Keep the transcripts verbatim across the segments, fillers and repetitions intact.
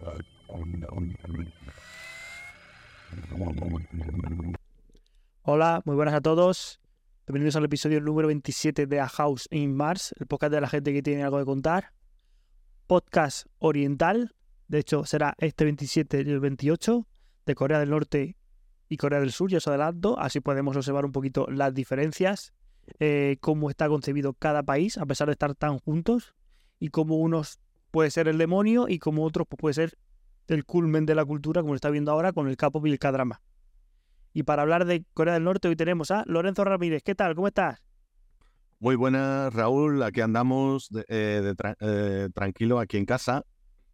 Hola, muy buenas a todos. Bienvenidos al episodio número veintisiete de A House in Mars, el podcast de la gente que tiene algo que contar. Podcast oriental, de hecho será este veintisiete y el veintiocho, de Corea del Norte y Corea del Sur, ya os adelanto, así podemos observar un poquito las diferencias, eh, cómo está concebido cada país, a pesar de estar tan juntos, y cómo unos puede ser el demonio y como otros pues, puede ser el culmen de la cultura, como se está viendo ahora con el K-pop y el K-drama. Y para hablar de Corea del Norte hoy tenemos a Lorenzo Ramírez. ¿Qué tal? ¿Cómo estás? Muy buenas, Raúl. Aquí andamos de, eh, de tra- eh, tranquilo aquí en casa.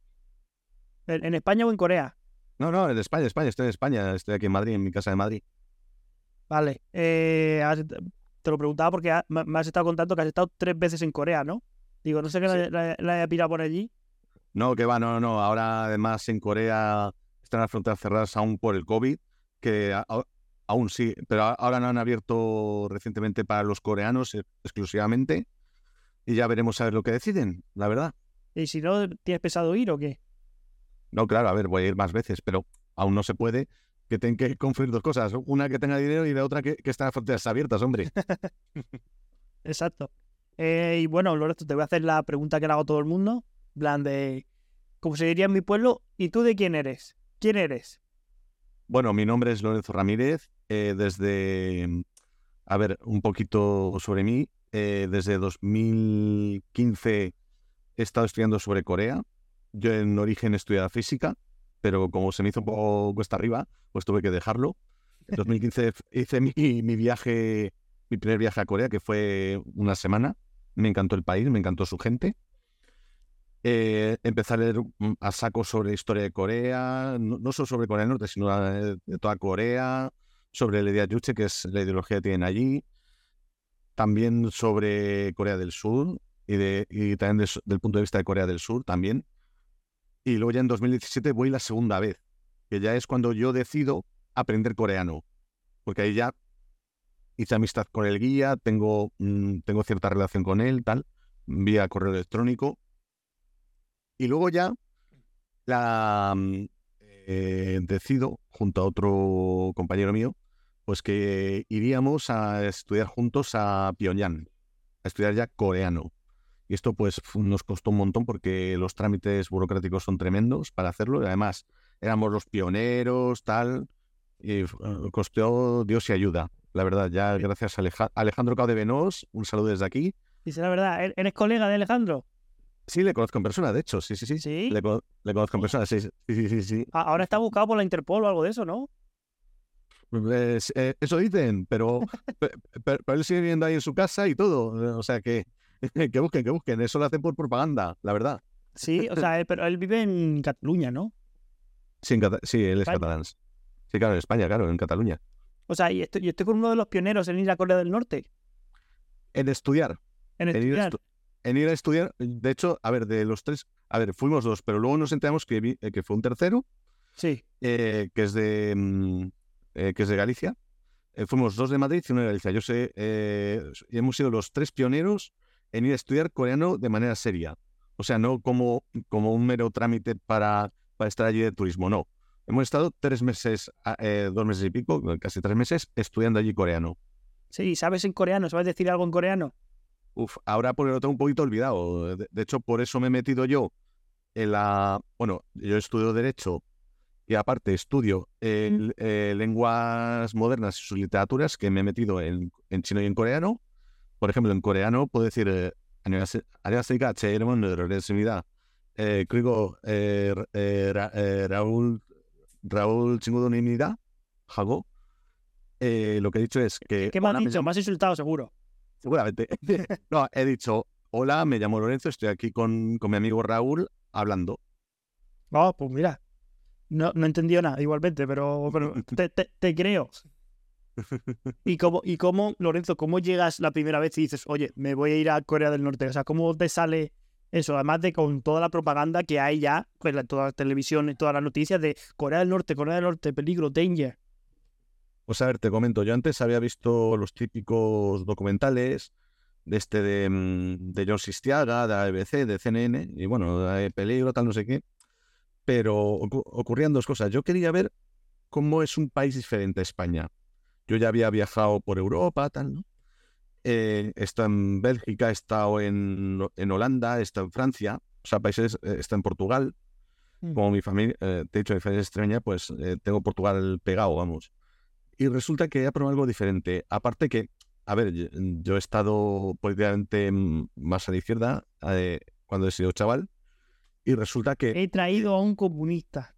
¿En, en España o en Corea? No, no, en España, España. Estoy en España. Estoy aquí en Madrid, en mi casa de Madrid. Vale. Eh, has- te lo preguntaba porque ha- me me has estado contando que has estado tres veces en Corea, ¿no? Digo, no sé qué Sí. la, la, la haya pirado por allí. No, que va, no, no, no. Ahora, además, en Corea están las fronteras cerradas aún por el COVID, que a- a- aún sí, pero a- ahora no han abierto recientemente para los coreanos eh, exclusivamente, y ya veremos a ver lo que deciden, la verdad. Y si no, ¿tienes pensado ir o qué? No, claro, a ver, voy a ir más veces, pero aún no se puede, que tienen que confluir dos cosas. Una que tenga dinero y la otra que, que estén las fronteras abiertas, hombre. Exacto. Eh, y bueno, Lorenzo, te voy a hacer la pregunta que le hago a todo el mundo. En plan de, ¿cómo se diría en mi pueblo? ¿Y tú de quién eres? ¿Quién eres? Bueno, mi nombre es Lorenzo Ramírez. eh, desde, a ver, un poquito sobre mí. eh, desde dos mil quince he estado estudiando sobre Corea. Yo en origen estudiaba física, pero como se me hizo un poco cuesta arriba, pues tuve que dejarlo. En dos mil quince hice mi, mi viaje, mi primer viaje a Corea, que fue una semana. Me encantó el país, me encantó su gente. Eh, empecé a leer mm, a saco sobre la historia de Corea, no, no solo sobre Corea del Norte, sino de, de toda Corea, sobre el Juche, que es la ideología que tienen allí, también sobre Corea del Sur y, de, y también de, del punto de vista de Corea del Sur también. Y luego ya en dos mil diecisiete voy la segunda vez, que ya es cuando yo decido aprender coreano, porque ahí ya hice amistad con el guía, tengo, mm, tengo cierta relación con él, tal, vía correo electrónico. Y luego ya la mm, eh, decido, junto a otro compañero mío, pues que iríamos a estudiar juntos a Pyongyang, a estudiar ya coreano. Y esto pues fu- nos costó un montón porque los trámites burocráticos son tremendos para hacerlo. Y además éramos los pioneros, tal, y eh, costó Dios y ayuda. La verdad, ya gracias a Aleja- Alejandro Caudevenos, un saludo desde aquí. Dice la verdad, ¿e- ¿eres colega de Alejandro? Sí, le conozco en persona, de hecho, sí, sí, sí. Sí. Le, co- le conozco en Oh. persona, sí, sí, sí, sí, sí. A- Ahora está buscado por la Interpol o algo de eso, ¿no? Pues, eh, eso dicen, pero, pe- pe- pero, él sigue viviendo ahí en su casa y todo. eh, O sea que, que busquen, que busquen. Eso lo hacen por propaganda, la verdad. Sí, o sea, él, pero él vive en Cataluña, ¿no? Sí, en Cata- sí, él es España. catalán. Sí, claro, en España, claro, en Cataluña. O sea, y estoy, y estoy con uno de los pioneros en ir a Corea del Norte, En estudiar, en en ir a, estudiar. estu- en ir a estudiar. De hecho, a ver, de los tres, a ver, fuimos dos, pero luego nos enteramos que, vi- eh, que fue un tercero, Sí. eh, que es de, mm, eh, que es de Galicia. Eh, fuimos dos de Madrid y uno de Galicia. Yo sé, eh, hemos sido los tres pioneros en ir a estudiar coreano de manera seria. O sea, no como, como un mero trámite para, para estar allí de turismo, no. Hemos estado tres meses, a- eh, dos meses y pico, casi tres meses, estudiando allí coreano. Sí, ¿sabes en coreano? ¿Sabes decir algo en coreano? Uf, ahora porque lo tengo un poquito olvidado. De, de hecho, por eso me he metido yo en la... Bueno, yo estudio Derecho y aparte estudio eh, Mm. l- eh, lenguas modernas y sus literaturas, que me he metido en, en chino y en coreano. Por ejemplo, en coreano puedo decir eh, 안녕하세- 안녕하십니까, 제 이름은 로렌스입니다. Eh, 그리고 eh, Ra- eh, Ra- eh, Raúl Raúl 친구들입니다. 하고 eh, lo que he dicho es que ¿Qué me has hola, me dicho? llamo- Me has insultado, seguro. seguramente. No, he dicho hola, me llamo Lorenzo, estoy aquí con, con mi amigo Raúl hablando. Oh, pues mira, no, no he entendido nada igualmente, pero, pero te, te- te creo. ¿Y cómo, ¿Y cómo, Lorenzo, cómo llegas la primera vez y dices, oye, me voy a ir a Corea del Norte? O sea, ¿cómo te sale eso? Además de con toda la propaganda que hay ya, pues la- toda la televisión, todas las noticias de Corea del Norte, Corea del Norte, peligro, danger. Pues a ver, te comento, yo antes había visto los típicos documentales de este de, mm, de John Sistiaga, de A B C, de C N N, y bueno, de peligro, tal, no sé qué. pero ocu- ocurrían dos cosas. Yo quería ver cómo es un país diferente a España. Yo ya había viajado por Europa, tal, ¿no? Eh, he estado en Bélgica, he estado en, en Holanda, he estado en Francia, o sea, países, eh, he estado en Portugal. Mm. Como mi familia, eh, te he dicho, mi familia es extremeña, pues eh, tengo Portugal pegado, vamos. Y resulta que he probado algo diferente. Aparte que, a ver, yo, yo he estado políticamente mm, más a la izquierda eh, cuando he sido chaval, y resulta que... He traído a un comunista.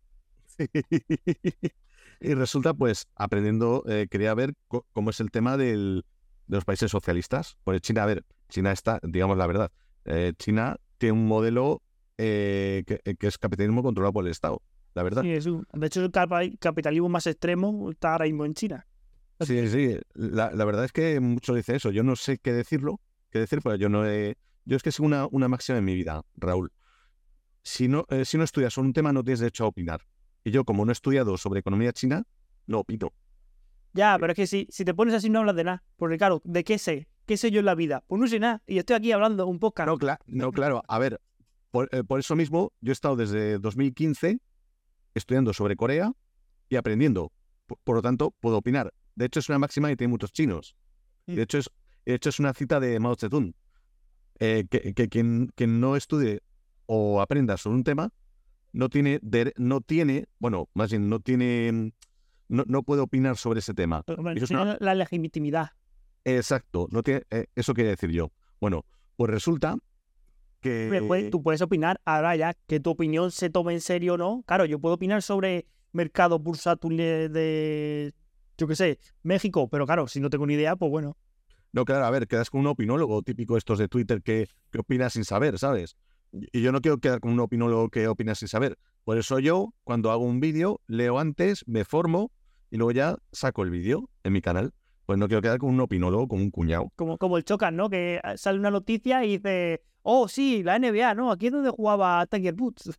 Y resulta, pues, aprendiendo, eh, quería ver co- cómo es el tema del, de los países socialistas. Pues China, a ver, China está, digamos la verdad, eh, China tiene un modelo eh, que, que es capitalismo controlado por el Estado, la verdad. Sí, es un- de hecho, el capa- capitalismo más extremo está ahora mismo en China. Sí, sí, la, la verdad es que muchos dicen eso. Yo no sé qué decirlo, qué decir, pero yo no he... Yo es que es una, una máxima en mi vida, Raúl. Si no, eh, si no estudias sobre un tema, no tienes derecho a opinar. Y yo, como no he estudiado sobre economía china, no opino. Ya, pero es que si, si te pones así no hablas de nada. Porque claro, ¿de qué sé? ¿Qué sé yo en la vida? Pues no sé nada. Y estoy aquí hablando un podcast. No, cla- no claro, a ver, por, eh, por eso mismo yo he estado desde dos mil quince estudiando sobre Corea y aprendiendo. Por, por lo tanto, puedo opinar. De hecho, es una máxima que tiene muchos chinos. Y de hecho, es, de hecho, es una cita de Mao Zedong. Eh, que, que quien, quien no estudie o aprenda sobre un tema no tiene, dere- no tiene, bueno, más bien no tiene, no, no puede opinar sobre ese tema. Hombre, Eso es tiene una- la legitimidad. exacto, no tiene, eh, eso quiere decir yo. Bueno, pues resulta Hombre, pues, que... tú puedes opinar ahora ya, que tu opinión se tome en serio o no. Claro, yo puedo opinar sobre mercado bursátil de, de, yo qué sé, México, pero claro, si no tengo ni idea, pues bueno. No, claro, a ver, quedas con un opinólogo típico estos de Twitter que, que opina sin saber, ¿sabes? Y yo no quiero quedar con un opinólogo que opina sin saber. Por eso yo, cuando hago un vídeo, leo antes, me formo y luego ya saco el vídeo en mi canal. Pues no quiero quedar con un opinólogo, con un cuñado. Como, como el Chocas, ¿no? Que sale una noticia y dice, oh, sí, la N B A, ¿no? Aquí es donde jugaba Tiger Woods.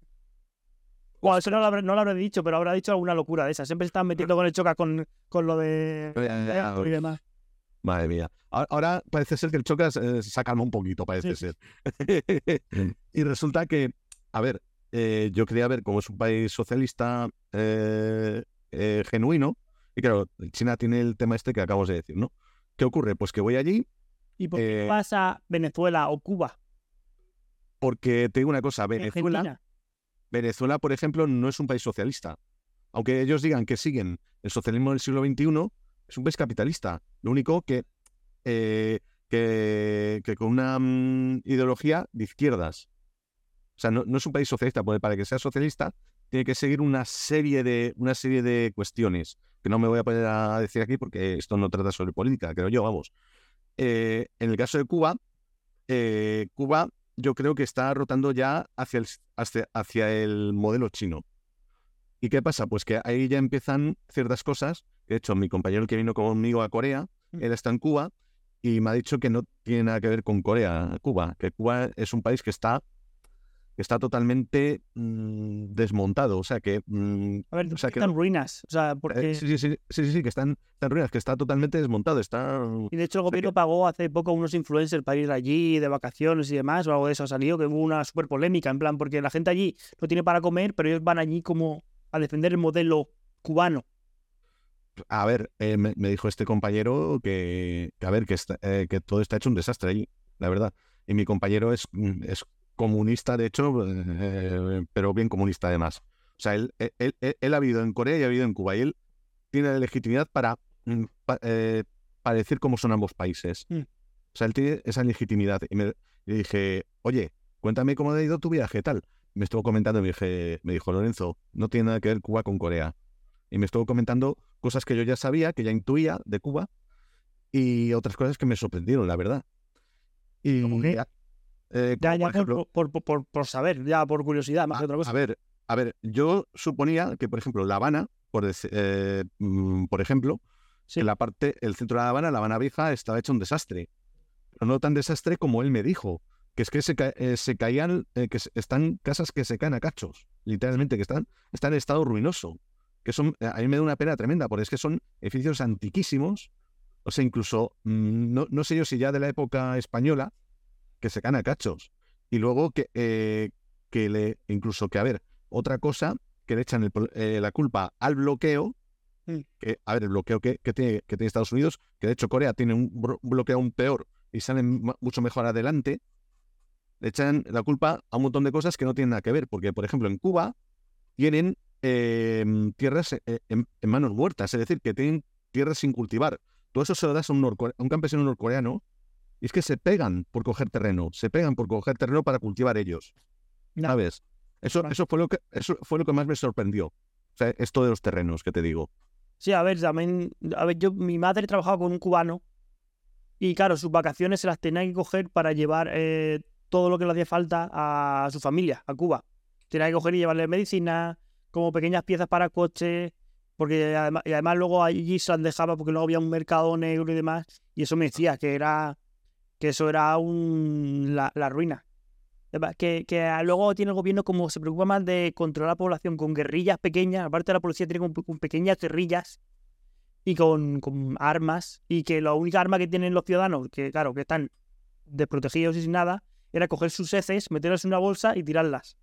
Bueno, eso no lo, habré, no lo habré dicho, pero habrá dicho alguna locura de esa. Siempre se están metiendo con el Chocas con, con lo de... y demás. Madre mía. Ahora, ahora parece ser que el Chocas eh, se ha calmado un poquito, parece Sí. ser. Y resulta que, a ver, eh, yo quería ver cómo es un país socialista eh, eh, genuino. Y claro, China tiene el tema este que acabamos de decir, ¿no? ¿Qué ocurre? Pues que voy allí ¿Y por qué eh, pasa Venezuela o Cuba? porque te digo una cosa, Venezuela, Argentina. Venezuela, por ejemplo, no es un país socialista. Aunque ellos digan que siguen el socialismo del siglo veintiuno, es un país capitalista. Lo único que, eh, que, que con una mm, ideología de izquierdas. O sea, no, no es un país socialista, porque para que sea socialista tiene que seguir una serie de, una serie de cuestiones que no me voy a poner a decir aquí porque esto no trata sobre política, creo yo, vamos. Eh, en el caso de Cuba, eh, Cuba yo creo que está rotando ya hacia el, hacia, hacia el modelo chino. ¿Y qué pasa? Pues que ahí ya empiezan ciertas cosas. De hecho, mi compañero que vino conmigo a Corea, él está en Cuba y me ha dicho que no tiene nada que ver con Corea, Cuba, que Cuba es un país que está, que está totalmente mmm, desmontado. O sea, que... mmm, A ver, o sea, que están no- ruinas. O sea, porque... eh, sí, sí, sí, sí, sí, sí, que están, están ruinas, que está totalmente desmontado. Está... Y de hecho el o sea, gobierno que- pagó hace poco unos influencers para ir allí de vacaciones y demás, o algo de eso ha salido, que hubo una súper polémica, en plan, porque la gente allí no tiene para comer, pero ellos van allí como a defender el modelo cubano. A ver, eh, me, me dijo este compañero que, que a ver, que, está- eh, que todo está hecho un desastre allí, la verdad. Y mi compañero es, mm, es comunista, de hecho, eh, pero bien comunista además. O sea, él, él, él- él- él ha vivido en Corea y ha vivido en Cuba y él tiene la legitimidad para, mm, pa- eh, para decir cómo son ambos países. Mm. O sea, él tiene esa legitimidad. Y me y dije, oye, cuéntame cómo ha ido tu viaje, tal. Me estuvo comentando y me, dije, me dijo, Lorenzo, no tiene nada que ver Cuba con Corea. Y me estuvo comentando cosas que yo ya sabía, que ya intuía de Cuba, y otras cosas que me sorprendieron, la verdad. Y, ¿Cómo qué? a- eh, Ya, como ya por por, ejemplo, por, por, por- por saber, ya por curiosidad, más a, que otra a cosa. ver, a ver, yo suponía que, por ejemplo, La Habana, por, dec- eh, mm, por ejemplo, Sí. que la parte, el centro de La Habana, La Habana Vieja, estaba hecho un desastre. Pero no tan desastre como él me dijo, que es que se, ca- eh, se caían, eh, que se- están casas que se caen a cachos, literalmente, que están, están en estado ruinoso. Que son, eh, a mí me da una pena tremenda, porque es que son edificios antiquísimos, o sea, incluso, mm, no, no sé yo si ya de la época española, que se caen a cachos. Y luego que, eh, que le, incluso que, a ver, otra cosa que le echan el, eh, la culpa al bloqueo. Mm. Que, a ver, el bloqueo que, que, tiene, que tiene Estados Unidos, que de hecho Corea tiene un, un bloqueo aún peor y salen mucho mejor adelante, le echan la culpa a un montón de cosas que no tienen nada que ver. Porque, por ejemplo, en Cuba tienen eh, tierras eh, en, en manos muertas, es decir, que tienen tierras sin cultivar. Todo eso se lo das a un, norcore- a un campesino norcoreano y es que se pegan por coger terreno, se pegan por coger terreno para cultivar ellos, No. ¿sabes? Eso, eso, fue lo que, eso fue lo que más me sorprendió. O sea, esto de los terrenos que te digo. Sí, a ver, también, a ver, yo, mi madre trabajaba con un cubano y claro, sus vacaciones se las tenía que coger para llevar eh, todo lo que le hacía falta a su familia, a Cuba. Tenía que coger y llevarle medicina, como pequeñas piezas para coches, porque además, y además luego allí se las dejaba porque luego había un mercado negro y demás, y eso me decía que era, que eso era un, la, la ruina. Que, que luego tiene el gobierno como se preocupa más de controlar la población con guerrillas pequeñas, aparte de la policía tiene con, con pequeñas guerrillas y con, con armas, y que la única arma que tienen los ciudadanos, que claro, que están desprotegidos y sin nada, era coger sus heces, meterlas en una bolsa y tirarlas.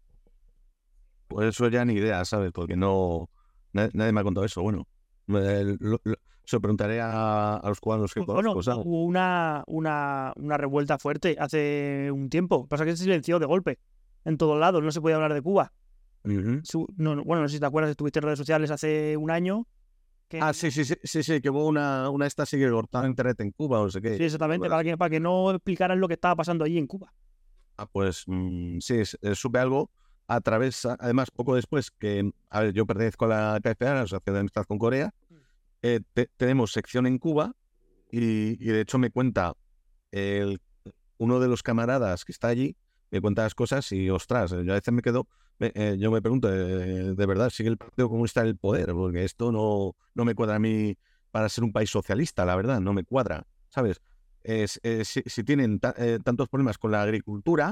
Pues eso ya ni idea, ¿sabes? Porque no, nadie, nadie me ha contado eso. Bueno, me- lo- lo- se lo preguntaré a, a los cubanos que Bueno, conozco, ¿sabes? hubo una, una, una revuelta fuerte hace un tiempo, pasa que se silenció de golpe en todos lados, no se podía hablar de Cuba. Uh-huh. Su, no, no, bueno, no sé si te acuerdas, estuviste en redes sociales hace un año. Que... Ah, sí, sí, sí, sí, sí, que hubo una, una esta sí que cortaba internet en Cuba o no sé qué. Sí, exactamente, para que, para que no explicaran lo que estaba pasando allí en Cuba. Ah, pues mm, sí, s- eh, supe algo a través, a- además, poco después que, a ver, yo pertenezco a la K F A, la Asociación de Amistad con Corea, eh, te- tenemos sección en Cuba y, y de hecho me cuenta el, uno de los camaradas que está allí, me cuenta las cosas y, ostras, yo a veces me quedo, me- eh, yo me pregunto, eh, de verdad, ¿sigue el Partido Comunista en el poder? Porque esto no, no me cuadra a mí para ser un país socialista, la verdad, no me cuadra, ¿sabes? Es, es- si, si tienen ta- eh, tantos problemas con la agricultura,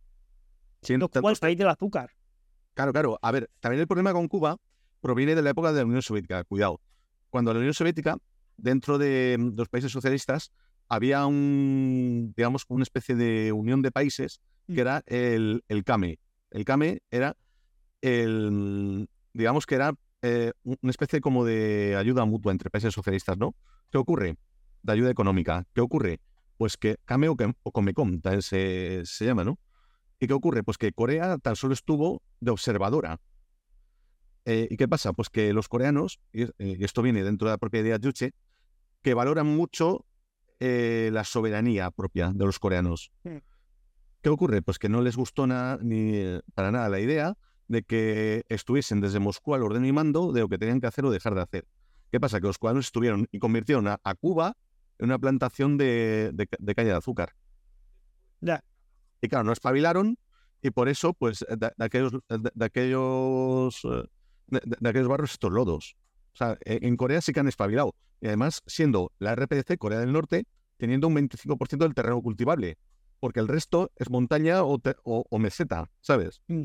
tienen No, Cuba, el tantos... país del azúcar. Claro, claro. A ver, también el problema con Cuba proviene de la época de la Unión Soviética, cuidado. Cuando la Unión Soviética, dentro de mm, los países socialistas, había un, digamos, una especie de unión de países que era el, el C A M E. El C A M E era el, digamos que era eh, una especie como de ayuda mutua entre países socialistas, ¿no? ¿Qué ocurre? De ayuda económica. ¿Qué ocurre? Pues que C A M E o, que- o Comecom también se, se llama, ¿no? ¿Y qué ocurre? Pues que Corea tan solo estuvo de observadora. Eh, ¿y qué pasa? Pues que los coreanos, y, eh, y esto viene dentro de la propia idea Juche, que valoran mucho eh, la soberanía propia de los coreanos. Mm. ¿Qué ocurre? Pues que no les gustó nada, ni eh, para nada la idea de que estuviesen desde Moscú al orden y mando de lo que tenían que hacer o dejar de hacer. ¿Qué pasa? Que los coreanos estuvieron y convirtieron a, a Cuba en una plantación de, de, de caña de azúcar. Ya. Y claro, no espabilaron y por eso, pues, de, de aquellos, de, de aquellos, eh, de, de aquellos barrios estos lodos. O sea, en, en Corea sí que han espabilado. Y además, siendo la R P D C, Corea del Norte, teniendo un veinticinco por ciento del terreno cultivable. Porque el resto es montaña o, te- o, o meseta, ¿sabes? Mm.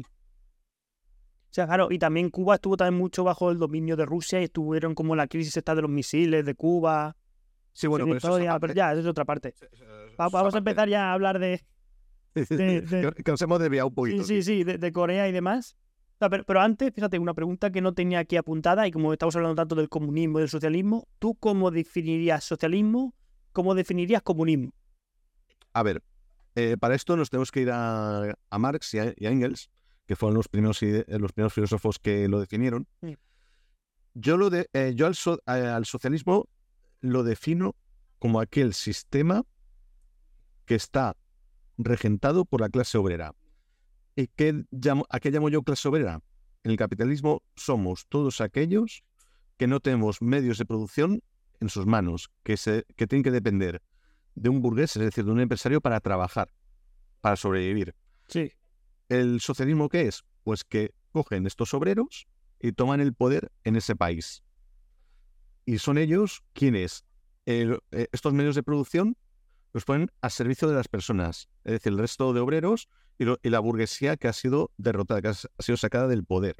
O sea, claro, y también Cuba estuvo también mucho bajo el dominio de Rusia y estuvieron como la crisis esta de los misiles de Cuba. Sí, bueno, Sin pero eso es historia, aparte. pero ya, eso es otra parte. Eso es- eso Va- es vamos a aparte. empezar ya a hablar de, de- de- que, que nos hemos desviado un poquito. sí, sí, sí, de, de Corea y demás. O sea, pero, pero antes, fíjate, una pregunta que no tenía aquí apuntada, y como estamos hablando tanto del comunismo y del socialismo, ¿tú cómo definirías socialismo? ¿Cómo definirías comunismo? A ver, eh, para esto nos tenemos que ir a, a Marx y a, y a Engels, que fueron los primeros, ide- eh, los primeros filósofos que lo definieron. Mm. Yo, lo de, eh, yo al, so- eh, al socialismo lo defino como aquel sistema que está regentado por la clase obrera. ¿Y qué llamo, a qué llamo yo clase obrera? En el capitalismo somos todos aquellos que no tenemos medios de producción en sus manos, que, se, que tienen que depender de un burgués, es decir, de un empresario para trabajar, para sobrevivir. Sí. ¿El socialismo qué es? Pues que cogen estos obreros y toman el poder en ese país. Y son ellos quienes el, eh, estos medios de producción los ponen a servicio de las personas, es decir, el resto de obreros y, lo, y la burguesía que ha sido derrotada, que ha, ha sido sacada del poder.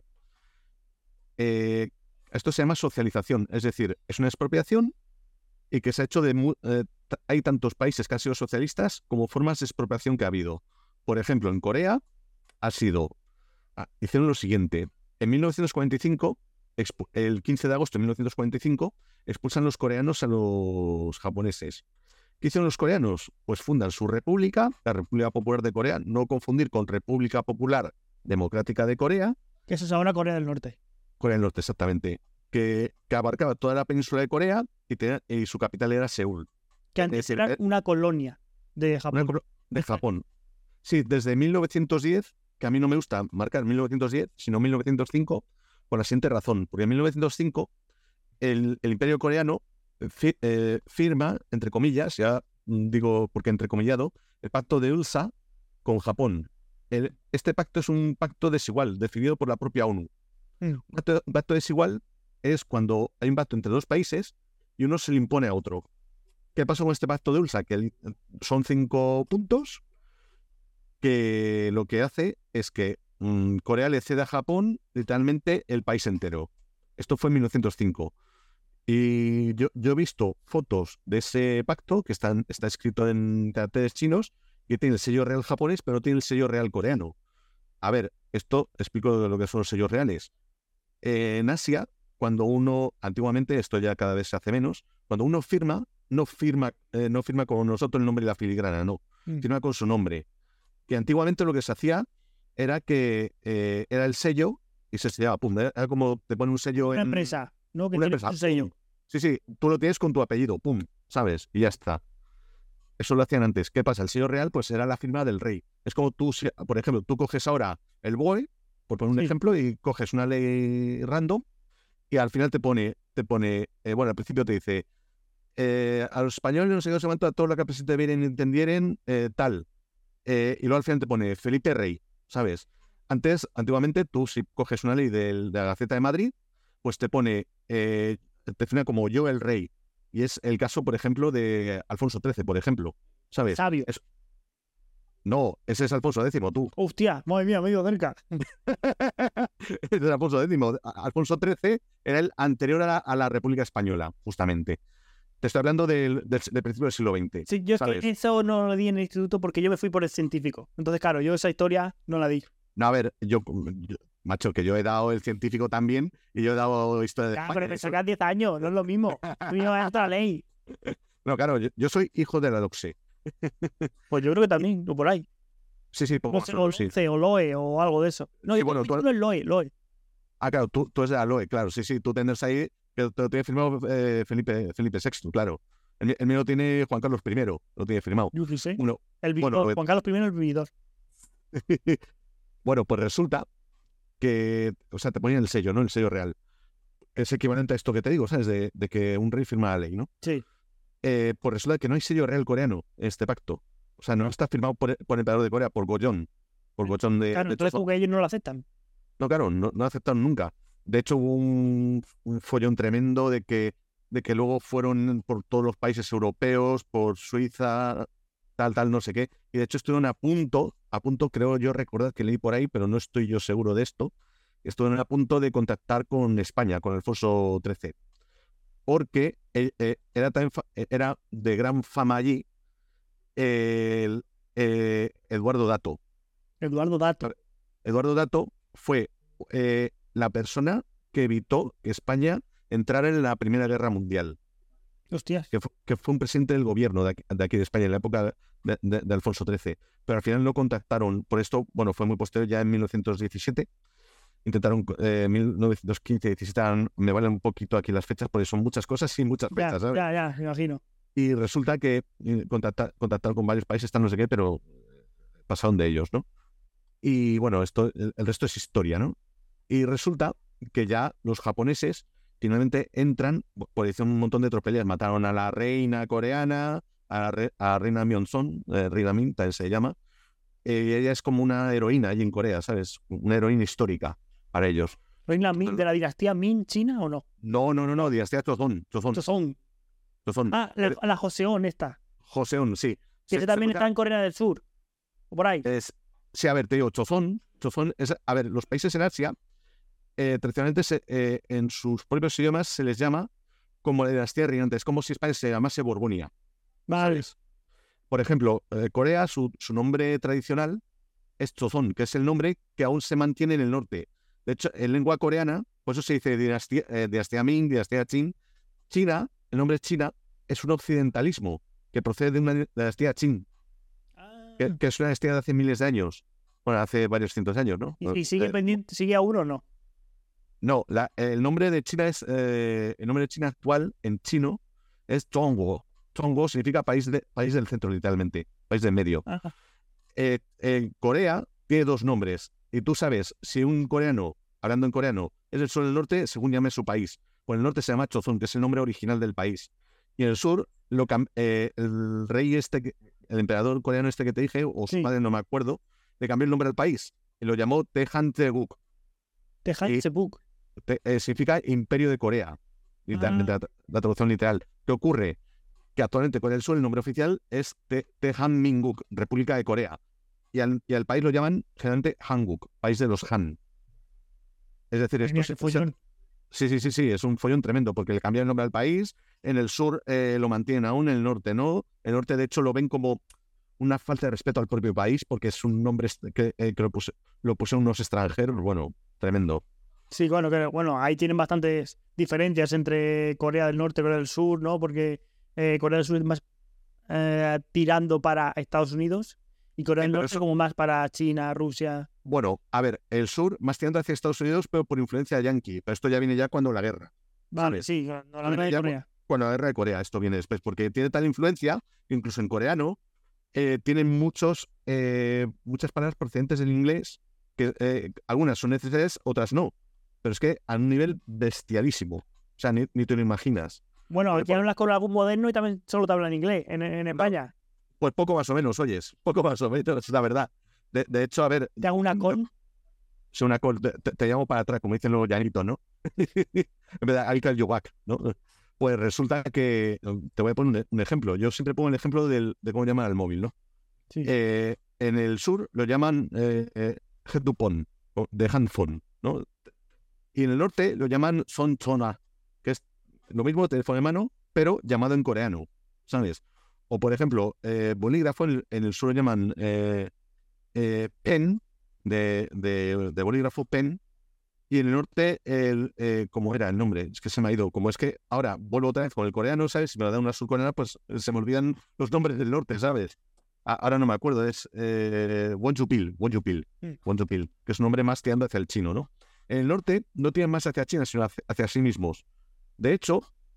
Eh, esto se llama socialización, es decir, es una expropiación y que se ha hecho de... mu- eh, t- hay tantos países que han sido socialistas como formas de expropiación que ha habido. Por ejemplo, en Corea ha sido ah, hicieron lo siguiente. En mil novecientos cuarenta y cinco, expu- el quince de agosto de mil novecientos cuarenta y cinco, expulsan los coreanos a los japoneses. ¿Qué hicieron los coreanos? Pues fundan su república, la República Popular de Corea, no confundir con República Popular Democrática de Corea, Que eso es ahora Corea del Norte. Corea del Norte exactamente, que, que abarcaba toda la península de Corea y, tenía- y su capital era Seúl. Que Es antes decir, era eh, una colonia de una Japón. colo- de Japón. Sí, desde mil novecientos diez, que a mí no me gusta marcar mil novecientos diez, sino mil novecientos cinco, por la siguiente razón. Porque en mil novecientos cinco el, el Imperio Coreano fi- eh, firma, entre comillas, ya mm, digo porque entrecomillado, el pacto de Ulsa con Japón. El- este pacto es un pacto desigual, decidido por la propia ONU. Mm. Un pacto, un pacto desigual es cuando hay un pacto entre dos países y uno se le impone a otro. ¿Qué pasó con este pacto de Ulsa? Que el- son cinco puntos que lo que hace es que mm, Corea le cede a Japón literalmente el país entero. Esto fue en mil novecientos cinco. Y yo, yo he visto fotos de ese pacto que están, está escrito en caracteres chinos y tiene el sello real japonés, pero no tiene el sello real coreano. A ver, esto te explico lo que son los sellos reales. Eh, en Asia, cuando uno, antiguamente, esto ya cada vez se hace menos, cuando uno firma, no firma, eh, no firma con nosotros el nombre y la filigrana, no, Mm. firma con su nombre. Que antiguamente lo que se hacía era que eh, era el sello y se sellaba, pum, era era como te pone un sello Una en empresa, ¿no? Que una tiene empresa, un sello. pum. Sí, sí, tú lo tienes con tu apellido, pum, ¿sabes? Y ya está. Eso lo hacían antes. ¿Qué pasa? El sello real, pues era la firma del rey. Es como tú, si- por ejemplo, tú coges ahora el B O E, por poner un Sí. ejemplo, y coges una ley random y al final te pone, te pone, eh, bueno, al principio te dice, eh, a los españoles no sé qué, no sé cuánto, a todo lo que presente vienen y entendieren, eh, tal. Eh, y luego al final te pone Felipe Rey, ¿sabes? Antes, antiguamente, tú si coges una ley del- de la Gaceta de Madrid, pues te pone, eh, te firma como yo el rey. Y es el caso, por ejemplo, de Alfonso trece, por ejemplo, ¿sabes? Sabio. Es- no, ese es Alfonso X, tú. Hostia, madre mía, me he ido cerca. Ese es Alfonso X. A- Alfonso trece era el anterior a la, a la República Española, justamente. Te estoy hablando del, del, del principio del siglo veinte. Sí, yo es ¿sabes? que eso no lo di en el instituto porque yo me fui por el científico. Entonces, claro, yo esa historia no la di. No, a ver, yo, yo- macho, que yo he dado el científico también y yo he dado historia de Ah, España. pero te Eso- sacas diez años, no es lo mismo. Tú llevas otra ley. No, claro, yo, yo soy hijo de la doxe. Pues yo creo que también, o por ahí. Sí, sí, No poco sé, más, o sí. Loce, o Loe, o algo de eso. No, Sí, yo bueno, tú- no es Loe, Loe. Ah, claro, tú, tú eres de la L O E, claro, sí, sí, tú tendrás ahí, que te lo tiene firmado eh, Felipe, Felipe sexto, claro. El, mí- el mío lo tiene Juan Carlos primero, lo tiene firmado. Yo qué sé. Bueno, El bueno, vividor, eh, Juan Carlos I, el vividor. bueno, pues resulta que, o sea, te ponían el sello, ¿no? El sello real. Es equivalente a esto que te digo, ¿sabes? De, de que un rey firma la ley, ¿no? Sí. Eh, pues resulta que no hay sello real coreano en este pacto. O sea, no está firmado por, por el emperador de Corea, por Gojon. Por Gojon de, Claro, de entonces Chozón. porque ellos no lo aceptan. No, claro, no, no aceptaron nunca. De hecho, hubo un, un follón tremendo de que, de que luego fueron por todos los países europeos, por Suiza, tal, tal, no sé qué. Y de hecho estuvieron a punto, a punto, creo yo recordar que leí por ahí, pero no estoy yo seguro de esto. Estuvieron a punto de contactar con España, con Alfonso trece. Porque eh, eh, era, tan fa- eh, era de gran fama allí el, eh, Eduardo Dato. Eduardo Dato. Eduardo Dato fue eh, la persona que evitó que España entrara en la Primera Guerra Mundial, Hostias. que, fu- que fue un presidente del gobierno de aquí, de aquí de España en la época de, de- de Alfonso trece. Pero al final lo contactaron, por esto, bueno, fue muy posterior, ya en mil novecientos diecisiete. Intentaron, eh, mil novecientos quince, diecisiete, eran- me valen un poquito aquí las fechas, porque son muchas cosas y muchas Ya, fechas, ¿sabes? ya, ya, me imagino. Y resulta que eh, contacta- contactaron con varios países, tal no sé qué, pero pasaron de ellos, ¿no? Y bueno, esto, el, el resto es historia, ¿no? Y resulta que ya los japoneses finalmente entran, por hicieron un montón de tropelías, mataron a la reina coreana, a la, re- a la reina Myeonson, eh, reina Min, también se llama, eh, y ella es como una heroína allí en Corea, ¿sabes? Una heroína histórica para ellos. ¿Reina Min de la dinastía Min china o no? No, no, no, no, dinastía Chozón, Chozón, Estos son. Chozón. Ah, la, Eh, la Joseon esta. Joseon, sí. Que Se- ese se también cuenta- está en Corea del Sur. O por ahí. Es, sí, a ver, te digo, Chozón, Chozón es, a ver, los países en Asia, eh, tradicionalmente se- eh, en sus propios idiomas se les llama como la dinastía reinante, es como si España se llamase Borgonia. Vale. ¿Sabes? Por ejemplo, eh, Corea, su, su nombre tradicional es Chozón, que es el nombre que aún se mantiene en el norte. De hecho, en lengua coreana, por eso se dice dinastía, eh, dinastía Ming, dinastía Qin. China, el nombre China, es un occidentalismo que procede de una dinastía Qin, Ah. que, que es una dinastía de hace miles de años. Bueno, hace varios cientos de años, ¿no? ¿Y, y sigue Eh, pendiente, sigue aún o no? No, la- el nombre de China es eh, el nombre de China actual en chino es Zhongguo. Zhongguo significa país de, país del centro, literalmente, país del medio. Ajá. Eh, en Corea tiene dos nombres y tú sabes si un coreano, hablando en coreano, es del sur o del norte, según llame su país. Por el norte se llama Chozón, que es el nombre original del país. Y en el sur, lo cam- eh, el rey este, que- el emperador coreano este que te dije, o su Sí. padre, no me acuerdo, le cambió el nombre al país y lo llamó Tehanteguk. Tejan Y- Sepuk. Te- eh, significa Imperio de Corea, literalmente, Ah. la, la traducción literal. ¿Qué ocurre? Que actualmente Corea del Sur, el nombre oficial es Te- Tehanminguk, República de Corea. Y al, y al país lo llaman generalmente Hanguk, país de los Han. Es decir, esto Genial, se, qué follón. sí, sí, sí, sí, es un follón tremendo, porque le cambian el nombre al país, en el sur eh, lo mantienen aún, en el norte no. El norte, de hecho, lo ven como una falta de respeto al propio país, porque es un nombre est- que, eh, que lo, puse, lo pusieron unos extranjeros, bueno, tremendo. Sí, bueno, que, bueno, ahí tienen bastantes diferencias entre Corea del Norte y Corea del Sur, ¿no? Porque eh, Corea del Sur es más eh, tirando para Estados Unidos y Corea Sí, del pero Norte eso- como más para China, Rusia. Bueno, a ver, el sur más tirando hacia Estados Unidos, pero por influencia yankee. Pero esto ya viene ya cuando la guerra. Vale, ¿Sabes? sí, no, la Viene guerra de ya cu- Corea. Cuando la guerra de Corea, esto viene después, porque tiene tal influencia, que incluso en coreano, eh, tienen muchos, eh, muchas palabras procedentes del inglés, que eh, algunas son necesarias, otras no. Pero es que a un nivel bestialísimo. O sea, ni, ni te lo imaginas. Bueno, Porque, aquí por- hablas con algún moderno y también solo te hablan inglés en, en España. Pues poco más o menos, oyes. Poco más o menos, es la verdad. De, de hecho, a ver, Te hago una con. es una col- te, te- te llamo para atrás, como dicen los llanitos, ¿no? En vez de ahí el yuwak, ¿no? Pues resulta que, te voy a poner un, un ejemplo. Yo siempre pongo el ejemplo del, de cómo llaman al móvil, ¿no? Sí. Eh, en el sur lo llaman eh, eh, headphone, o de handphone, ¿no? Y en el norte lo llaman sonchona, que es lo mismo teléfono de mano, pero llamado en coreano, ¿sabes? O por ejemplo, eh, bolígrafo, en el, en el sur lo llaman eh, eh, pen, de, de, de bolígrafo, pen, y en el norte, el, eh, ¿cómo era el nombre? Es que se me ha ido. Como es que ahora vuelvo otra vez con el coreano, ¿sabes? Si me lo da una surcoreana, pues se me olvidan los nombres del norte, ¿sabes? A- ahora no me acuerdo, es eh, Wonjupil, Wonjupil, Mm. Wonjupil, que es un nombre más tirando hacia el chino, ¿no? En el norte no tienen más hacia China, sino hacia, hacia sí mismos. De hecho,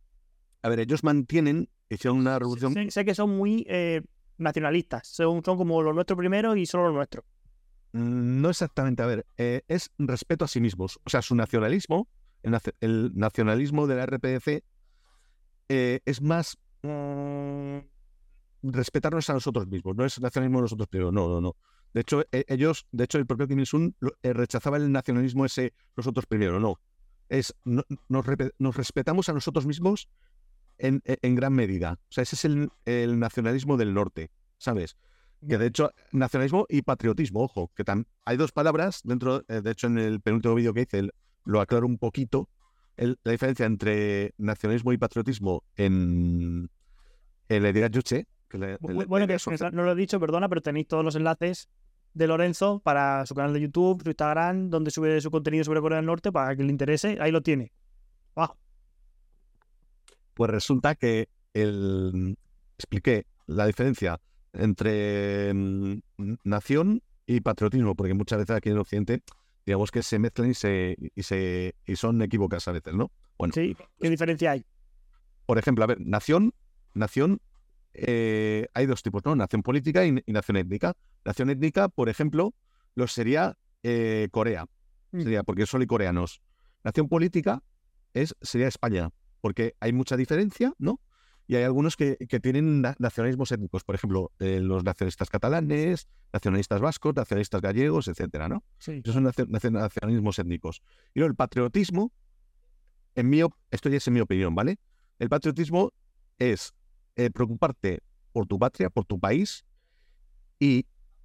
a ver, ellos mantienen, hicieron una revolución. Sé, sé que son muy eh, nacionalistas. Son, son como lo nuestro primero y solo lo nuestro. Mm, No exactamente, a ver, eh, es respeto a sí mismos. O sea, su nacionalismo, el, nace- el nacionalismo de la R P F eh, es más mm, respetarnos a nosotros mismos, no es nacionalismo de nosotros primero, no, no, no. De hecho, e- ellos, de hecho, el propio Kim Il-sung lo- eh, rechazaba el nacionalismo ese nosotros primero, no. Es, no- nos, repe- nos respetamos a nosotros mismos en, en- en gran medida. O sea, ese es el, el nacionalismo del norte, ¿sabes? Que de hecho, nacionalismo y patriotismo, ojo, que tam- hay dos palabras dentro, eh, de hecho, en el penúltimo vídeo que hice el- lo aclaro un poquito, el- la diferencia entre nacionalismo y patriotismo en, en la idea Yuche, que la- Bu- la- la Bueno, idea que social- no lo he dicho, perdona, pero tenéis todos los enlaces de Lorenzo para su canal de YouTube, su Instagram, donde sube su contenido sobre Corea del Norte, para que le interese. Ahí lo tiene. Abajo. pues resulta que el, expliqué la diferencia entre mm, nación y patriotismo, porque muchas veces aquí en Occidente, digamos que se mezclan y, se, y, se, y son equívocas a veces, ¿no? Bueno, Sí, ¿qué diferencia hay? por ejemplo, a ver, nación, nación, eh, hay dos tipos, ¿no? Nación política y, y nación étnica. Nación étnica, por ejemplo, lo sería eh, Corea, Mm. sería porque solo hay coreanos. Nación política es, sería España, porque hay mucha diferencia, ¿no? Y hay algunos que, que tienen na- nacionalismos étnicos, por ejemplo, eh, los nacionalistas catalanes, nacionalistas vascos, nacionalistas gallegos, etcétera, ¿no? Sí. Esos son nacio- nacio- nacionalismos étnicos. Y luego el patriotismo, en mi, op- esto ya es en mi opinión, ¿vale? El patriotismo es eh, preocuparte por tu patria, por tu país y,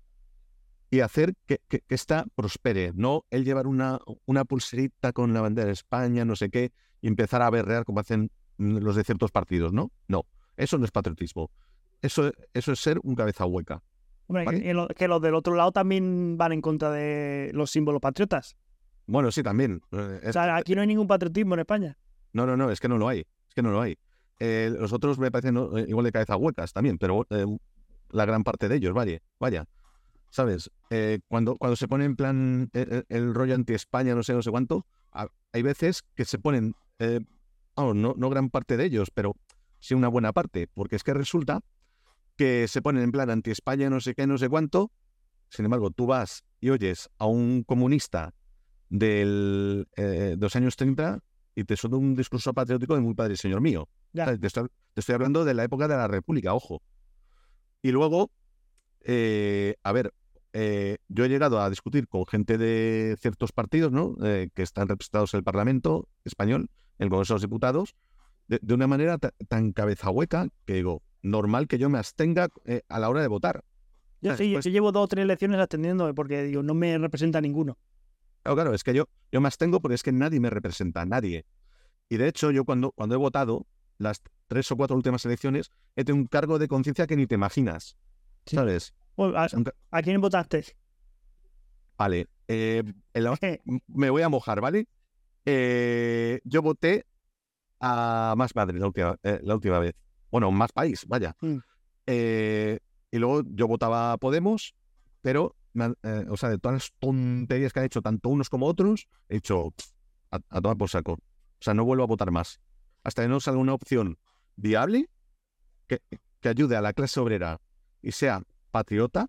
y hacer que, que, que esta prospere, no el llevar una, una pulserita con la bandera de España, no sé qué, y empezar a berrear como hacen mm, los de ciertos partidos, ¿no? No, eso no es patriotismo. Eso, eso es ser un cabeza hueca. Hombre, ¿vale? que, lo- que los del otro lado también van en contra de los símbolos patriotas. Bueno, sí, también. Eh, O es- sea, aquí no hay ningún patriotismo en España. no, no, no, es que no lo hay. Es que no lo hay. Eh, los otros me parecen ¿no? eh, igual de cabeza huecas también, pero eh, la gran parte de ellos, vaya, vaya. ¿Sabes? Eh, cuando, cuando se pone en plan eh, eh, el rollo anti-España, no sé, no sé cuánto, a- hay veces que se ponen, eh, vamos, no, no gran parte de ellos, pero sí una buena parte, porque es que resulta que se ponen en plan anti-España, no sé qué, no sé cuánto. Sin embargo, tú vas y oyes a un comunista del, eh, de los años treinta y te suena un discurso patriótico de muy padre, señor mío. Ya. ¿Sabes? Te estoy, te estoy hablando de la época de la República, ojo. Y luego, eh, a ver, eh, yo he llegado a discutir con gente de ciertos partidos, ¿no? Eh, que están representados en el Parlamento español, en el Congreso de los Diputados, de, de una manera ta- tan cabeza hueca que digo, normal que yo me abstenga eh, a la hora de votar. Yo Ah, sí, pues- yo llevo dos o tres elecciones atendiendo porque digo, no me representa ninguno. Claro, claro, es que yo, yo me abstengo porque es que nadie me representa, nadie. Y de hecho, yo cuando, cuando he votado las tres o cuatro últimas elecciones, he tenido un cargo de conciencia que ni te imaginas. Sí. ¿Sabes? Bueno, ¿a, Es un ca- a quién votaste? Vale, eh, en la- me voy a mojar, ¿vale? Eh, yo voté a Más Madre la última, eh, la última vez. Bueno, Más País, vaya. Mm. Eh, y luego yo votaba a Podemos, pero, me han- eh, o sea, de todas las tonterías que han hecho tanto unos como otros, he dicho "Pff, a, a tomar por saco. O sea, no vuelvo a votar más. Hasta que no salga una opción viable que, que ayude a la clase obrera y sea patriota,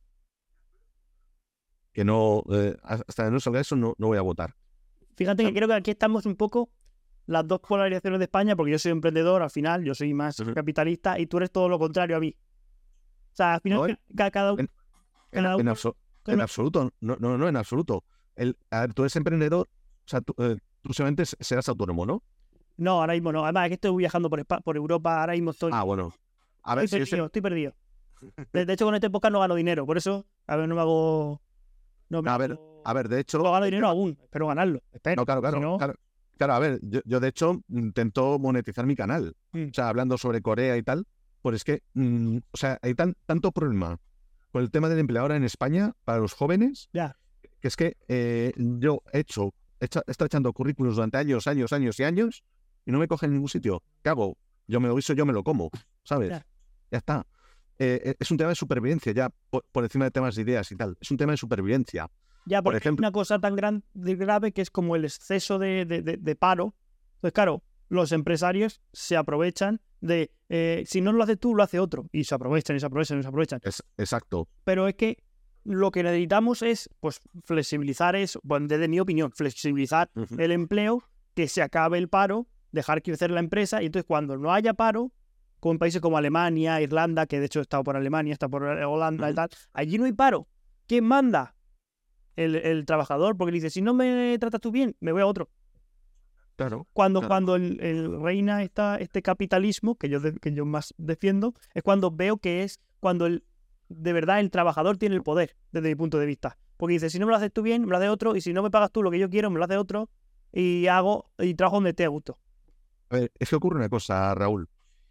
que no, eh, hasta que no salga eso, no, no voy a votar. Fíjate que creo que aquí estamos un poco las dos polarizaciones de España, porque yo soy emprendedor al final, yo soy más Ujú. capitalista y tú eres todo lo contrario a mí. O sea, al final No, en- ca- cada, en- En, cada en uno... abso- en no- absoluto, no, no, no, en absoluto. El, a ver, tú eres emprendedor, o sea, tú, eh, tú seguramente serás autónomo, ¿no? No, ahora mismo no. Además, es que estoy viajando por, Espa- por Europa, ahora mismo estoy, Ah, bueno. A ver, estoy si yo sé- perdido, estoy perdido. De, de hecho, con este podcast no gano dinero, por eso, a ver, no me hago... No me A ver, hago- a ver, de hecho, no gano dinero aún, espero ganarlo. Espero. no, claro, claro, Si no- claro, claro, a ver, yo, yo de hecho intento monetizar mi canal, Mm. o sea, hablando sobre Corea y tal, pues es que, mm, o sea, hay tan, tanto problema con el tema del empleo ahora en España para los jóvenes, Ya. que es que eh, yo he hecho, he, hecho- he estado echando currículos durante años, años, años y años y no me cogen en ningún sitio. ¿Qué hago? Yo me lo guiso, yo me lo como, ¿sabes? Ya. Ya está. Eh, eh, es un tema de supervivencia ya, por, por encima de temas de ideas y tal. Es un tema de supervivencia. Ya, Por porque hay ejemplo- una cosa tan grande, grave que es como el exceso de, de- de- de paro. Entonces, claro, los empresarios se aprovechan de, eh, si no lo haces tú, lo hace otro. Y se aprovechan, y se aprovechan, y se aprovechan. Es, exacto. Pero es que lo que necesitamos es, pues, flexibilizar eso, bueno, desde mi opinión, flexibilizar Ujú. el empleo, que se acabe el paro, dejar crecer la empresa, y entonces cuando no haya paro, como en países como Alemania, Irlanda, que de hecho he estado por Alemania, está por Holanda y Ujú. tal, allí no hay paro. ¿Quién manda? El, el trabajador, porque le dice, si no me tratas tú bien, me voy a otro. Claro. Cuando, Claro. cuando el, el reina esta, este capitalismo, que yo, de- que yo más defiendo, es cuando veo que es cuando el, de verdad el trabajador tiene el poder, desde mi punto de vista. Porque dice, si no me lo haces tú bien, me lo hace otro, y si no me pagas tú lo que yo quiero, me lo hace otro, y hago, y trabajo donde te a gusto. A ver, es que ocurre una cosa, Raúl.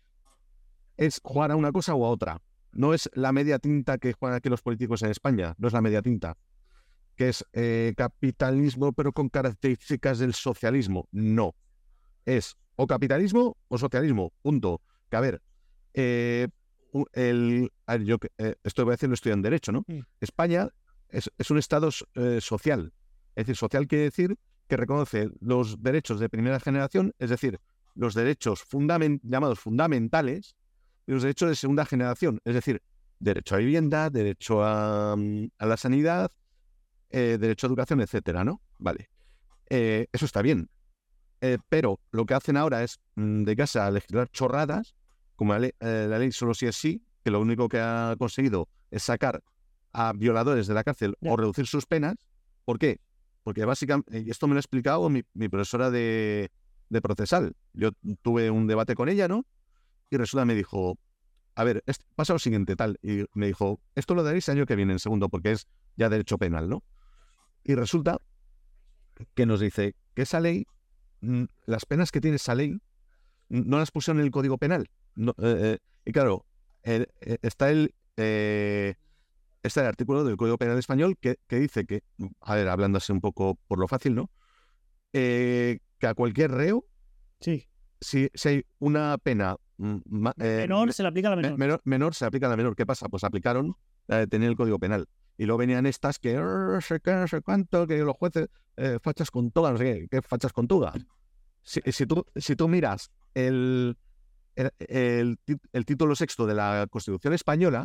Es jugar a una cosa o a otra. No es la media tinta que juegan aquí los políticos en España. No es la media tinta. Que es eh, capitalismo, pero con características del socialismo. No. Es o capitalismo o socialismo. Punto. Que a ver, eh, u- el, a ver, yo que- eh, esto voy a decirlo, estoy en Derecho, ¿no? Mm. España es, es un Estado eh, social. Es decir, social quiere decir que reconoce los derechos de primera generación, es decir, los derechos fundamen- llamados fundamentales y los derechos de segunda generación, es decir, derecho a vivienda, derecho a, mm, a la sanidad, eh, derecho a educación, etcétera, ¿no? Vale. Eh, eso está bien. Eh, pero lo que hacen ahora es mm, de casa a legislar chorradas, como la ley, eh, la ley solo si es sí, que lo único que ha conseguido es sacar a violadores de la cárcel Ya. o reducir sus penas. ¿Por qué? Porque básicamente, y esto me lo ha explicado mi, mi profesora de, de procesal. Yo tuve un debate con ella, ¿no? Y resulta me dijo, a ver, es- pasa lo siguiente, tal. Y me dijo, esto lo daréis el año que viene, en segundo, porque es ya derecho penal, ¿no? Y resulta que nos dice que esa ley, mm, las penas que tiene esa ley, mm, no las pusieron en el Código Penal. No, eh, eh, y claro, eh, eh, está el, eh, este es el artículo del Código Penal español que, que dice que, a ver, hablando así un poco por lo fácil, ¿no? Eh, que a cualquier reo, Sí. si, si hay una pena mm, ma- eh, Menor se le aplica a la me- menor. menor, menor, se aplica a la menor. ¿Qué pasa? Pues aplicaron la de tener el Código Penal. Y luego venían estas que "Arr, no sé qué, no sé cuánto, que los jueces eh, fachas con toga, no sé qué, ¿qué fachas con toga? Si, si, tú, si tú miras el, el, el ti- el título sexto de la Constitución española,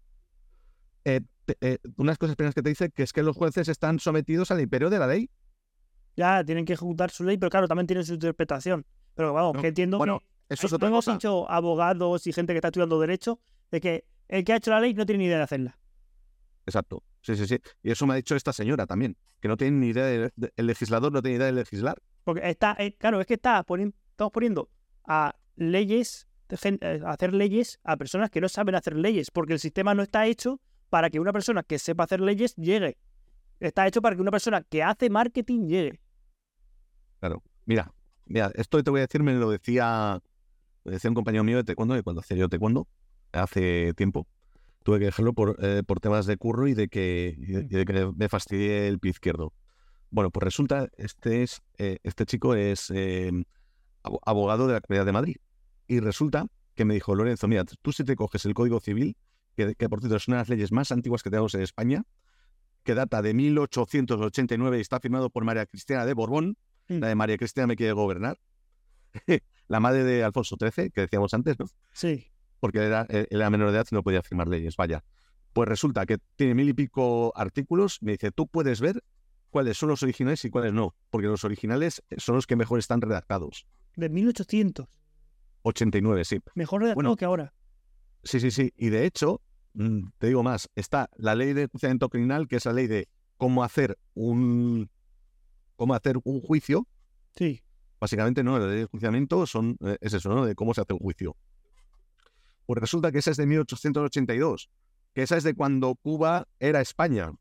eh, te- eh, unas cosas primeras que te dice que es que los jueces están sometidos al imperio de la ley. Ya tienen que ejecutar su ley, pero claro, también tienen su interpretación. Pero vamos, ¿no? que entiendo Bueno, que eso es no otra hemos cosa. dicho abogados y gente que está estudiando derecho de que el que ha hecho la ley no tiene ni idea de hacerla. Exacto. Sí, sí, sí. Y eso me ha dicho esta señora también, que no tiene ni idea, de, de- el legislador no tiene idea de legislar. Porque está, eh, claro, es que está poni- estamos poniendo a leyes, de gen- eh, a hacer leyes a personas que no saben hacer leyes, porque el sistema no está hecho para que una persona que sepa hacer leyes llegue. Está hecho para que una persona que hace marketing llegue. Claro. Mira, mira, esto te voy a decir, me lo decía, me decía un compañero mío de taekwondo, que cuando hacía yo taekwondo, hace tiempo, tuve que dejarlo por, eh, por temas de curro y de que, y de, y de que me fastidié el pie izquierdo. Bueno, pues resulta, este es, eh, este chico es eh, abo- abogado de la Comunidad de Madrid. Y resulta que me dijo, Lorenzo, mira, tú si te coges el Código Civil, que, que por cierto es una de las leyes más antiguas que tenemos en España, que data de mil ochocientos ochenta y nueve y está firmado por María Cristina de Borbón, Mm. la de María Cristina me quiere gobernar, la madre de Alfonso trece, que decíamos antes, ¿no? Sí. Porque él era, él era menor de edad y no podía firmar leyes, vaya. Pues resulta que tiene mil y pico artículos, me dice, tú puedes ver cuáles son los originales y cuáles no, porque los originales son los que mejor están redactados. De mil ochocientos. ochenta y nueve, sí. Mejor redactado Bueno. que ahora. Sí, sí, sí. Y de hecho, mm, te digo más, está la ley de enjuiciamiento criminal, que es la ley de cómo hacer un, cómo hacer un juicio. Sí. Básicamente, ¿no? La ley de enjuiciamiento son, eh, es eso, ¿no? De cómo se hace un juicio. Pues resulta que esa es de mil ochocientos ochenta y dos, que esa es de cuando Cuba era España.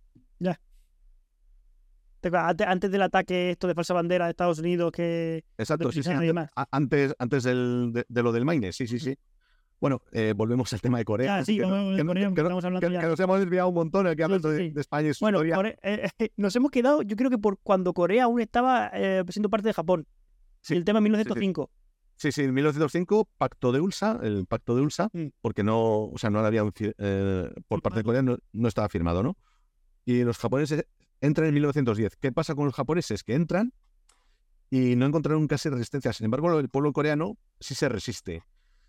Te acuerdas, Antes, antes del ataque esto de falsa bandera de Estados Unidos que... Exacto, sí, sí. y Antes, demás. a- antes, antes del- de, de lo del Maine, sí, sí, sí. Bueno, eh, volvemos al tema de Corea. Ya, sí, que, no- vamos a que no- Corea, que que no- estamos hablando que- ya. que nos hemos desviado un montón aquí hablando sí, de, sí. de España y su Bueno, historia. Core- eh, eh, nos hemos quedado, yo creo que por cuando Corea aún estaba eh, siendo parte de Japón. Sí, Y el tema en mil sí, novecientos cinco. Sí, sí, en mil novecientos cinco, pacto de Ulsa, el pacto de Ulsa, Mm. porque no, o sea, no había, un fi- eh, por parte de Corea no, no estaba firmado, ¿no? Y los japoneses entran en mil novecientos diez. ¿Qué pasa con los japoneses? Que entran y no encontraron casi resistencia. Sin embargo, el pueblo coreano sí se resiste.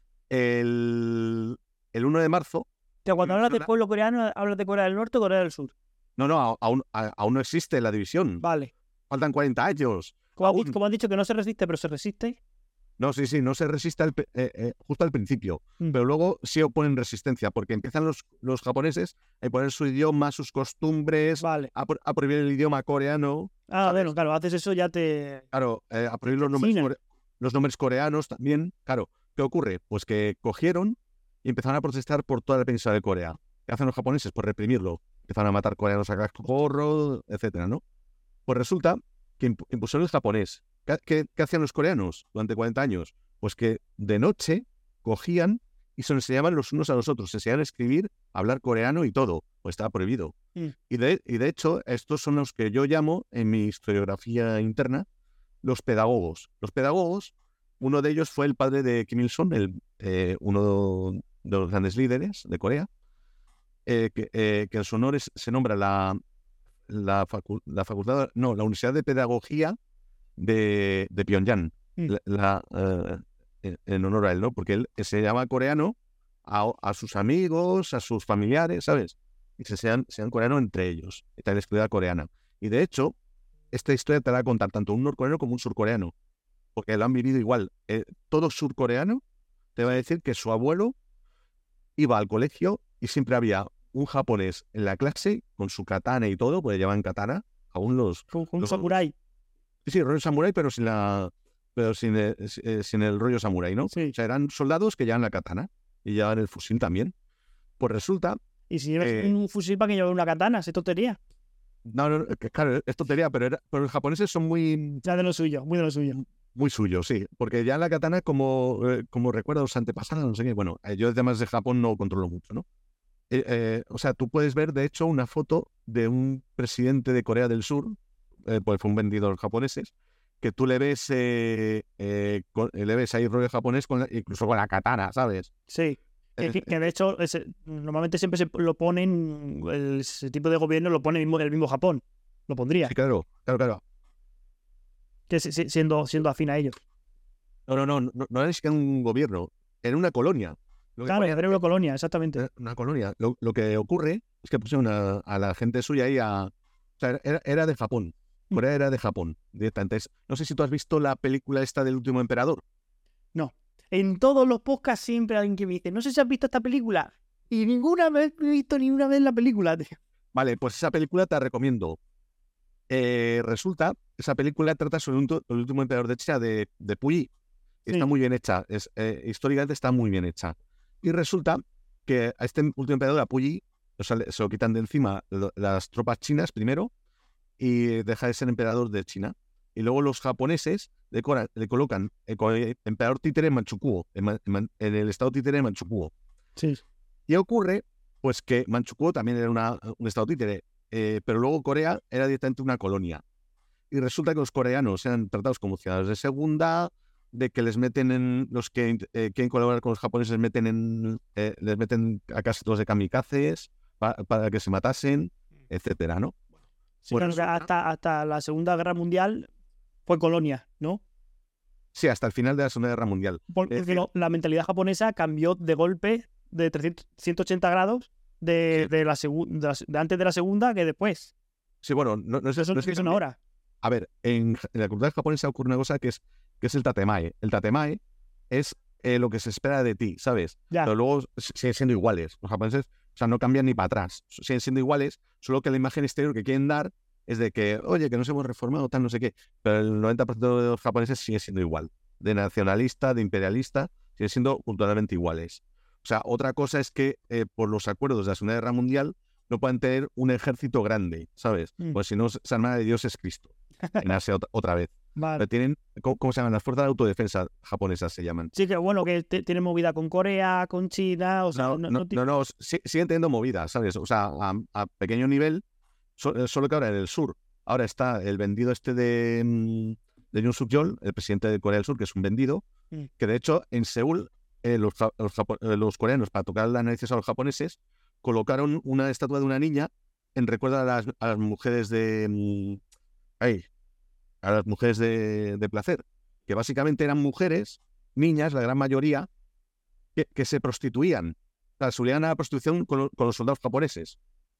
El, el uno de marzo, O sea, cuando Sí, hablas del suena. pueblo coreano, hablas de Corea del Norte o Corea del Sur. no, no, a- aún, a- aún no existe la división. Vale. Faltan cuarenta años. Como has, Aún. dicho, como has dicho que no se resiste, pero se resiste. No, sí, sí, no se resiste al pe- eh, eh, justo al principio, Mm. pero luego sí oponen resistencia, porque empiezan los, los japoneses a imponer su idioma, sus costumbres, Vale. a, pro- a prohibir el idioma coreano, Ah, ¿sabes? bueno, claro, haces eso ya te... claro, eh, a prohibir los nombres, China. core- los nombres coreanos también. Claro, ¿qué ocurre? Pues que cogieron y empezaron a protestar por toda la península de Corea. ¿Qué hacen los japoneses? Pues reprimirlo. Empezaron a matar coreanos a cascorro, etcétera, ¿no? Pues resulta que impu- impusieron el japonés. ¿Qué, qué- qué hacían los coreanos durante cuarenta años? Pues que de noche cogían y se enseñaban los unos a los otros, se enseñaban a escribir, a hablar coreano y todo, pues estaba prohibido. Mm. Y, de, y de hecho, estos son los que yo llamo, en mi historiografía interna, los pedagogos. Los pedagogos, uno de ellos fue el padre de Kim Il-sung, el, eh, uno de los grandes líderes de Corea, eh, que, eh, que en su honor es- se nombra la, la, facu- la facultad, no, la Universidad de Pedagogía de, de Pyongyang, Mm. la, la, eh, en- en honor a él, ¿no? Porque él se llama coreano a, a sus amigos, a sus familiares, ¿sabes? Y se sean, sean coreano entre ellos, está la escuela coreana. Y de hecho, esta historia te la va a contar tanto un norcoreano como un surcoreano, porque lo han vivido igual. Eh, todo surcoreano te va a decir que su abuelo iba al colegio y siempre había un japonés en la clase con su katana y todo, pues llevaban katana, aún los... Con, con un los- samurái. Sí, sí, rollo samurái, pero sin la... pero sin, eh, eh, sin el rollo samurái, ¿no? Sí. O sea, eran soldados que llevaban la katana y llevaban el fusil también. Pues resulta... Y si llevas eh, un fusil para que lleve una katana, es tontería. No, no, que claro, es tontería, pero, era- pero los japoneses son muy, Ya de lo suyo, muy de lo suyo. muy suyos, sí. Porque ya la katana, como, eh, como recuerda los antepasados, no sé qué, bueno, eh, yo además de Japón no controlo mucho, ¿no? eh, eh, o sea, tú puedes ver, de hecho, una foto de un presidente de Corea del Sur, eh, pues fue un vendido a los japoneses, que tú le ves, eh, eh, con- le ves ahí rollo japonés, con la- incluso con la katana, ¿sabes? Sí. Que, Eh, que- que de hecho, ese- normalmente siempre se lo ponen, el, ese tipo de gobierno lo pone el mismo, el mismo Japón. Lo pondría. sí, claro, claro, claro. Que si- si- siendo, siendo afín a ellos. No, no, no, no, no era ni siquiera un gobierno, era una colonia. Lo que Claro, ponía era una colonia, exactamente. era una colonia. Lo, lo que ocurre es que pusieron a, a la gente suya ahí a... O sea, era, era de Japón. Mm. Corea era de Japón, directamente. Es- No sé si tú has visto la película esta del último emperador. No. En todos los podcasts siempre hay alguien que me dice, no sé si has visto esta película. Y ninguna vez he visto ni una vez la película, tío. Vale, pues esa película te la recomiendo. Eh, resulta, esa película trata sobre un to- el último emperador de China, de, de Puyi. Sí. Está muy bien hecha. Es, eh, históricamente está muy bien hecha. Y resulta que a este último emperador, a Puyi, o sea, le- se lo quitan de encima lo- las tropas chinas primero y deja de ser emperador de China. Y luego los japoneses le, cora- le colocan el, co- el emperador títere en Manchukuo, en, Ma- en Man- en el estado títere de Manchukuo. Sí. Y ocurre, pues, que Manchukuo también era una- un estado títere, eh, pero luego Corea era directamente una colonia. Y resulta que los coreanos eran tratados como ciudadanos de segunda, de que les meten en, los que eh, quieren colaborar con los japoneses, meten en, eh, les meten a casi todos de kamikazes pa- para que se matasen, etcétera, ¿no? Sí, Pues claro que resulta- hasta, hasta la Segunda Guerra Mundial fue colonia, ¿no? Sí, hasta el final de la Segunda Guerra Mundial. Porque Es decir, lo- la mentalidad japonesa cambió de golpe de trescientos, ciento ochenta grados de, Sí. de, la segun- de, la- de antes de la Segunda que después. sí, bueno, no, no es, Eso no es que que son cambie. ahora. A ver, en, en la cultura japonesa ocurre una cosa que es, que es el tatemae. El tatemae es eh, lo que se espera de ti, ¿sabes? Ya. Pero luego s- siguen siendo iguales. Los japoneses, o sea, no cambian ni para atrás. Siguen siendo iguales, solo que la imagen exterior que quieren dar es de que, oye, que nos hemos reformado, tal, no sé qué. Pero el noventa por ciento de los japoneses sigue siendo igual. De nacionalista, de imperialista, siguen siendo culturalmente iguales. O sea, otra cosa es que eh, por los acuerdos de la Segunda Guerra Mundial no pueden tener un ejército grande, ¿sabes? Mm. Pues si no, se arma de Dios es Cristo. En Asia otra, otra vez. Vale. Pero tienen, ¿cómo, cómo se llaman? Las fuerzas de autodefensa japonesas se llaman. Sí, que bueno, que te- tiene movida con Corea, con China, o sea, No, no, no, no ti- no, no, sí- siguen teniendo movidas, ¿sabes? O sea, a, a pequeño nivel, so- eh, solo que ahora en el sur. Ahora está el vendido este de, mm, de Yoon Suk-yeol, el presidente de Corea del Sur, que es un vendido, Mm. que de hecho en Seúl eh, los, ja- los japo- eh, los coreanos, para tocar las narices a los japoneses, colocaron una estatua de una niña en recuerdo a las, a las mujeres de... mm, ay, a las mujeres de, de placer, que básicamente eran mujeres, niñas, la gran mayoría, que, que se prostituían. O sea, se unían a la prostitución con, lo- con los soldados japoneses.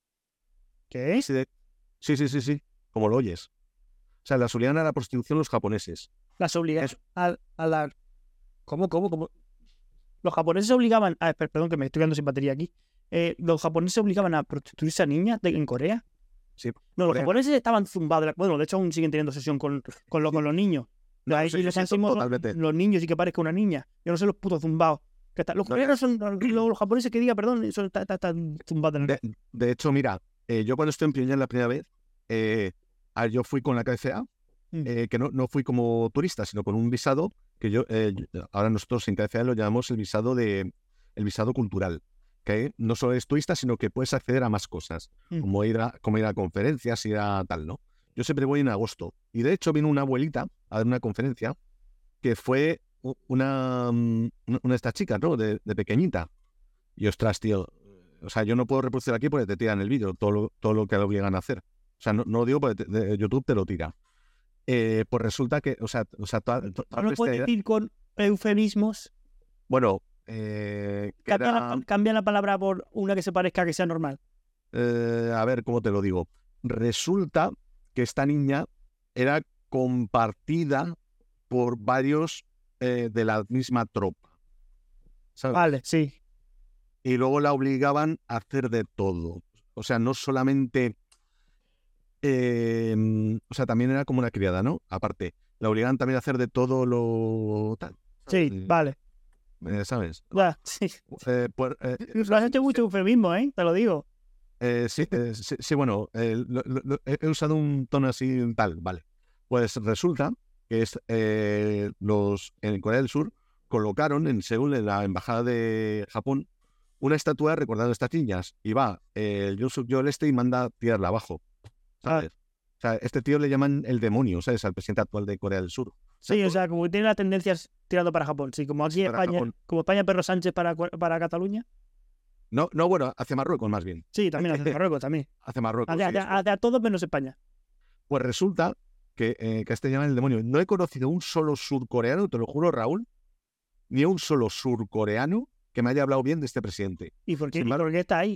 ¿Qué? Así de- Sí, sí, sí, sí, como lo oyes. O sea, las unían a la prostitución los japoneses. Las obligan Eso. a, a la... ¿Cómo, cómo, cómo? Los japoneses obligaban... Ah, per- perdón, que me estoy quedando sin batería aquí. Eh, los japoneses obligaban a prostituirse a niñas de- en Corea. Sí, No, los Corea. japoneses estaban zumbados. de la- Bueno, de hecho aún siguen teniendo sesión con, con, lo- con los niños. No, Ahí sí, les sí, enseñamos totalmente. los niños y que parezca una niña. Yo no sé los putos zumbados. Que está- los No, coreanos son... Los, los japoneses que diga, perdón, son están está, están zumbados. en el- De, de hecho, mira, eh, yo cuando estuve en Pyongyang la primera vez, eh, a- yo fui con la K C A, Mm. eh, que no, no fui como turista, sino con un visado que yo, eh, ahora nosotros en K C A lo llamamos el visado de, el visado cultural, que no solo es turista, sino que puedes acceder a más cosas, Mm. como ir a, como ir a conferencias, ir a tal, ¿no? Yo siempre voy en agosto. Y de hecho vino una abuelita a dar una conferencia que fue u- una, mm, una una de estas chicas, ¿no? De, de pequeñita. Y ostras, tío, o sea, yo no puedo reproducir aquí porque te tiran el vídeo, todo lo, todo lo que lo obligan a hacer. O sea, no, no lo digo porque te- de- YouTube te lo tira. Eh, pues resulta que, o sea, o sea toda- to- toda No lo esta puedes idea- decir con eufemismos. bueno, eh, que Cambia, era- la, cambia la palabra por una que se parezca a que sea normal. eh, a ver, ¿cómo te lo digo? Resulta que esta niña era compartida por varios eh, de la misma tropa, ¿sabes? Vale, sí. Y luego la obligaban a hacer de todo. O sea, no solamente... eh, o sea, también era como una criada, ¿no? Aparte, la obligaban también a hacer de todo lo tal. Sí, ¿sabes? vale. Eh, ¿Sabes? Ya, sí. Eh, pues, eh, Lo has hecho mucho eufemismo, ¿eh? Te lo digo. eh, sí, eh, sí, sí, bueno, eh, lo- lo- lo- he he usado un tono así tal, vale. Pues resulta que es, eh, los en Corea del Sur colocaron en Seúl, en la embajada de Japón, una estatua recordando a estas niñas. Y va eh, el Yoon Suk Yeol este y manda a tirarla abajo, ¿sabes? Ah. O sea, este tío le llaman el demonio, ¿sabes? Al presidente actual de Corea del Sur. Sí, o sea, como que tiene las tendencias tirando para Japón. Sí, como aquí Para España, Japón. como España Perro Sánchez para, para Cataluña. No, no, bueno, hacia Marruecos más bien. Sí, también hacia Marruecos, también. Hacia Marruecos. Hacia, sí, hacia, es como- hacia todos menos España. Pues resulta que, eh, que a este llaman el demonio. No he conocido un solo surcoreano, te lo juro, Raúl, ni un solo surcoreano que me haya hablado bien de este presidente. ¿Y por qué, Sin ¿y embargo, por qué está ahí?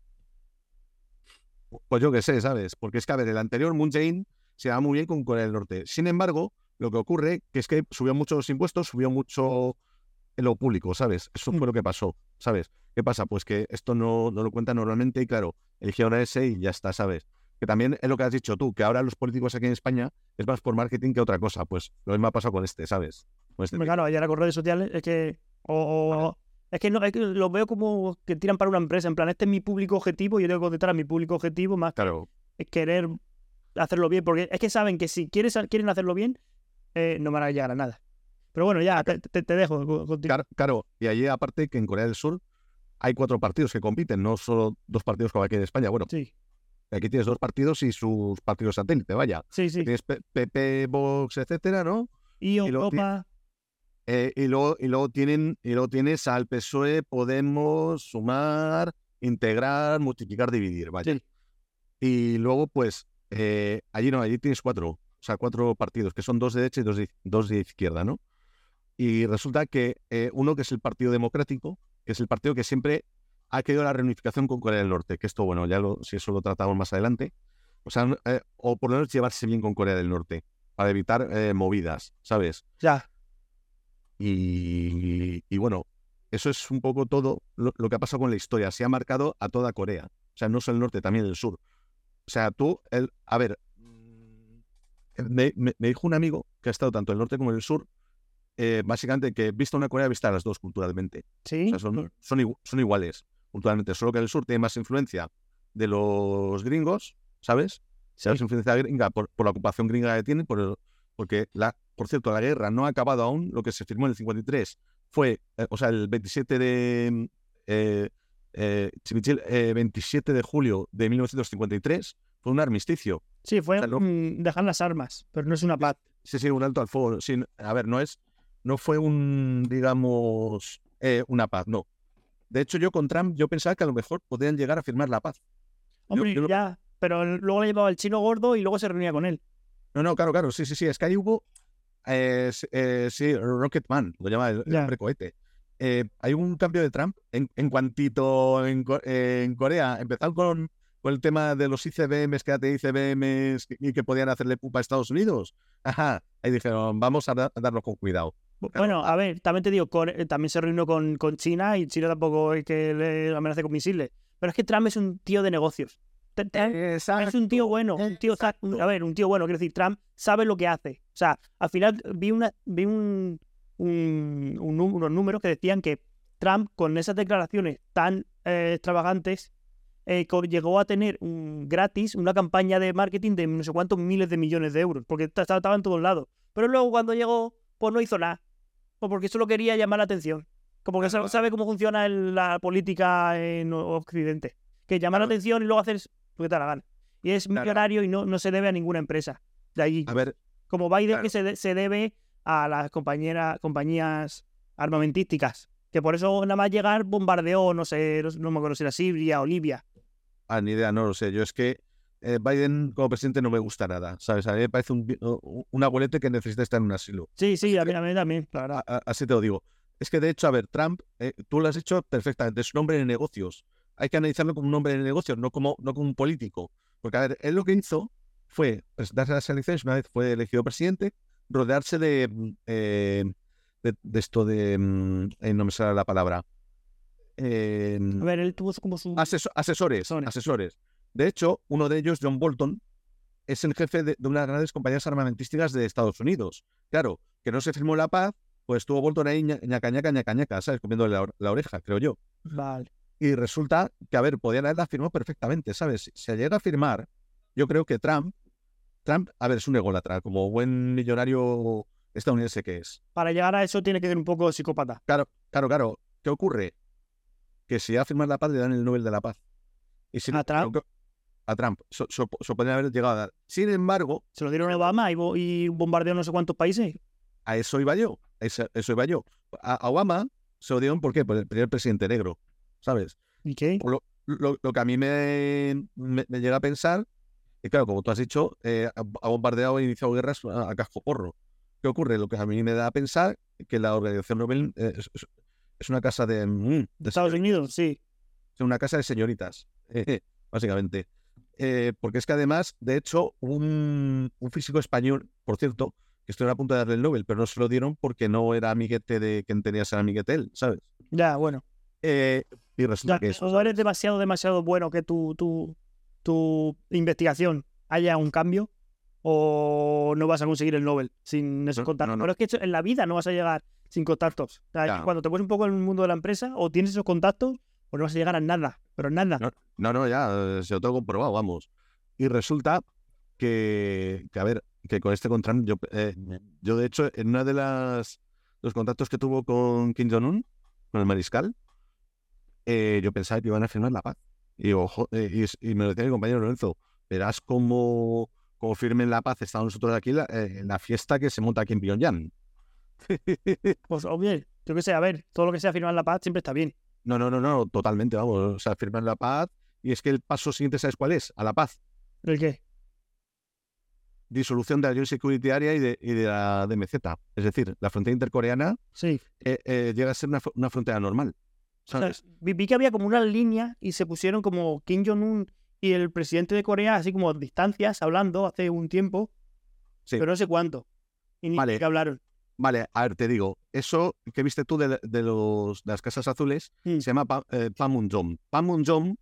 pues yo qué sé, ¿sabes? Porque es que, a ver, el anterior Moon Jae-in se va muy bien con Corea del Norte. Sin embargo, lo que ocurre que es que subió mucho los impuestos, subió mucho en lo público, ¿sabes? Eso fue Mm. lo que pasó, ¿sabes? ¿Qué pasa? Pues que esto no, no lo cuenta normalmente y claro, eligieron a ese y ya está, ¿sabes? Que también es lo que has dicho tú, que ahora los políticos aquí en España es más por marketing que otra cosa. Pues lo mismo ha pasado con este, ¿sabes? Con este Hombre, tipo. claro, ayer con redes sociales es que. O, o- es que no, es que lo veo como que tiran para una empresa. En plan, este es mi público objetivo, yo tengo que contestar a mi público objetivo más Claro, que querer hacerlo bien. Porque es que saben que si quieres, quieren hacerlo bien, eh, no van a llegar a nada. Pero bueno, ya, te, te- te dejo. co- continúa. claro, claro. Y allí aparte que en Corea del Sur hay cuatro partidos que compiten, no solo dos partidos como aquí en España. Bueno, Sí, aquí tienes dos partidos y sus partidos satélite, vaya. sí, sí. Tienes P- PP, Vox, etcétera, ¿no? Y Y luego, ti- Europa. eh, y luego, y luego tienen, y luego tienes al P S O E, Podemos, Sumar, Integrar, Multiplicar, Dividir, vaya. Sí. Y luego, pues, eh, allí no, allí tienes cuatro, o sea, cuatro partidos, que son dos de derecha y dos de, dos de izquierda, ¿no? Y resulta que eh, uno que es el Partido Democrático, que es el partido que siempre ha querido la reunificación con Corea del Norte, que esto, bueno, ya lo, si eso lo tratamos más adelante, o sea, eh, o por lo menos llevarse bien con Corea del Norte, para evitar eh, movidas, ¿sabes? Ya. Y, y bueno, eso es un poco todo lo, lo que ha pasado con la historia. Se ha marcado a toda Corea. O sea, no solo el norte, también el sur. O sea, tú, el, a ver, me, me- me dijo un amigo que ha estado tanto en el norte como en el sur, eh, básicamente que vista una Corea, vista las dos culturalmente. O Sí. sea, son, son, igu- son iguales culturalmente, solo que el sur tiene más influencia de los gringos, ¿sabes? Sí. Más influencia gringa por, por la ocupación gringa que tienen, por el- porque, la, por cierto, la guerra no ha acabado aún. Lo que se firmó en el cincuenta y tres fue, eh, o sea, el veintisiete de, eh, eh, chimichil, eh, veintisiete de julio de mil novecientos cincuenta y tres fue un armisticio. Sí, fue O sea, no- mm, dejar las armas, pero no es una paz. Sí, sí, un alto al fuego. Sí, a ver, no es, no fue un, digamos, eh, una paz, no. De hecho, yo con Trump, yo pensaba que a lo mejor podrían llegar a firmar la paz. Yo- Hombre, yo lo- ya. Pero luego le llevaba el chino gordo y luego se reunía con él. No, no, claro, claro, sí, sí, sí. Es que ahí hubo, eh, s- eh, sí, Rocketman, lo llama el, el Ya. hombre cohete. Eh, hay un cambio de Trump en, en cuantito en, Co- eh, en Corea. Empezaron con, con el tema de los I C B Ms, que I C B Ms y que podían hacerle pupa a Estados Unidos. Ajá, ahí dijeron, vamos a, da- a darnos con cuidado. Bueno, a ver, también te digo, Core- también se reunió con, con China y China tampoco es que le amenace con misiles. Pero es que Trump es un tío de negocios. T- t- Es un tío bueno, un tío, sa- un- a ver, un tío bueno, quiero decir, Trump sabe lo que hace. O sea, al final vi una, vi un, un- un nú- unos números que decían que Trump, con esas declaraciones tan eh, extravagantes, eh, co- llegó a tener un, gratis una campaña de marketing de no sé cuántos miles de millones de euros, porque ta- ta- estaba en todos lados. Pero luego cuando llegó, pues no hizo nada, pues porque solo quería llamar la atención. Como que sa- sabe cómo funciona el- la política en O- Occidente. Que llama la Claro. atención y luego haces lo que te da la gana. Y es Claro. millonario y no, no se debe a ninguna empresa de allí. A ver, Como Biden, claro. que se, de- se debe a las compañeras, compañías armamentísticas. Que por eso nada más llegar bombardeó, no sé, no, no me acuerdo si era Siria o Libia. ah, ni idea, no lo sé. Yo es que eh, Biden como presidente no me gusta nada, ¿sabes? A mí me parece un, vi- un un abuelete que necesita estar en un asilo. Sí, sí, a que- mí, a mí también, la verdad. A- a- así te lo digo. Es que de hecho, a ver, Trump, eh, tú lo has hecho perfectamente, es un hombre de negocios. Hay que analizarlo como un hombre de negocios, no como, no como un político. Porque, a ver, él lo que hizo fue presentarse a las elecciones, una vez fue elegido presidente, rodearse de, mm, eh, de, de esto de, mm, eh, no me sale la palabra, eh, A ver, él tuvo como su... aseso- asesores, Asesores. asesores. De hecho, uno de ellos, John Bolton, es el jefe de, de unas grandes compañías armamentísticas de Estados Unidos. Claro, que no se firmó la paz, pues estuvo Bolton ahí ña- ñaca, ñaca, ñaca, ñaca, ¿sabes? Comiéndole la, or- la oreja, creo yo. Vale. Y resulta que, a ver, podían haberla firmado perfectamente, ¿sabes? Si se llega a firmar, yo creo que Trump, Trump, a ver, es un ególatra, como buen millonario estadounidense que es. Para llegar a eso tiene que ser un poco psicópata. Claro, claro, claro. ¿Qué ocurre? que si va a firmar la paz le dan el Nobel de la Paz. Y si, ¿A Trump? A Trump. So, so, so podrían haber llegado a dar. Sin embargo... Se lo dieron a Obama y, bo- y bombardeó no sé cuántos países. A eso iba yo. A eso, eso iba yo. A, a Obama se lo dieron, ¿por qué? Por el primer presidente negro, ¿sabes? ¿Y qué? Por lo, lo, lo que a mí me, me, me llega a pensar, y claro, como tú has dicho, eh, ha ha bombardeado e iniciado guerras a, a casco porro. ¿Qué ocurre? Lo que a mí me da a pensar que la Organización Nobel eh, es, es- es una casa de... mm, ¿De Estados Unidos? Sí. Es una casa de señoritas, básicamente. Eh, porque es que además, de hecho, un, un físico español, por cierto, que estuvo a punto de darle el Nobel, pero no se lo dieron porque no era amiguete de quien tenía que ser amiguete él, ¿sabes? Ya, bueno. Eh, y resulta Ya, que eso, o eres demasiado, demasiado bueno que tu, tu, tu investigación haya un cambio o no vas a conseguir el Nobel sin esos No, contactos. no, no. Pero es que eso- en la vida no vas a llegar sin contactos. O sea, Ya. cuando te pones un poco en el mundo de la empresa, o tienes esos contactos o no vas a llegar a nada. Pero nada. No, no, no, ya, eh, se lo tengo comprobado, vamos. Y resulta que, que a ver, que con este contrato, yo, eh, yo de hecho, en una de las los contactos que tuvo con Kim Jong-un, con el mariscal, eh, yo pensaba que iban a firmar la paz. Y, ojo, eh, y, es- y me lo decía mi compañero Lorenzo, verás cómo, cómo firmen la paz, estamos nosotros aquí la- eh, en la fiesta que se monta aquí en Pyongyang. Pues, oye, yo qué sé, a ver, todo lo que sea firmar la paz siempre está bien. No, no, no, no, totalmente, vamos, o sea, firman la paz, y es que el paso siguiente, ¿sabes cuál es? A la paz. ¿El qué? Disolución de la Joint Security Area y de, y de la D M Z. Es decir, la frontera intercoreana Sí. eh, eh, llega a ser una, fr- una frontera normal. O sea, ¿Sabes? vi, vi que había como una línea y se pusieron como Kim Jong-un y el presidente de Corea, así como a distancias, hablando hace un tiempo, Sí. pero no sé cuánto. Y ni Vale. de qué hablaron. Vale, a ver, te digo, eso que viste tú de, la- de los, de las casas azules Mm. se llama Pa- eh, Panmunjom. Panmunjom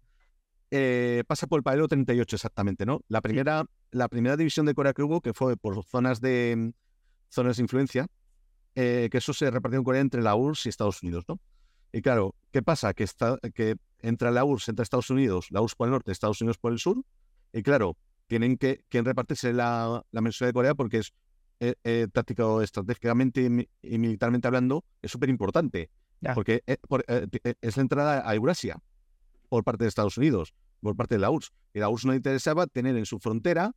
eh, pasa por el paralelo treinta y ocho exactamente, ¿no? La primera, la primera división de Corea que hubo, que fue por zonas de mm, zonas de influencia, eh, que eso se repartió en Corea entre la U R S S y Estados Unidos, ¿no? Y claro, ¿qué pasa? Que, está, que entra la U R S S, entra Estados Unidos, la U R S S por el norte, Estados Unidos por el sur, y claro, tienen que, que repartirse la, la mensualidad de Corea porque es eh, eh, táctico, estratégicamente y, mi- y militarmente hablando, es súper importante. Ya. Porque eh, por- eh, ti- eh, es la entrada a Eurasia por parte de Estados Unidos, por parte de la U R S S. Y la U R S S no le interesaba tener en su frontera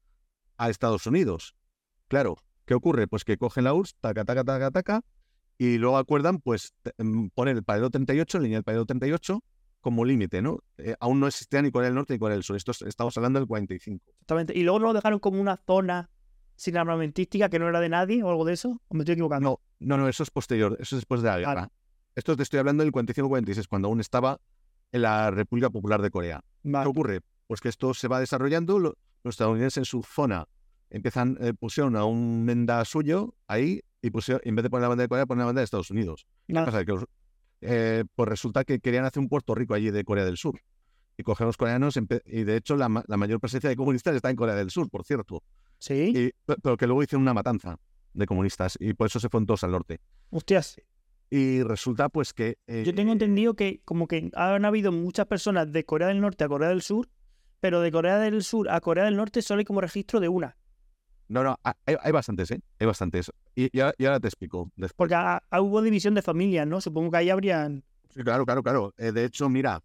a Estados Unidos. Claro, ¿qué ocurre? Pues que cogen la U R S S, taca, taca, taca, taca, y luego acuerdan, pues, te- em, poner el paralelo treinta y ocho, línea del paralelo treinta y ocho, como límite, ¿no? Eh, aún no existía ni Corea del Norte ni Corea del Sur. Esto es- estamos hablando del cuarenta y cinco. Exactamente. Y luego lo dejaron como una zona sin armamentística que no era de nadie o algo de eso. ¿O me estoy equivocando? No, no, no, eso es posterior, eso es después de la guerra. Vale. Esto te estoy hablando del cuarenta y cinco cuarenta y seis, cuando aún estaba en la República Popular de Corea. ¿Qué Vale. ocurre? Pues que esto se va desarrollando, lo- los estadounidenses en su zona empiezan, eh, pusieron a un menda suyo ahí y pusieron, en vez de poner la bandera de Corea, ponen la bandera de Estados Unidos. ¿Qué Nada. pasa? Que los- eh, pues resulta que querían hacer un Puerto Rico allí de Corea del Sur. Y cogieron los coreanos, empe- y de hecho la, ma- la mayor presencia de comunistas está en Corea del Sur, por cierto. Sí. Y, pe- pero que luego hicieron una matanza de comunistas y por eso se fueron todos al norte. Hostias. Y resulta pues que... eh, Yo tengo entendido que como que han habido muchas personas de Corea del Norte a Corea del Sur, pero de Corea del Sur a Corea del Norte solo hay como registro de una. No, no, hay, hay bastantes, ¿eh? Hay bastantes. Y, y ahora, y ahora te explico. después. Porque ah, ah, hubo división de familias, ¿no? Supongo que ahí habrían... Sí, claro, claro, claro. Eh, de hecho, mira,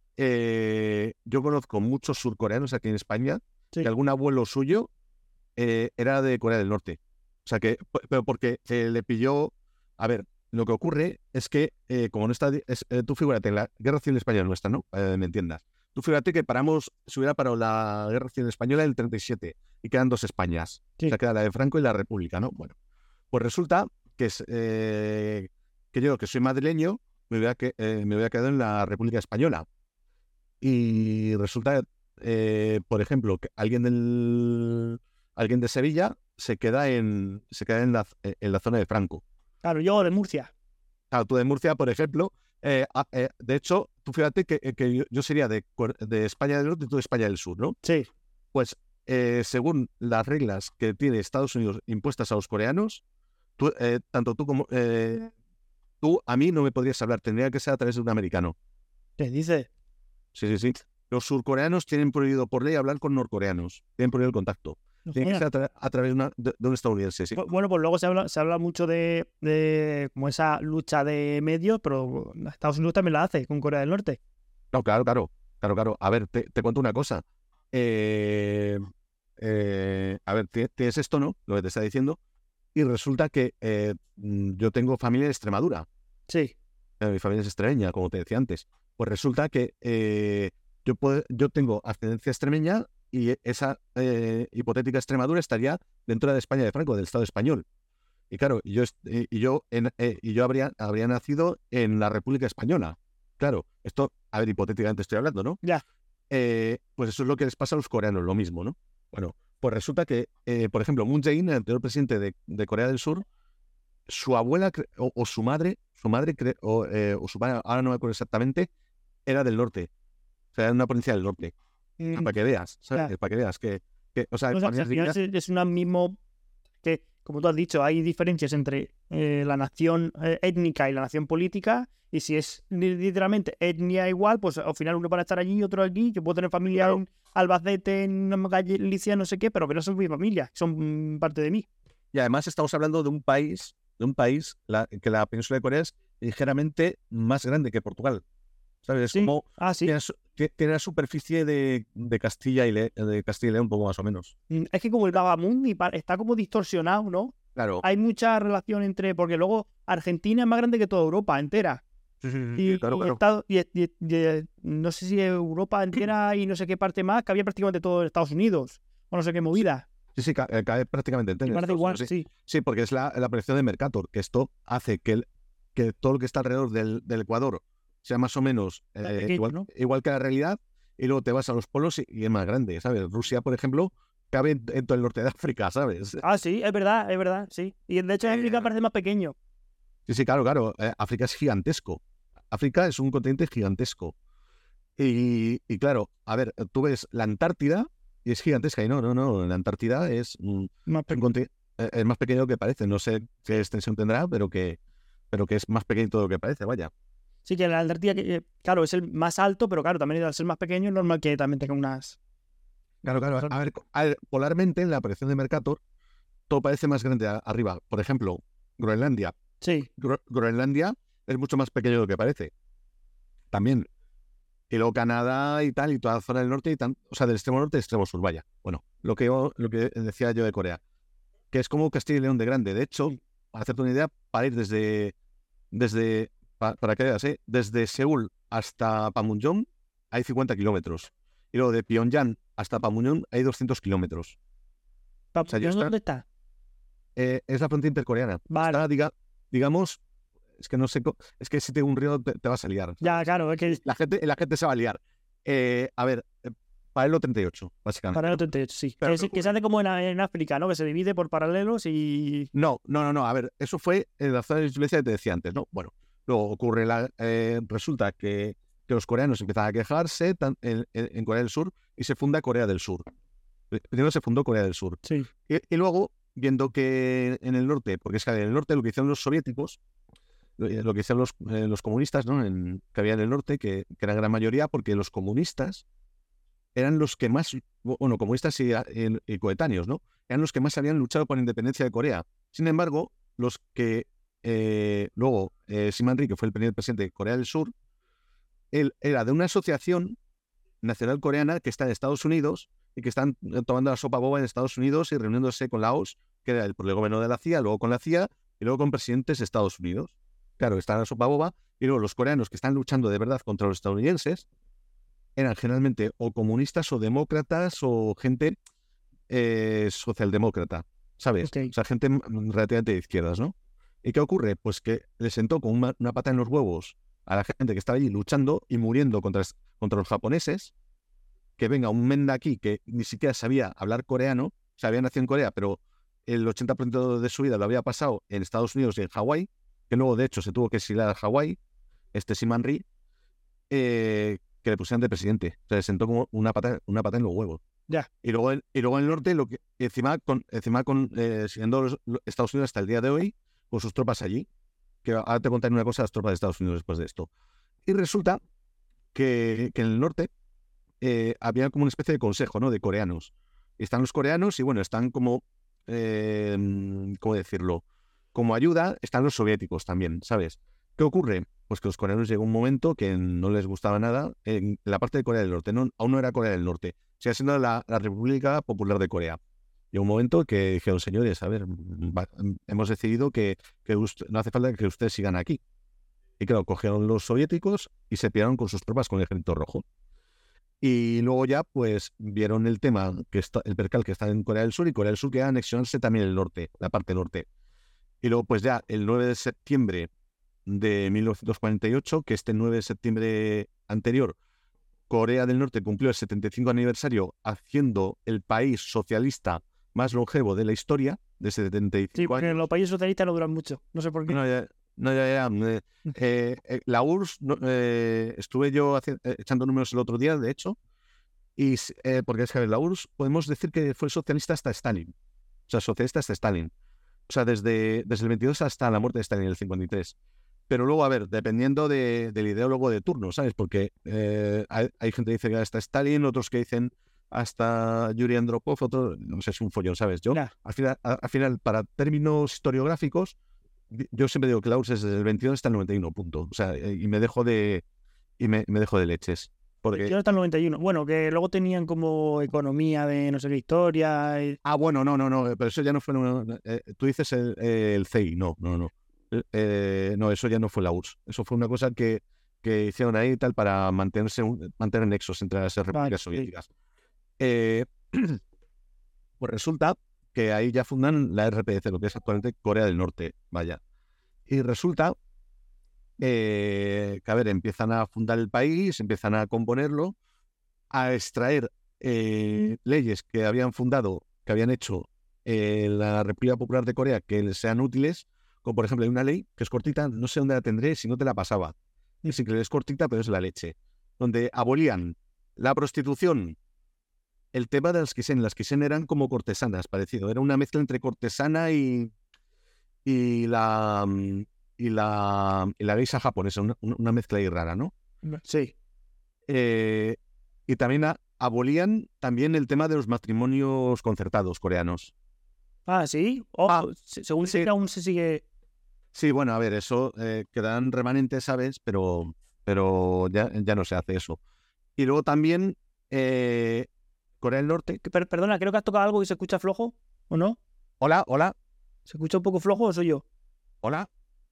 eh, yo conozco muchos surcoreanos aquí en España Sí. que algún abuelo suyo eh, era de Corea del Norte. O sea que, p- pero porque eh, le pilló... A ver, lo que ocurre es que, eh, como no está... di- es- eh, tú figúrate, en la Guerra Civil Española nuestra, ¿no? Eh, me entiendas. Tú fíjate que paramos, se hubiera parado la Guerra Civil Española en el treinta y siete y quedan dos Españas. Sí. O sea, queda la de Franco y la República, ¿no? Bueno, pues resulta que, es, eh, que yo, que soy madrileño, me hubiera, que, eh, me hubiera quedado en la República Española. Y resulta, eh, por ejemplo, que alguien del alguien de Sevilla se queda en se queda en la, en la zona de Franco. Claro, yo de Murcia. Claro, tú de Murcia, por ejemplo, eh, ah, eh, de hecho, tú fíjate que, que yo, yo sería de, Cor- de España del Norte y tú de España del Sur, ¿no? Sí. Pues eh, según las reglas que tiene Estados Unidos impuestas a los coreanos, tú, eh, tanto tú como eh, tú a mí no me podrías hablar, tendría que ser a través de un americano. ¿Qué dice? Sí, sí, sí. Los surcoreanos tienen prohibido por ley hablar con norcoreanos, tienen prohibido el contacto. No Tiene que ser jodas. a, tra- a través de, una- de- de un estadounidense, sí. Bu- Bueno, pues luego se habla, se habla mucho de, de como esa lucha de medios, pero Estados Unidos también la hace con Corea del Norte. No, claro, claro, claro, claro. A ver, te, te cuento una cosa. Eh, eh, a ver, ti- tienes esto, ¿no? Lo que te está diciendo. Y resulta que eh, mm, yo tengo familia de Extremadura. Sí, Eh, mi familia es extremeña, como te decía antes. Pues resulta que eh, yo, puedo- yo tengo ascendencia extremeña y esa eh, hipotética Extremadura estaría dentro de España de Franco, del Estado español. Y claro, y yo, est- eh, y yo, en- eh, y yo habría, habría nacido en la República Española. Claro, esto, a ver, hipotéticamente estoy hablando, ¿no? ya. Eh, pues eso es lo que les pasa a los coreanos, lo mismo, ¿no? Bueno, pues resulta que, eh, por ejemplo, Moon Jae-in, el anterior presidente de, de Corea del Sur, su abuela cre- o, o su madre, su madre cre- o, eh, o su padre, ahora no me acuerdo exactamente, era del norte, o sea, era una provincia del norte. Ah, Mm, para que veas, ¿sabes? ya. Para que veas que, que, o sea, O sea, si familias al final divididas, es, es una mismo que, como tú has dicho, hay diferencias entre eh, la nación eh, étnica y la nación política, y si es li- literalmente etnia igual, pues al final uno para estar allí y otro aquí. Yo puedo tener familia claro. en Albacete, en Galicia, no sé qué, pero que no son mi familia, son mm, parte de mí. Y además estamos hablando de un país, de un país la- que la península de Corea es ligeramente más grande que Portugal. ¿Sabes? Es Sí, como ah, sí. tiene, su- tie- tiene la superficie de, de Castilla y Le- de Castilla y León, un poco más o menos. Mm, Es que como el Vagamundi pa- está como distorsionado, ¿no? Claro. Hay mucha relación entre, porque luego Argentina es más grande que toda Europa entera. Sí, sí, sí, Y, claro, y claro. Estado- y- y- y- no sé si Europa entera y no sé qué parte más, que había prácticamente todo en Estados Unidos. O no sé qué movida. Sí, sí, ca- eh, cae prácticamente Y entero. parece igual, Sí, sí. sí, porque es la, la aparición de Mercator, que esto hace que, el- que todo lo que está alrededor del, del Ecuador sea más o menos Más eh, pequeño, igual, ¿no? igual que la realidad, y luego te vas a los polos y, y es más grande, ¿sabes? Rusia, por ejemplo, cabe en, en todo el norte de África, ¿sabes? Ah, sí, es verdad, es verdad, sí. Y de hecho África Eh, parece más pequeño. Sí, sí, claro, claro. eh, África es gigantesco. África es un continente gigantesco. Y, y claro, a ver, tú ves la Antártida y es gigantesca. Y no, no, no. La Antártida es, mm, Más es un pequeño. conti- eh, es más pequeño de lo que parece. No sé qué extensión tendrá, pero que, pero que es más pequeño de lo que parece, vaya. Sí, que la Antártida, que, eh, claro, es el más alto, pero claro, también al ser más pequeño es normal que también tenga unas... Claro, claro. A ver, a ver, polarmente, en la aparición de Mercator, todo parece más grande a- arriba. Por ejemplo, Groenlandia. Sí, Gro- Groenlandia es mucho más pequeño de lo que parece. También. Y luego Canadá y tal, y toda la zona del norte, y tan, o sea, del extremo norte al extremo sur, vaya. Bueno, lo que, yo- lo que decía yo de Corea, que es como Castilla y León de grande. De hecho, para hacerte una idea, para ir desde, desde pa- para que veas, ¿eh? Desde Seúl hasta Panmunjom hay cincuenta kilómetros. Y luego de Pyongyang hasta Panmunjom hay doscientos kilómetros. Pa- sea, yo ¿pero está- ¿dónde está? Eh, es la frontera intercoreana. Vale. Está, diga, digamos, es que no sé, co- es que si tengo un río te, te vas a liar. Ya, claro, es que La gente, la gente se va a liar. Eh, a ver, eh, paralelo treinta y ocho, básicamente. para el treinta y ocho, sí. Pero Que, se- ¿qué que se ocurre? hace como en, en África, ¿no? Que se divide por paralelos y... No, no, no, no. A ver, eso fue en la zona de violencia que te decía antes, ¿no? Bueno, luego ocurre la. eh, resulta que, que los coreanos empiezan a quejarse tan- en, en- en Corea del Sur y se funda Corea del Sur. Primero se fundó Corea del Sur. Sí, Y, y luego, viendo que en el norte, porque es que en el norte lo que hicieron los soviéticos, lo, lo que hicieron los, eh, los comunistas, ¿no? En, que había en el norte, que, que era gran mayoría, porque los comunistas eran los que más, bueno, comunistas y, y- y coetáneos, ¿no? Eran los que más habían luchado por la independencia de Corea. Sin embargo, los que eh, luego, eh, Symanri, que fue el primer presidente de Corea del Sur, él era de una asociación nacional coreana que está en Estados Unidos y que están eh, tomando la sopa boba en Estados Unidos y reuniéndose con la O S, que era el prolegómeno de la C I A, luego con la C I A y luego con presidentes de Estados Unidos. Claro, están en la sopa boba y luego los coreanos que están luchando de verdad contra los estadounidenses eran generalmente o comunistas o demócratas o gente eh, socialdemócrata, ¿sabes? Ok. O sea, gente mm, relativamente de izquierdas, ¿no? ¿Y qué ocurre? Pues que le sentó con una, una pata en los huevos a la gente que estaba allí luchando y muriendo contra, contra los japoneses, que venga un men de aquí que ni siquiera sabía hablar coreano, o sea, había nacido en Corea, pero el ochenta por ciento de su vida lo había pasado en Estados Unidos y en Hawái, que luego, de hecho, se tuvo que exiliar a Hawái, este Symanri, eh, que le pusieron de presidente. O sea, le sentó como una pata, una pata en los huevos. Ya. Y luego, en- y luego en el norte, lo que, encima con, encima con eh, siguiendo los- los Estados Unidos hasta el día de hoy, con sus tropas allí, que ahora te contaré una cosa, las tropas de Estados Unidos después de esto. Y resulta que, que en el norte eh, había como una especie de consejo, ¿no? De coreanos. están los coreanos y bueno, están como, eh, ¿cómo decirlo? Como ayuda están los soviéticos también, ¿sabes? ¿Qué ocurre? Pues que los coreanos llegó un momento que no les gustaba nada en la parte de Corea del Norte, no, aún no era Corea del Norte, sigue siendo la, la República Popular de Corea. Llegó un momento que dijeron, señores, a ver, va, hemos decidido que, que usted, no hace falta que ustedes sigan aquí. Y claro, cogieron los soviéticos y se piraron con sus tropas con el Ejército Rojo. Y luego ya, pues, vieron el tema, que está, el percal que está en Corea del Sur, y Corea del Sur quería anexionarse también el norte, la parte norte. Y luego, pues ya, el nueve de septiembre de mil novecientos cuarenta y ocho, que este nueve de septiembre anterior, Corea del Norte cumplió el setenta y cinco aniversario, haciendo el país socialista más longevo de la historia, de setenta y cinco Sí, porque años. los países socialistas no duran mucho. No sé por qué. No, ya, no, ya, ya. Eh, eh, eh, la U R S S, no, eh, estuve yo haci- eh, echando números el otro día, de hecho, y s- eh, porque es que a ver, la U R S S podemos decir que fue socialista hasta Stalin. O sea, socialista hasta Stalin. O sea, desde, desde el veintidós hasta la muerte de Stalin en el cincuenta y tres. Pero luego, a ver, dependiendo de, del ideólogo de turno, ¿sabes? Porque eh, hay, hay gente que dice que hasta Stalin, otros que dicen hasta Yuri Andropov, otros, no sé, es un follón, ¿sabes? Yo, Nah. al final, a- al final, para términos historiográficos, di- yo siempre digo que la U R S S es desde el veintidós hasta el noventa y uno, punto. O sea, eh, y me dejo de, y me, me dejo de leches. Porque, Yo hasta el noventa y uno. Bueno, que luego tenían como economía de no sé qué historia. y- ah, bueno, no, no, no, pero eso ya no fue, una- eh, tú dices el, el C I, no, no, no. Eh, no, eso ya no fue la U R S S. Eso fue una cosa que, que hicieron ahí y tal para mantenerse un- mantener nexos entre las Vale, repúblicas sí. soviéticas. Eh, pues resulta que ahí ya fundan la R P C, lo que es actualmente Corea del Norte, vaya. Y resulta eh, que, a ver, empiezan a fundar el país, empiezan a componerlo, a extraer eh, leyes que habían fundado, que habían hecho eh, la República Popular de Corea que les sean útiles, como por ejemplo hay una ley que es cortita, no sé dónde la tendré si no te la pasaba. Es que es cortita, pero es la leche. Donde abolían la prostitución, el tema de las Kisen. Las Kisen eran como cortesanas, parecido. Era una mezcla entre cortesana y, y la mm, y la, y la geisha japonesa, una, una mezcla ahí rara, ¿no? Sí. Eh, y también a- abolían también el tema de los matrimonios concertados coreanos. Ah, sí. Oh, Ah, se- según sí. sé que aún se sigue. Sí, bueno, a ver, eso eh, quedan remanentes, ¿sabes? Pero, pero ya, ya no se hace eso. Y luego también eh, Corea del Norte. que- per- perdona, creo que has tocado algo y se escucha flojo, ¿o no? Hola, hola, ¿Se escucha un poco flojo o soy yo? hola.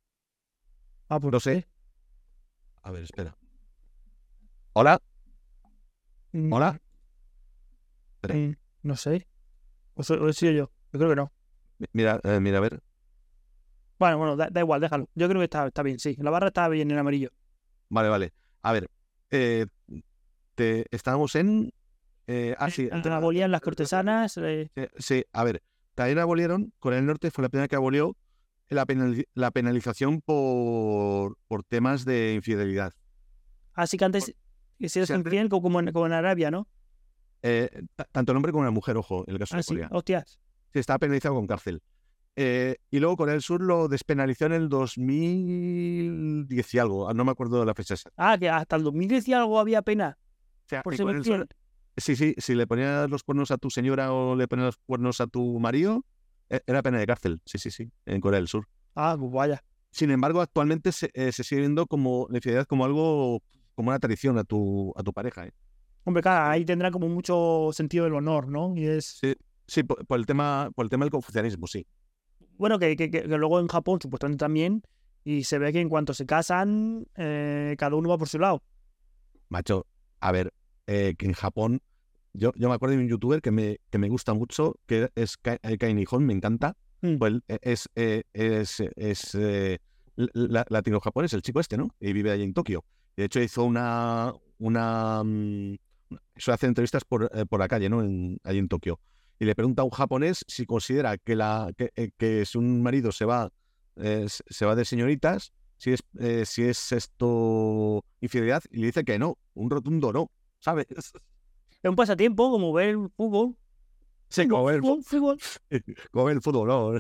Ah, pues No sé. A ver, espera. Hola, mm, hola. Espera. mm, no sé. O soy, o soy yo. Yo creo que no. Mi- Mira, eh, mira, a ver. Bueno, bueno, da, da igual, déjalo. Yo creo que está, está bien, sí. La barra está bien en amarillo. Vale, vale. A ver, eh, te, estábamos en... eh, ah, sí, el Ah, tema- abolían las cortesanas. eh, Sí, sí, a ver, también abolieron, Corea del Norte fue la primera que abolió la, penali- la penalización por, por temas de infidelidad. Así que antes, que si eres Sí, antes- infiel, como, como en, como en Arabia, ¿no? Eh, ta- tanto el hombre como la mujer, ojo, en el caso Ah, de sí. Corea. Hostias. Sí, estaba penalizado con cárcel. Eh, y luego Corea del Sur lo despenalizó en el dos mil diez y algo, no me acuerdo de la fecha exacta. Ah, que hasta el dos mil diez y algo había pena O sea, por en ser Corea del Sur- infiel. sí, sí, si le ponías los cuernos a tu señora o le ponías los cuernos a tu marido, eh, era pena de cárcel. Sí, sí, sí, en Corea del Sur. Ah, pues vaya. Sin embargo, actualmente se, eh, se sigue viendo como la infidelidad como algo, como una traición a tu, a tu pareja. ¿eh? Hombre, claro, ahí tendrá como mucho sentido del honor, ¿no? Y es. Sí, sí, por, por el tema, por el tema del confucianismo, sí. Bueno, que, que, que- que luego en Japón supuestamente también. Y se ve que en cuanto se casan, eh, cada uno va por su lado. Macho, a ver, eh, que en Japón, yo, yo me acuerdo de un youtuber que me, que me gusta mucho, que es Kai eh, Kai Nihon, me encanta. Mm. Pues él, eh, es, eh, es, es eh, la- latino-japonés, el chico este, ¿no? Y vive allí en Tokio. De hecho, hizo una. una mm, suele hacer entrevistas por, eh, por la calle, ¿no? En, allí en Tokio. Y le pregunta a un japonés si considera que, la, que, eh, que si un marido se va, eh, se se va de señoritas, si es, eh, si es esto infidelidad, y le dice que no, un rotundo no, ¿sabes? Es un pasatiempo, como ver el fútbol. Sí, como ver, Fútbol, fútbol. como ver el fútbol, ¿no?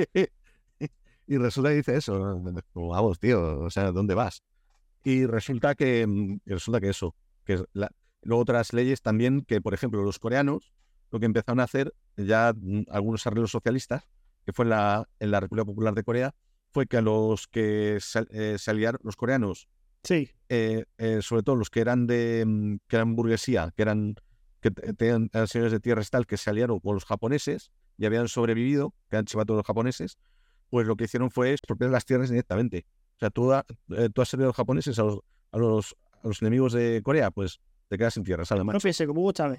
Y resulta que dice eso, ¿no? Como, vamos, tío, o sea, ¿dónde vas? Y resulta que, mm, y resulta que eso, que es la- luego otras leyes también que, por ejemplo, los coreanos, lo que empezaron a hacer ya mm, algunos arreglos socialistas, que fue en la, en la República Popular de Corea, fue que a los que se, eh, se aliaron, los coreanos, Sí. eh, eh, sobre todo los que eran de mm, que eran burguesía, que eran que te- tenían eran señores de tierras y tal, que se aliaron con los japoneses y habían sobrevivido, que eran chivatos los japoneses, pues lo que hicieron fue expropiar las tierras directamente. O sea, tú, ha- eh, tú has servido a los japoneses, a los, a los, a los enemigos de Corea, pues te quedas sin tierras, sale No macho. piense como Hugo Chávez.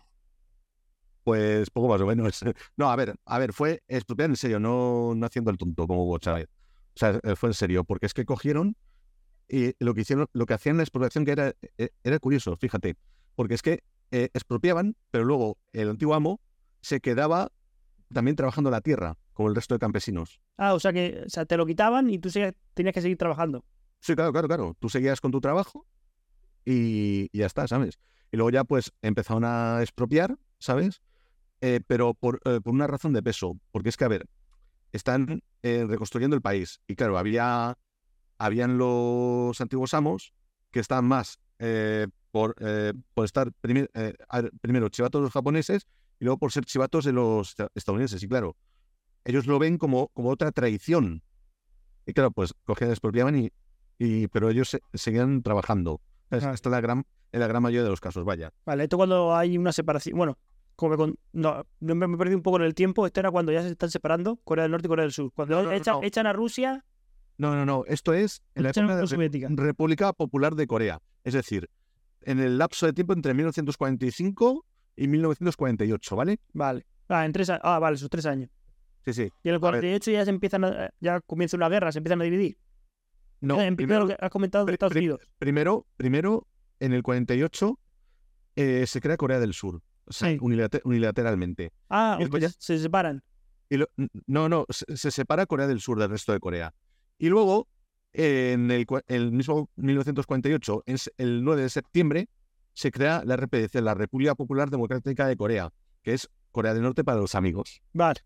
Pues poco más o menos. No, a ver, a ver, fue expropiar en serio, no, no haciendo el tonto como Hugo Chávez. O sea, eh, fue en serio, porque es que cogieron y lo que hicieron, lo que hacían en la expropiación que era, eh, era curioso, fíjate, porque es que eh, expropiaban, pero luego el antiguo amo se quedaba también trabajando la tierra, como el resto de campesinos. Ah, o sea que o sea, te lo quitaban y tú seguías- tenías que seguir trabajando. Sí, claro, claro, claro. Tú seguías con tu trabajo y, y ya está, ¿sabes? Y luego ya pues empezaron a expropiar, ¿sabes? Eh, pero por, eh, por una razón de peso, porque es que, a ver, están eh, reconstruyendo el país y claro, había, habían los antiguos amos que estaban más eh, por, eh, por estar primi- eh, a ver, primero chivatos de los japoneses y luego por ser chivatos de los esta- estadounidenses. Y claro, ellos lo ven como, como otra traición. Y claro, pues cogían, expropiaban y, y pero ellos se- seguían trabajando. Es- Ah. Esta es la gran, en la gran mayoría de los casos, vaya. Vale, esto cuando hay una separación. Bueno, como me, con- no, no, me me perdí un poco en el tiempo. Esto era cuando ya se están separando Corea del Norte y Corea del Sur. Cuando No, no, no, echan, no. echan a Rusia, No, no, no. Esto es en la echan a la época de Unión Re- Soviética. República Popular de Corea. Es decir, en el lapso de tiempo entre mil novecientos cuarenta y cinco y mil novecientos cuarenta y ocho, ¿vale? Vale. Ah, en tres a- Ah, vale, sus tres años. Sí, sí. Y en el A ver, cuarenta y ocho ya se empiezan a- ya comienza una guerra, se empiezan a dividir. no, Eh, empieza primero, lo que has comentado de pri- Estados pri- Unidos. primero, primero, en el cuarenta y ocho eh, se crea Corea del Sur, o sea, Sí. unilate- unilateralmente. Ah, y después hostia, se separan. Y lo- n- no, no, se, se separa Corea del Sur del resto de Corea. Y luego, eh, en el, cua- el mismo mil novecientos cuarenta y ocho, en se- el nueve de septiembre, se crea la R P D C, la República Popular Democrática de Corea, que es Corea del Norte para los amigos. Vale.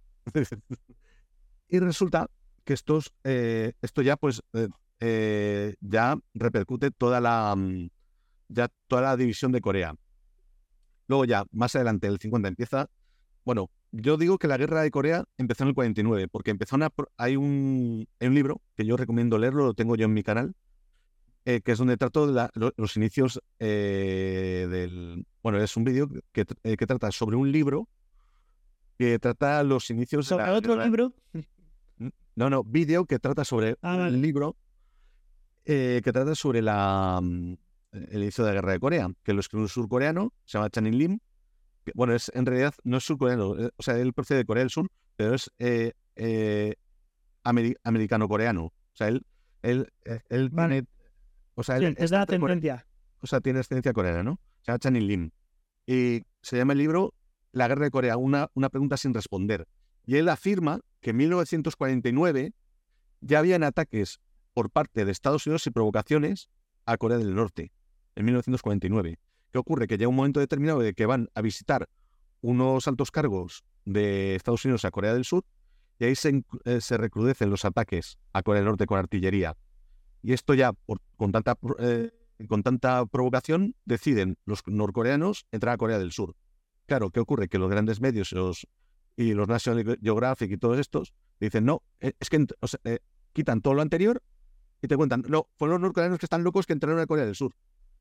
Y resulta que estos, eh, esto ya, pues, eh, eh, ya repercute toda la, mm, ya toda la división de Corea. Luego ya, más adelante, el cincuenta empieza. Bueno, yo digo que la guerra de Corea empezó en el cuarenta y nueve, porque empezó una, pro- hay un, hay un libro que yo recomiendo leerlo, lo tengo yo en mi canal, eh, que es donde trato de la- lo- los inicios eh, del... Bueno, es un vídeo que, tr- eh, que trata sobre un libro que trata los inicios de Sobre la otro guerra- libro. No, no, vídeo que trata sobre Ah, un vale. libro eh, que trata sobre la, mm, el inicio de la guerra de Corea, que lo escribió un surcoreano, se llama Chanin Lim. que, bueno, es en realidad no es surcoreano, eh, o sea, él procede de Corea del Sur, pero es eh, eh, ameri- americano-coreano. O sea, él, él, eh, él Vale. tiene, o sea, Sí, él es de la entre core- tendencia. o sea, tiene ascendencia coreana, ¿no? Se llama Chanin Lim. Y se llama el libro La guerra de Corea, una, una pregunta sin responder. Y él afirma que en mil novecientos cuarenta y nueve ya habían ataques por parte de Estados Unidos y provocaciones a Corea del Norte, en mil novecientos cuarenta y nueve. ¿Qué ocurre? Que llega un momento determinado de que van a visitar unos altos cargos de Estados Unidos a Corea del Sur y ahí se, en- eh, se recrudecen los ataques a Corea del Norte con artillería. Y esto ya, por- con, tanta, pro- eh, con tanta provocación, deciden los norcoreanos entrar a Corea del Sur. Claro, ¿qué ocurre? Que los grandes medios y los, y los National Geographic y todos estos dicen, no, eh, es que ent- o sea, eh, quitan todo lo anterior y te cuentan, no, fueron los norcoreanos que están locos que entraron a Corea del Sur.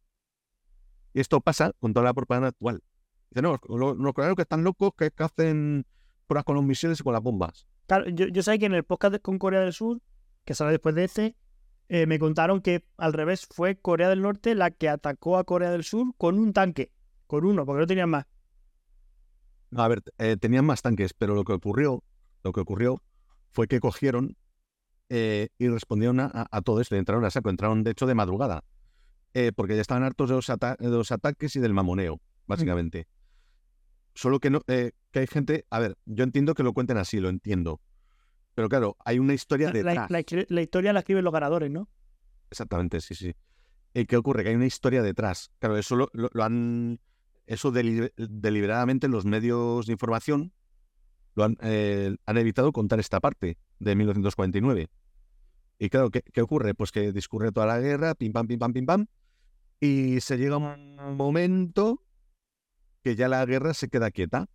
Y esto pasa con toda la propaganda actual. Dicen, no, los, los norcoreanos que están locos que, que hacen pruebas con los misiles y con las bombas. Claro, yo, yo sé que en el podcast de- con Corea del Sur, que sale después de este, eh, me contaron que al revés fue Corea del Norte la que atacó a Corea del Sur con un tanque. Con uno, porque no tenían más. No, a ver, eh, tenían más tanques, pero lo que ocurrió, lo que ocurrió fue que cogieron eh, y respondieron a, a- a todo esto, y entraron a saco, entraron de hecho de madrugada, eh, porque ya estaban hartos de los, ata- de los ataques y del mamoneo, básicamente. Solo que no, eh, que hay gente, a ver, yo entiendo que lo cuenten así, lo entiendo, pero claro, hay una historia La, detrás. la- la historia la escriben los ganadores, ¿no? Exactamente, sí, sí. ¿Y qué ocurre? Que hay una historia detrás. Claro, eso lo, lo- lo han, eso deli- deliberadamente los medios de información lo han, eh, han evitado contar esta parte de mil novecientos cuarenta y nueve. Y claro, ¿qué, qué ocurre? Pues que discurre toda la guerra, pim pam, pim pam, pim pam, y se llega un momento que ya la guerra se queda quieta.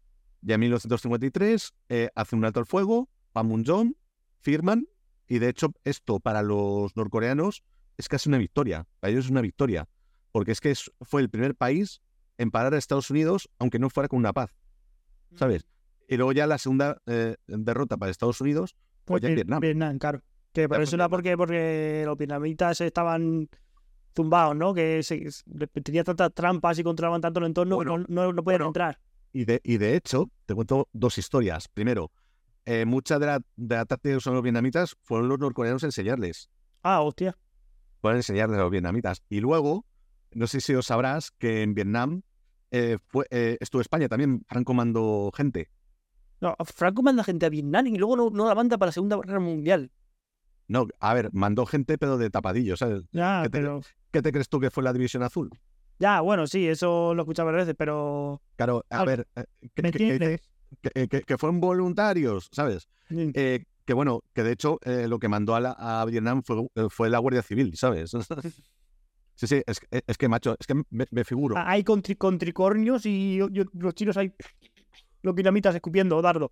Ya en mil novecientos cincuenta y tres eh, hacen un alto al fuego, Panmunjom, firman, y de hecho esto para los norcoreanos es casi una victoria. Para ellos es una victoria, porque es que es, fue el primer país en parar a Estados Unidos, aunque no fuera con una paz, ¿sabes? Y luego ya la segunda eh, derrota para Estados Unidos fue ya en Vietnam. Vietnam, claro. Que por Ya eso fue era Vietnam. porque, porque los vietnamitas estaban zumbados, ¿no? Que se, se- tenía tantas trampas y controlaban tanto el entorno Bueno, que no, no, no podían bueno. entrar. Y de, y de hecho, te cuento dos historias. Primero, eh, mucha de la, de la táctica que usaron los vietnamitas fueron los norcoreanos a enseñarles. Ah, hostia. Fueron a enseñarles a los vietnamitas. Y luego, no sé si os sabrás que en Vietnam eh, fue, eh, estuvo España también. Franco mandó gente. No, Franco manda gente a Vietnam y luego no, no la manda para la Segunda Guerra Mundial. No, a ver, mandó gente, pero de tapadillo, ¿sabes? Ya, ¿Qué te, pero... ¿Qué te crees tú que fue la División Azul? Ya, bueno, sí, eso lo he escuchado varias veces, pero... Claro, a Al- ver, eh, que, ¿Me que- que- entiendes? que- que- que fueron voluntarios, ¿sabes? Mm. Eh, que bueno, que de hecho eh, lo que mandó a, la- a Vietnam fue, eh, fue la Guardia Civil, ¿sabes? Sí, sí, es, que- es que, macho, es que me, me figuro. Ah, Hay con, tri- con tricornios y yo- yo- los chinos hay... Los vietnamitas escupiendo dardo.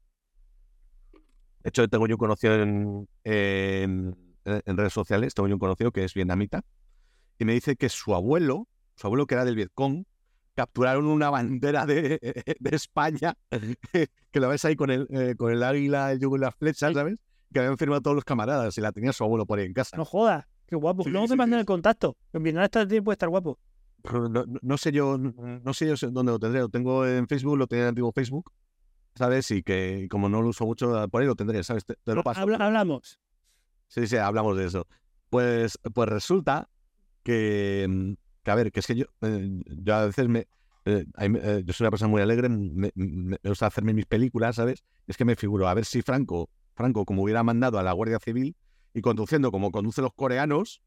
De hecho, tengo yo un conocido en, en, en redes sociales, tengo yo un conocido que es vietnamita, y me dice que su abuelo, su abuelo que era del Vietcong, capturaron una bandera de, de España, que la ves ahí con el, eh, con el águila, el yugo y las flechas, ¿sabes? Que habían firmado todos los camaradas y la tenía su abuelo por ahí en casa. No jodas, qué guapo. Sí, Luego sí, te mandan sí, el sí. contacto. En Vietnam está, puede estar guapo. Pero No, no- no sé yo, no, no sé yo dónde lo tendré. Lo tengo en Facebook, lo tenía en el antiguo Facebook, ¿sabes? Y que como no lo uso mucho, por ahí lo tendré, ¿sabes? Te, te lo paso. Habla- hablamos. Sí, sí, hablamos de eso. Pues, pues resulta que, mm, que, a ver, que es que yo, eh, yo a veces me, eh, a mí me- eh, yo soy una persona muy alegre, me, me- me gusta hacerme mis películas, ¿sabes? Es que me figuro, a ver si Franco, Franco, como hubiera mandado a la Guardia Civil y conduciendo como conducen los coreanos,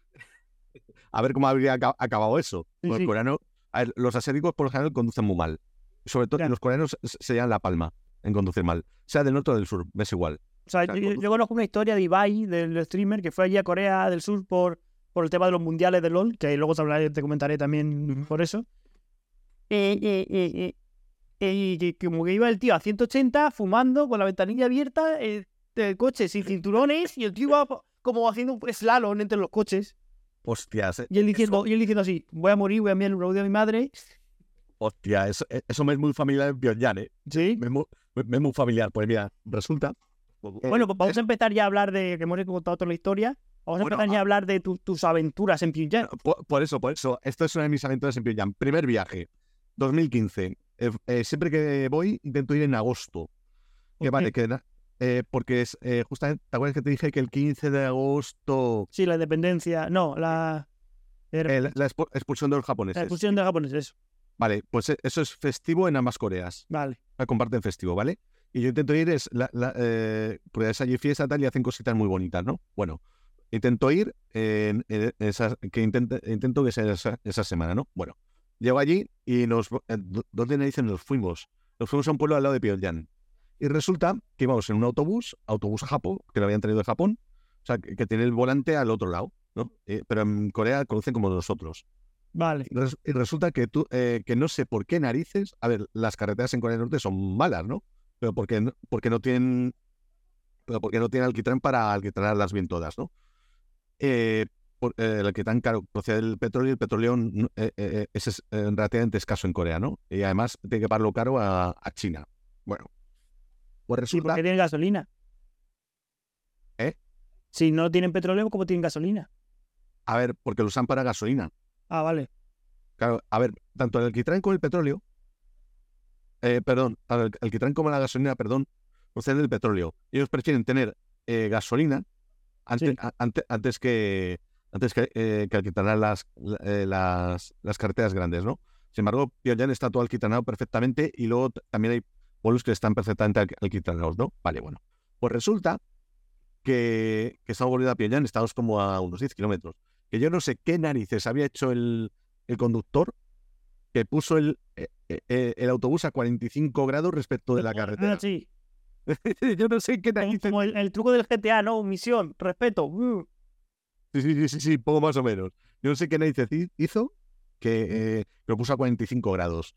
a ver cómo habría aca- acabado eso. Sí, Los sí. coreanos, a ver, los asiáticos por lo general conducen muy mal. Sobre todo Ya. los coreanos se se llevan la palma en conducir mal. Sea del norte o del sur, es igual. O sea, O sea, yo, conduce- yo conozco una historia de Ibai, del streamer, que fue allí a Corea del Sur por, por el tema de los mundiales de LOL, que luego te, hablaré, te comentaré también por eso. Eh, eh, eh, eh, eh, y que, que como que iba el tío a ciento ochenta, fumando, con la ventanilla abierta, eh, del coche sin cinturones, y el tío iba po- como haciendo un slalom entre los coches. Hostias, eh, Y él eso- diciendo, y él diciendo así, voy a morir, voy a enviar un audio a mi madre. Hostia, eso, eh, eso me es muy familiar en Pyongyang, ¿eh? Sí. Me es muy, me- me es muy familiar. Pues mira, resulta... eh, Bueno, pues vamos es- a empezar ya a hablar de, que hemos contado toda la historia, vamos a Bueno, empezar ya a- a hablar de tu- tus aventuras en Pyongyang. por, por eso, por eso. Esto es una de mis aventuras en Pyongyang. Primer viaje, dos mil quince. Eh, eh, siempre que voy, intento ir en agosto. Que ¿Por vale, qué? que na- eh, porque es eh, justamente, ¿te acuerdas que te dije que el quince de agosto Sí, la independencia, no, la, eh, la, la expu- expulsión de los la japoneses? expulsión de los japoneses, eso. Vale, pues eh, eso es festivo en ambas Coreas. Vale. La comparten festivo, ¿vale? Y yo intento ir, es la, la, eh, porque es allí fiesta tal y hacen cositas muy bonitas, ¿no? Bueno, intento ir en, en esas, que intente- intento que sea esa, esa semana, ¿no? Bueno, llego allí y nos, eh, ¿dó- ¿dónde me dicen nos fuimos? Nos fuimos a un pueblo al lado de Pyongyang. Y resulta que íbamos en un autobús, autobús Japo, que lo habían traído de Japón, o sea, que, que tiene el volante al otro lado, ¿no? Eh, pero en Corea conocen como nosotros. Vale. Y res- y resulta que tú, eh, que no sé por qué narices, a ver, las carreteras en Corea del Norte son malas, ¿no? Pero porque no, porque no tienen, pero porque no tienen alquitrán para alquitranarlas bien todas, ¿no? Eh, por- eh, el alquitrán, claro, procede del petróleo y el petróleo no- eh, eh, es, es, eh, relativamente escaso en Corea, ¿no? Y además tiene que pagarlo caro a, a China. Bueno, pues Sí, resulta... porque tienen gasolina. ¿Eh? Si no tienen petróleo, ¿cómo tienen gasolina? A ver, porque lo usan para gasolina. Ah, vale. Claro, a ver, tanto el alquitrán como el petróleo, eh, perdón, tanto el alquitrán como la gasolina, perdón, proceden del petróleo. Ellos prefieren tener eh, gasolina antes, Sí. a- ante- antes que antes que, eh, que alquitranar las, la- eh, las, las carreteras grandes, ¿no? Sin embargo, Pyongyang está todo alquitranado perfectamente y luego t- también hay pueblos que están perfectamente alqui- alquitranados, ¿no? Vale, bueno. Pues resulta que, que estamos volviendo a Pyongyang, estamos como a unos diez kilómetros. Que yo no sé qué narices había hecho el, el conductor que puso el, eh, eh, el autobús a cuarenta y cinco grados respecto de la carretera. Ah, sí. Yo no sé qué Como, narices. como el, el truco del G T A, ¿no? Misión, respeto. uh. Sí, sí, sí, sí, sí, poco más o menos. Yo no sé qué narices hi- hizo que, eh, que lo puso a cuarenta y cinco grados.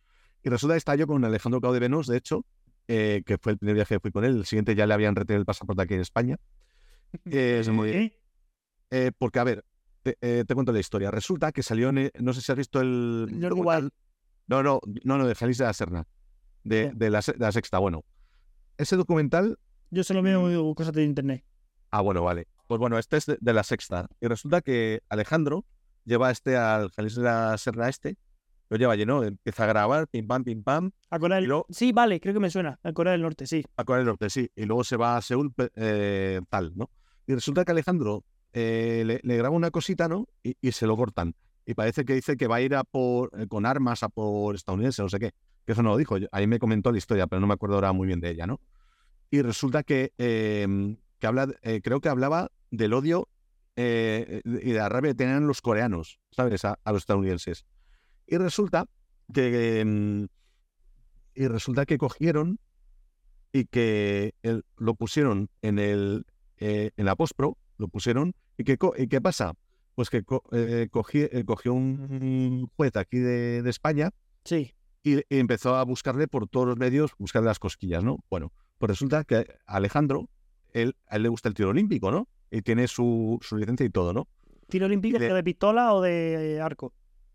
Y resulta que estaba yo con Alejandro Cao de Venós, de hecho, eh, que fue el primer viaje que fui con él. El siguiente ya le habían retenido el pasaporte aquí en España. Eh, es muy- ¿Qué? eh, porque, a ver, te, eh, te cuento la historia. Resulta que salió, en, eh, no sé si has visto el... Jordi Wild. No, no, no, no, de Félix de la Serna, de, No. de, la, se- de la Sexta. Bueno, ese documental... Yo solo veo cosas de internet. Ah, bueno, vale. Pues bueno, este es de, de la Sexta. Y resulta que Alejandro lleva este al Félix de la Serna este, lo lleva lleno, empieza a grabar, pim pam, pim pam, A Corea del... y luego Sí, vale, creo que me suena. A Corea del Norte, sí. a Corea del Norte, sí, y luego se va a Seúl, pe- eh, tal, ¿no? Y resulta que Alejandro eh, le, le graba una cosita, ¿no? Y, y se lo cortan. Y parece que dice que va a ir a por, eh, con armas a por estadounidenses, no sé qué. Que eso no lo dijo. Yo- ahí me comentó la historia, pero no me acuerdo ahora muy bien de ella, ¿no? Y resulta que, eh, que habla, eh, creo que hablaba del odio eh, y de la rabia que tenían los coreanos, ¿sabes? A, a los estadounidenses. Y resulta que, mm, y resulta que cogieron y que el- lo pusieron en el eh, en la postpro, lo pusieron, y que co- y qué pasa, pues que co- eh, cogí- eh, cogió un juez aquí de, de España Sí. y, y empezó a buscarle por todos los medios, buscarle las cosquillas, ¿no? Bueno, pues resulta que a Alejandro, él, a él le gusta el tiro olímpico, ¿no? Y tiene su, su licencia y todo, ¿no? ¿Tiro olímpico Y le- de pistola o de arco?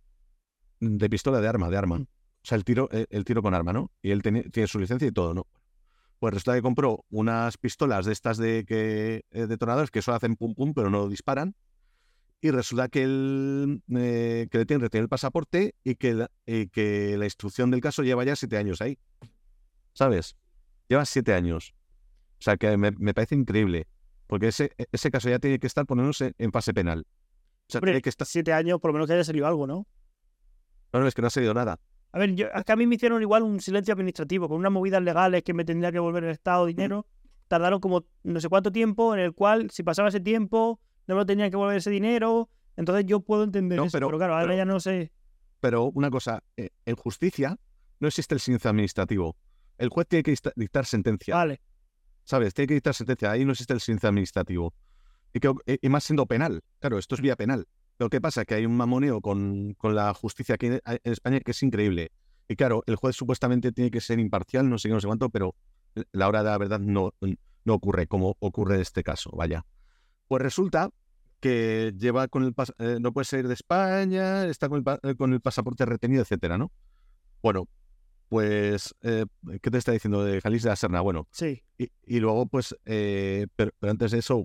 de pistola, de arma, de arma. Mm. O sea, el tiro, el, el tiro con arma, ¿no? Y él tiene, tiene su licencia y todo, ¿no? Pues resulta que compró unas pistolas de estas de que eh, detonadores que solo hacen pum pum, pero no disparan. Y resulta que él eh, que le tienen retenido el pasaporte y que, la, y que la instrucción del caso lleva ya siete años ahí. ¿Sabes? Lleva siete años. O sea, que me, me parece increíble. Porque ese, ese caso ya tiene que estar poniéndose en fase penal. O sea, Hombre, tiene que estar... siete años, por lo menos que haya salido algo, ¿no? No, no, es que no ha salido nada. A ver, yo, es que a mí me hicieron igual un silencio administrativo, con unas movidas legales que me tendría que devolver el Estado dinero. Tardaron como no sé cuánto tiempo, en el cual, si pasaba ese tiempo, no me lo tenían que devolver ese dinero. Entonces yo puedo entender No, eso, pero- pero claro, ahora pero- ya no sé. Pero una cosa, eh, en justicia no existe el silencio administrativo. El juez tiene que dicta- dictar sentencia. Vale, ¿Sabes? Tiene que dictar sentencia. Ahí no existe el silencio administrativo. Y, que, y más siendo penal. Claro, esto es vía penal. Pero ¿qué pasa? Que hay un mamoneo con, con la justicia aquí en, en España que es increíble. Y claro, el juez supuestamente tiene que ser imparcial, no sé qué, no sé cuánto, pero la hora de la verdad no, no ocurre como ocurre en este caso, vaya. Pues resulta que lleva con el pas- eh, no puede salir de España, está con el, pa- eh, con el pasaporte retenido, etcétera, ¿no? Bueno, pues, eh, ¿qué te está diciendo de Félix de la Serna? Bueno, sí. y, y luego, pues, eh, pero, pero antes de eso,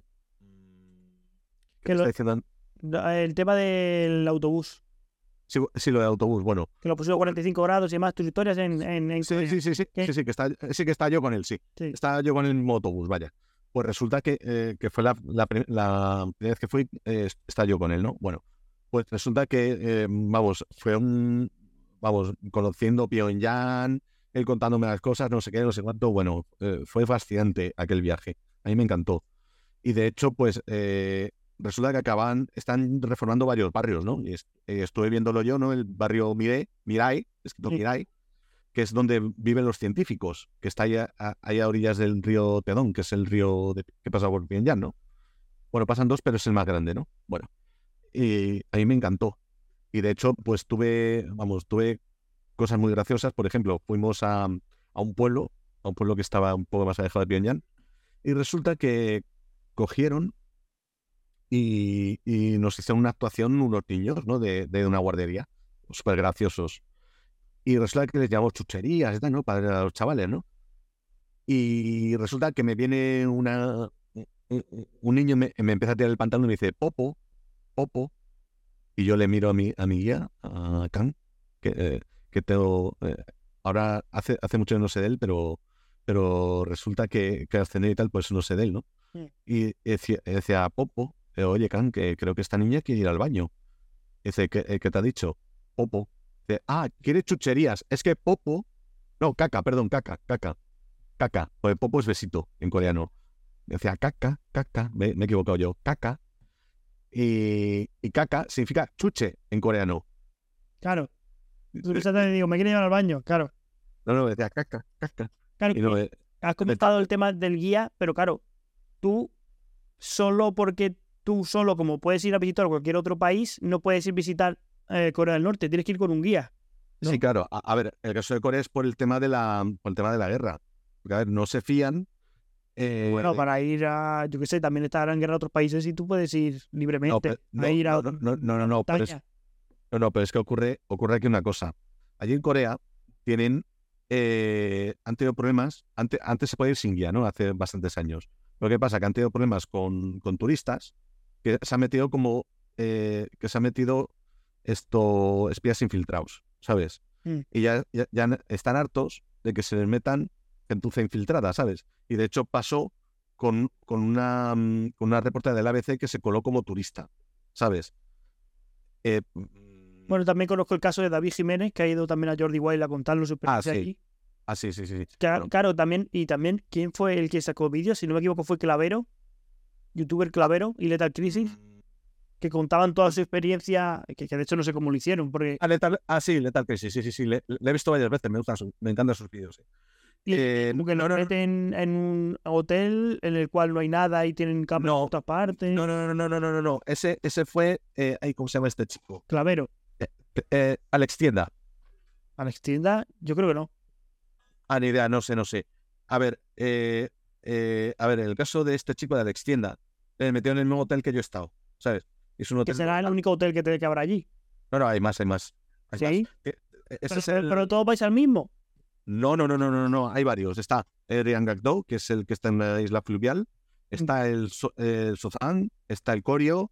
¿qué Que te lo- está diciendo? El tema del autobús, Sí, sí, lo de autobús, bueno. que lo pusieron a cuarenta y cinco grados y demás, tus historias en, en, en Sí, Corea. sí, sí, sí, ¿Qué? sí, sí, que está, sí que está yo con él, sí. Sí. Estaba yo con el mismo autobús, vaya. Pues resulta que, eh, que fue la, la, pri- la primera vez que fui, eh, está yo con él, ¿no? Bueno, pues resulta que, eh, vamos, fue un, vamos, conociendo Pyongyang, él contándome las cosas, no sé qué, no sé cuánto, bueno, eh, fue fascinante aquel viaje, a mí me encantó. Y de hecho, pues, eh, resulta que acaban, están reformando varios barrios, ¿no? Y es- eh, estuve viéndolo yo, ¿no? El barrio Mirai, Mirai, escrito Sí. Mirai, que es donde viven los científicos, que está ahí a, a- ahí a orillas del río Tedong, que es el río de- que pasa por Pyongyang, ¿no? Bueno, pasan dos, pero es el más grande, ¿no? Bueno, y a mí me encantó. Y de hecho, pues tuve, vamos, tuve cosas muy graciosas. Por ejemplo, fuimos a, a un pueblo, a un pueblo que estaba un poco más alejado de Pyongyang, y resulta que cogieron y, y nos hicieron una actuación unos niños, ¿no? De, de una guardería, súper graciosos. Y resulta que les llamamos chucherías y tal, ¿no? Para los chavales, ¿no? Y resulta que me viene una, un, un niño, y me, me empieza a tirar el pantalón y me dice, Popo, Popo. Y yo le miro a mi, a mi guía, a Kang, que, eh, que tengo... eh, ahora hace, hace mucho que no sé de él, pero, pero resulta que, que ascender y tal, pues no sé de él, ¿no? Sí. Y decía, decía Popo, eh, oye, Kang, que creo que esta niña quiere ir al baño. Dice, ¿qué, eh, ¿qué te ha dicho? Popo. Dice, ah, quiere chucherías. Es que Popo... No, caca, perdón, caca, caca. Caca, porque Popo es besito en coreano. Decía caca, caca, me, me he equivocado yo, caca. Y, y caca significa chuche en coreano. Claro. Tú pensaste, digo, me quiere llevar al baño, claro. No, no, decía caca, caca. Claro, Y no, eh, has comentado el tema del guía, pero claro, tú solo porque tú solo, como puedes ir a visitar cualquier otro país, no puedes ir a visitar eh, Corea del Norte, tienes que ir con un guía. ¿no? Sí, claro. A, a ver, el caso de Corea es por el tema de la, por el tema de la guerra. Porque, a ver, no se fían. eh, Bueno, de- para ir a, yo qué sé, también estarán en guerra a otros países y tú puedes ir no, libremente pe- a no, ir a no, no, no, no, no, una no, pero es, montaña. no, no, pero es que ocurre, ocurre aquí una cosa. Allí en Corea tienen, eh, han tenido problemas. Antes, antes se podía ir sin guía, ¿no? Hace bastantes años. Pero ¿qué pasa? Que han tenido problemas con, con turistas que se han metido como, eh, que se han metido esto, espías infiltrados, ¿sabes? Mm. Y ya, ya, ya están hartos de que se les metan gentuza infiltrada, ¿sabes? Y de hecho pasó con, con una, mm, con una reportera del A B C que se coló como turista, ¿sabes? Eh, mm, Bueno, también conozco el caso de David Jiménez, que ha ido también a Jordi Wild a contarlo su ah, experiencia sí, allí. ah, sí, sí, sí. sí. Claro, Bueno, claro, también, y también, ¿quién fue el que sacó vídeos? Si no me equivoco, fue Clavero, youtuber Clavero y Lethal Crisis, mm, que contaban toda su experiencia, que, que de hecho no sé cómo lo hicieron, porque ah, Lethal- ah, sí, Lethal Crisis, sí, sí, sí, le, le he visto varias veces, me gustan, su- me encantan sus vídeos. Sí. y, Eh, como que no, los no, no, meten en un hotel en el cual no hay nada y tienen cámaras no, por todas partes. no, no, no, no, no, no, no, no. Ese, ese fue, eh, ay, ¿cómo se llama este chico? Clavero, Eh, eh, Alex Tienda. Alex Tienda, yo creo que no. Ah, ni idea, no sé, no sé. A ver, eh, eh, a ver, en el caso de este chico de Alex Tienda, le metió en el mismo hotel que yo he estado, ¿sabes? Es un Que hotel será el normal. único hotel que, te, que habrá allí. No, no, hay más, hay más. Hay más. Sí, Que- eh, Ese pero, es pero, el... pero todos vais al mismo. No, no, no, no, no, no, hay varios. Está el Ryangakdo, que es el que está en la isla fluvial. Está el, So- el Sozan, está el Koryo,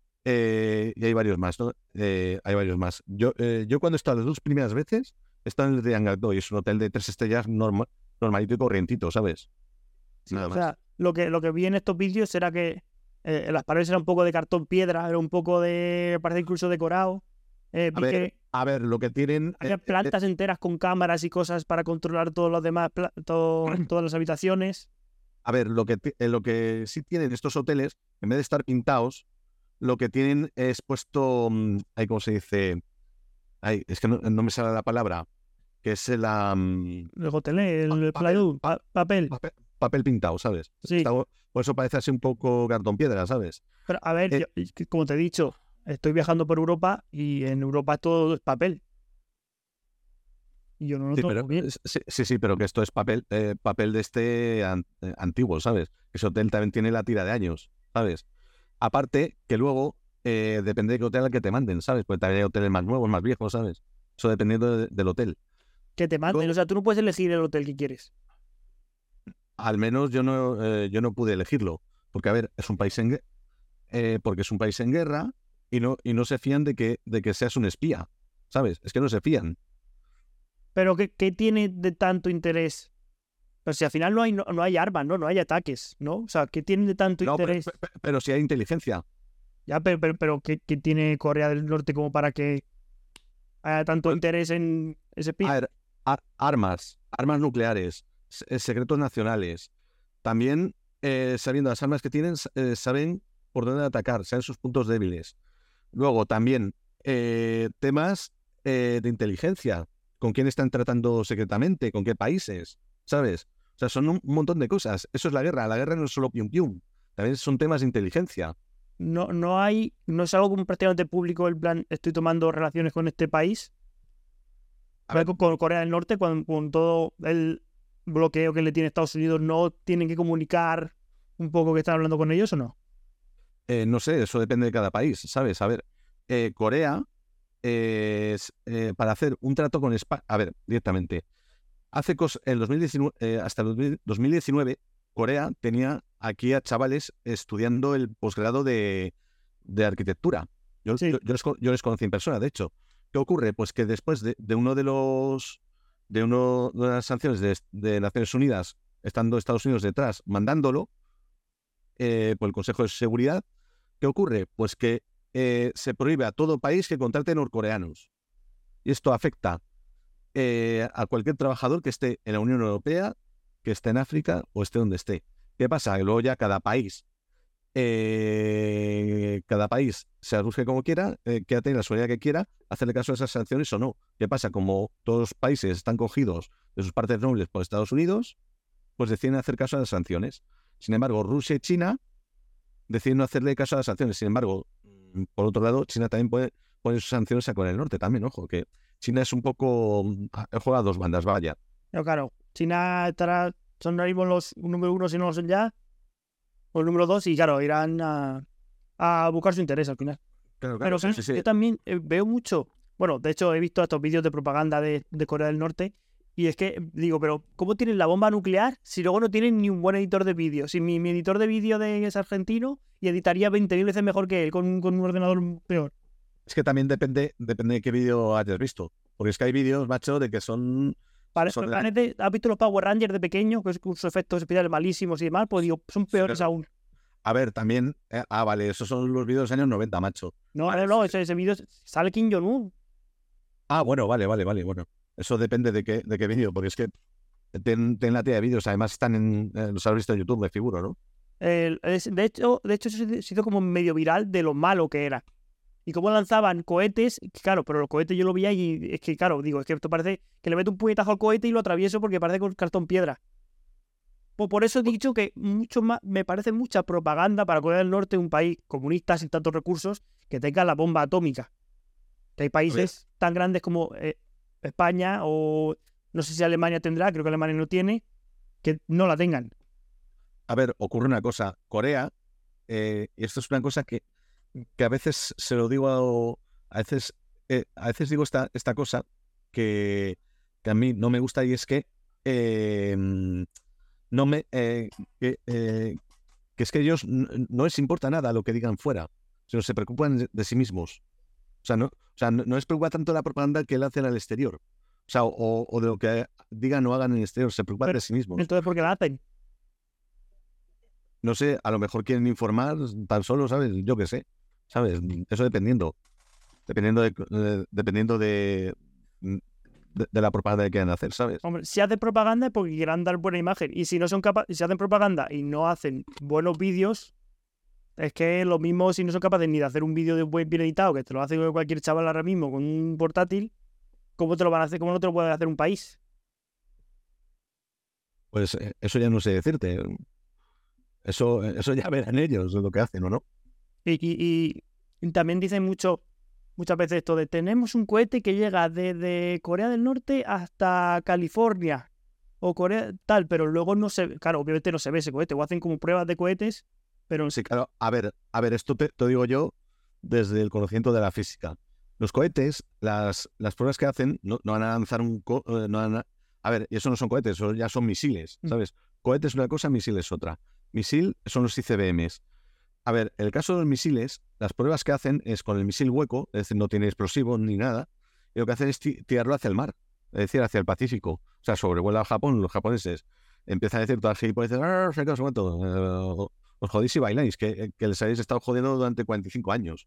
eh, y hay varios más, ¿no? Eh, hay varios más. Yo, eh, yo cuando he estado las dos primeras veces, he estado en el Ryangakdo y es un hotel de tres estrellas normal, normalito y corrientito, ¿sabes? Sí, Nada o más. sea, lo que, lo que vi en estos vídeos era que eh, las paredes eran un poco de cartón piedra, era un poco de, parece incluso decorado. Eh, A vi ver, que a ver, lo que tienen... había eh, eh, plantas enteras con cámaras y cosas para controlar todos los demás, pla- todo- todas las habitaciones. a ver, lo que, ti- eh, lo que sí tienen estos hoteles, en vez de estar pintados, lo que tienen es puesto... mm, ay, ¿cómo se dice? Ay, es que no, no me sale la palabra. Que es la... mm, Los hoteles, pa- el papel, plywood, pa- pa- papel. papel, papel pintado, ¿sabes? Sí, Está- por eso parece así un poco cartón piedra, ¿sabes? pero a ver, Eh, yo- es que como te he dicho, estoy viajando por Europa y en Europa todo es papel. Y yo no lo Sí, noto pero, muy bien. eh, sí, sí, sí, pero que esto es papel, eh, papel de este an- eh, antiguo, ¿sabes? Ese hotel también tiene la tira de años, ¿sabes? Aparte que luego eh, depende de qué hotel al que te manden, ¿sabes? Pues también hay hoteles más nuevos, más viejos, ¿sabes? Eso dependiendo de- del hotel. Que te manden, o Luego, sea, tú no puedes elegir el hotel que quieres. al menos yo no, eh, yo no pude elegirlo, porque a ver, es un país en, gue- eh, porque es un país en guerra y no, y no se fían de que, de que seas un espía, ¿sabes? Es que no se fían. Pero ¿qué, qué tiene de tanto interés? Pero si al final no hay, no, no hay armas, ¿no? No hay ataques, ¿no? O sea, ¿qué tiene de tanto No, pero, interés? pe- pe- pero si hay inteligencia. Ya, pero, pero, pero ¿qué, qué tiene Corea del Norte como para que haya tanto Pues, interés en ese a espía? ver, ar- armas, armas nucleares, se- eh, secretos nacionales. También, eh, sabiendo las armas que tienen, s- eh, saben por dónde atacar, saben sus puntos débiles. Luego, también, eh, temas eh, de inteligencia. ¿Con quién están tratando secretamente? ¿Con qué países? ¿Sabes? O sea, son un un montón de cosas. Eso es la guerra. La guerra no es solo pium pium. También son temas de inteligencia. No, no hay, no es algo como prácticamente público el plan, estoy tomando relaciones con este país, A ver, con, con Corea del Norte, con, con todo el bloqueo que le tiene Estados Unidos, ¿no tienen que comunicar un poco que están hablando con ellos o no? eh, no sé, eso depende de cada país, ¿sabes? A ver, eh, Corea, eh, es, eh, para hacer un trato con España, a ver, directamente, hace cos en dos mil diecinueve, eh, hasta el dos mil dos mil diecinueve, Corea tenía aquí a chavales estudiando el posgrado de, de arquitectura. Yo, Sí, yo, yo les, co- yo les conocí en persona, de hecho. ¿Qué ocurre? Pues que después de, de uno de los de uno de las sanciones de, de Naciones Unidas, estando Estados Unidos detrás, mandándolo, eh, por el Consejo de Seguridad, ¿qué ocurre? Pues que eh, se prohíbe a todo país que contrate norcoreanos. Y esto afecta eh, a cualquier trabajador que esté en la Unión Europea, que esté en África o esté donde esté. ¿Qué pasa? Que luego ya cada país, eh, cada país se busque como quiera, eh, quédate en la seguridad que quiera, hacerle caso a esas sanciones o no. ¿Qué pasa? Como todos los países están cogidos de sus partes nobles por Estados Unidos, pues deciden hacer caso a las sanciones. Sin embargo, Rusia y China deciden no hacerle caso a las sanciones. Sin embargo, mm, por otro lado, China también puede poner sus sanciones a Corea del Norte también, ojo, que China es un poco... Juega a dos bandas, vaya. Pero claro, China estará, son ahora mismo los número uno si no lo son ya, o el número dos, y claro, irán a, a buscar su interés al final. Claro, claro, Pero sí, claro, sí, sí. yo también eh, veo mucho, bueno, de hecho he visto estos vídeos de propaganda de, de Corea del Norte, y es que digo, pero ¿cómo tienen la bomba nuclear si luego no tienen ni un buen editor de vídeo? Si mi, mi editor de vídeo de, es argentino y editaría veinte mil veces mejor que él con, con un ordenador peor. Es que también depende, depende de qué vídeo hayas visto. Porque es que hay vídeos, macho, de que son... Pare- son de- parece- ¿Has visto los Power Rangers de pequeño? Que es con sus efectos especiales malísimos y demás, pues digo, son peores Pero- aún. A ver, también... eh, ah, vale, esos son los vídeos de los años noventa, macho. No, Vale, no, no, sí, ese, ese vídeo sale Kim Jong-un. Ah, bueno, vale, vale, vale, bueno. Eso depende de qué, de qué vídeo, porque es que ten, ten la tía de vídeos, además están en... eh, los has visto en YouTube, me figuro, ¿no? El- es- de hecho, de hecho, se se hizo como medio viral de lo malo que era. Y cómo lanzaban cohetes, claro, pero los cohetes yo lo veía y es que, claro, digo, es que esto parece que le meto un puñetazo al cohete y lo atravieso porque parece con cartón piedra. Pues por eso he dicho que mucho más, me parece mucha propaganda para Corea del Norte, un país comunista sin tantos recursos, que tenga la bomba atómica. Que hay países tan grandes como eh, España o no sé si Alemania tendrá, creo que Alemania no tiene, que no la tengan. A ver, ocurre una cosa. Corea, eh, y esto es una cosa que, que a veces se lo digo a, a veces, eh, a veces digo esta, esta cosa que, que a mí no me gusta y es que eh, no me eh, que, eh, que es que ellos n- no les importa nada lo que digan fuera, sino se preocupan de, de sí mismos. O sea, no, o sea, no, no les preocupa tanto la propaganda que le hacen al exterior. O sea, o, o de lo que digan o hagan en el exterior, se preocupan Pero- de sí mismos. Entonces, ¿por qué la hacen? No sé, a lo mejor quieren informar tan solo, ¿sabes? Yo qué sé, ¿sabes? Eso dependiendo. Dependiendo de, de- dependiendo de, de, de la propaganda que quieran hacer, ¿sabes? Hombre, si hacen propaganda es porque quieran dar buena imagen. Y si no son capaces, si hacen propaganda y no hacen buenos vídeos, es que lo mismo si no son capaces ni de hacer un vídeo de buen bien editado, que te lo hace cualquier chaval ahora mismo con un portátil, ¿cómo te lo van a hacer? ¿Cómo no te lo puede hacer un país? Pues eh, eso ya no sé decirte. Eso, eso ya verán ellos lo que hacen o no. Y, y- y también dicen mucho, muchas veces esto de tenemos un cohete que llega desde Corea del Norte hasta California o Corea tal, pero luego no se ve, claro, obviamente no se ve ese cohete, o hacen como pruebas de cohetes, pero Sí, claro. A ver, a ver, esto te, te digo yo desde el conocimiento de la física. Los cohetes, las, las pruebas que hacen, no, no van a lanzar un... co- eh, no van a, a ver, y eso no son cohetes, eso ya son misiles, Mm. ¿sabes? Cohete es una cosa, misil es otra. Misil son los I C B Ms. A ver, en el caso de los misiles, las pruebas que hacen es con el misil hueco, es decir, no tiene explosivo ni nada, y lo que hacen es ti- tirarlo hacia el mar, es decir, hacia el Pacífico. O sea, sobrevuela a Japón, los japoneses empiezan a decir todas las gilipolleces, "Ah, no sé qué, no sé cuánto, eh, os jodéis y bailáis, que, que les habéis estado jodiendo durante cuarenta y cinco años.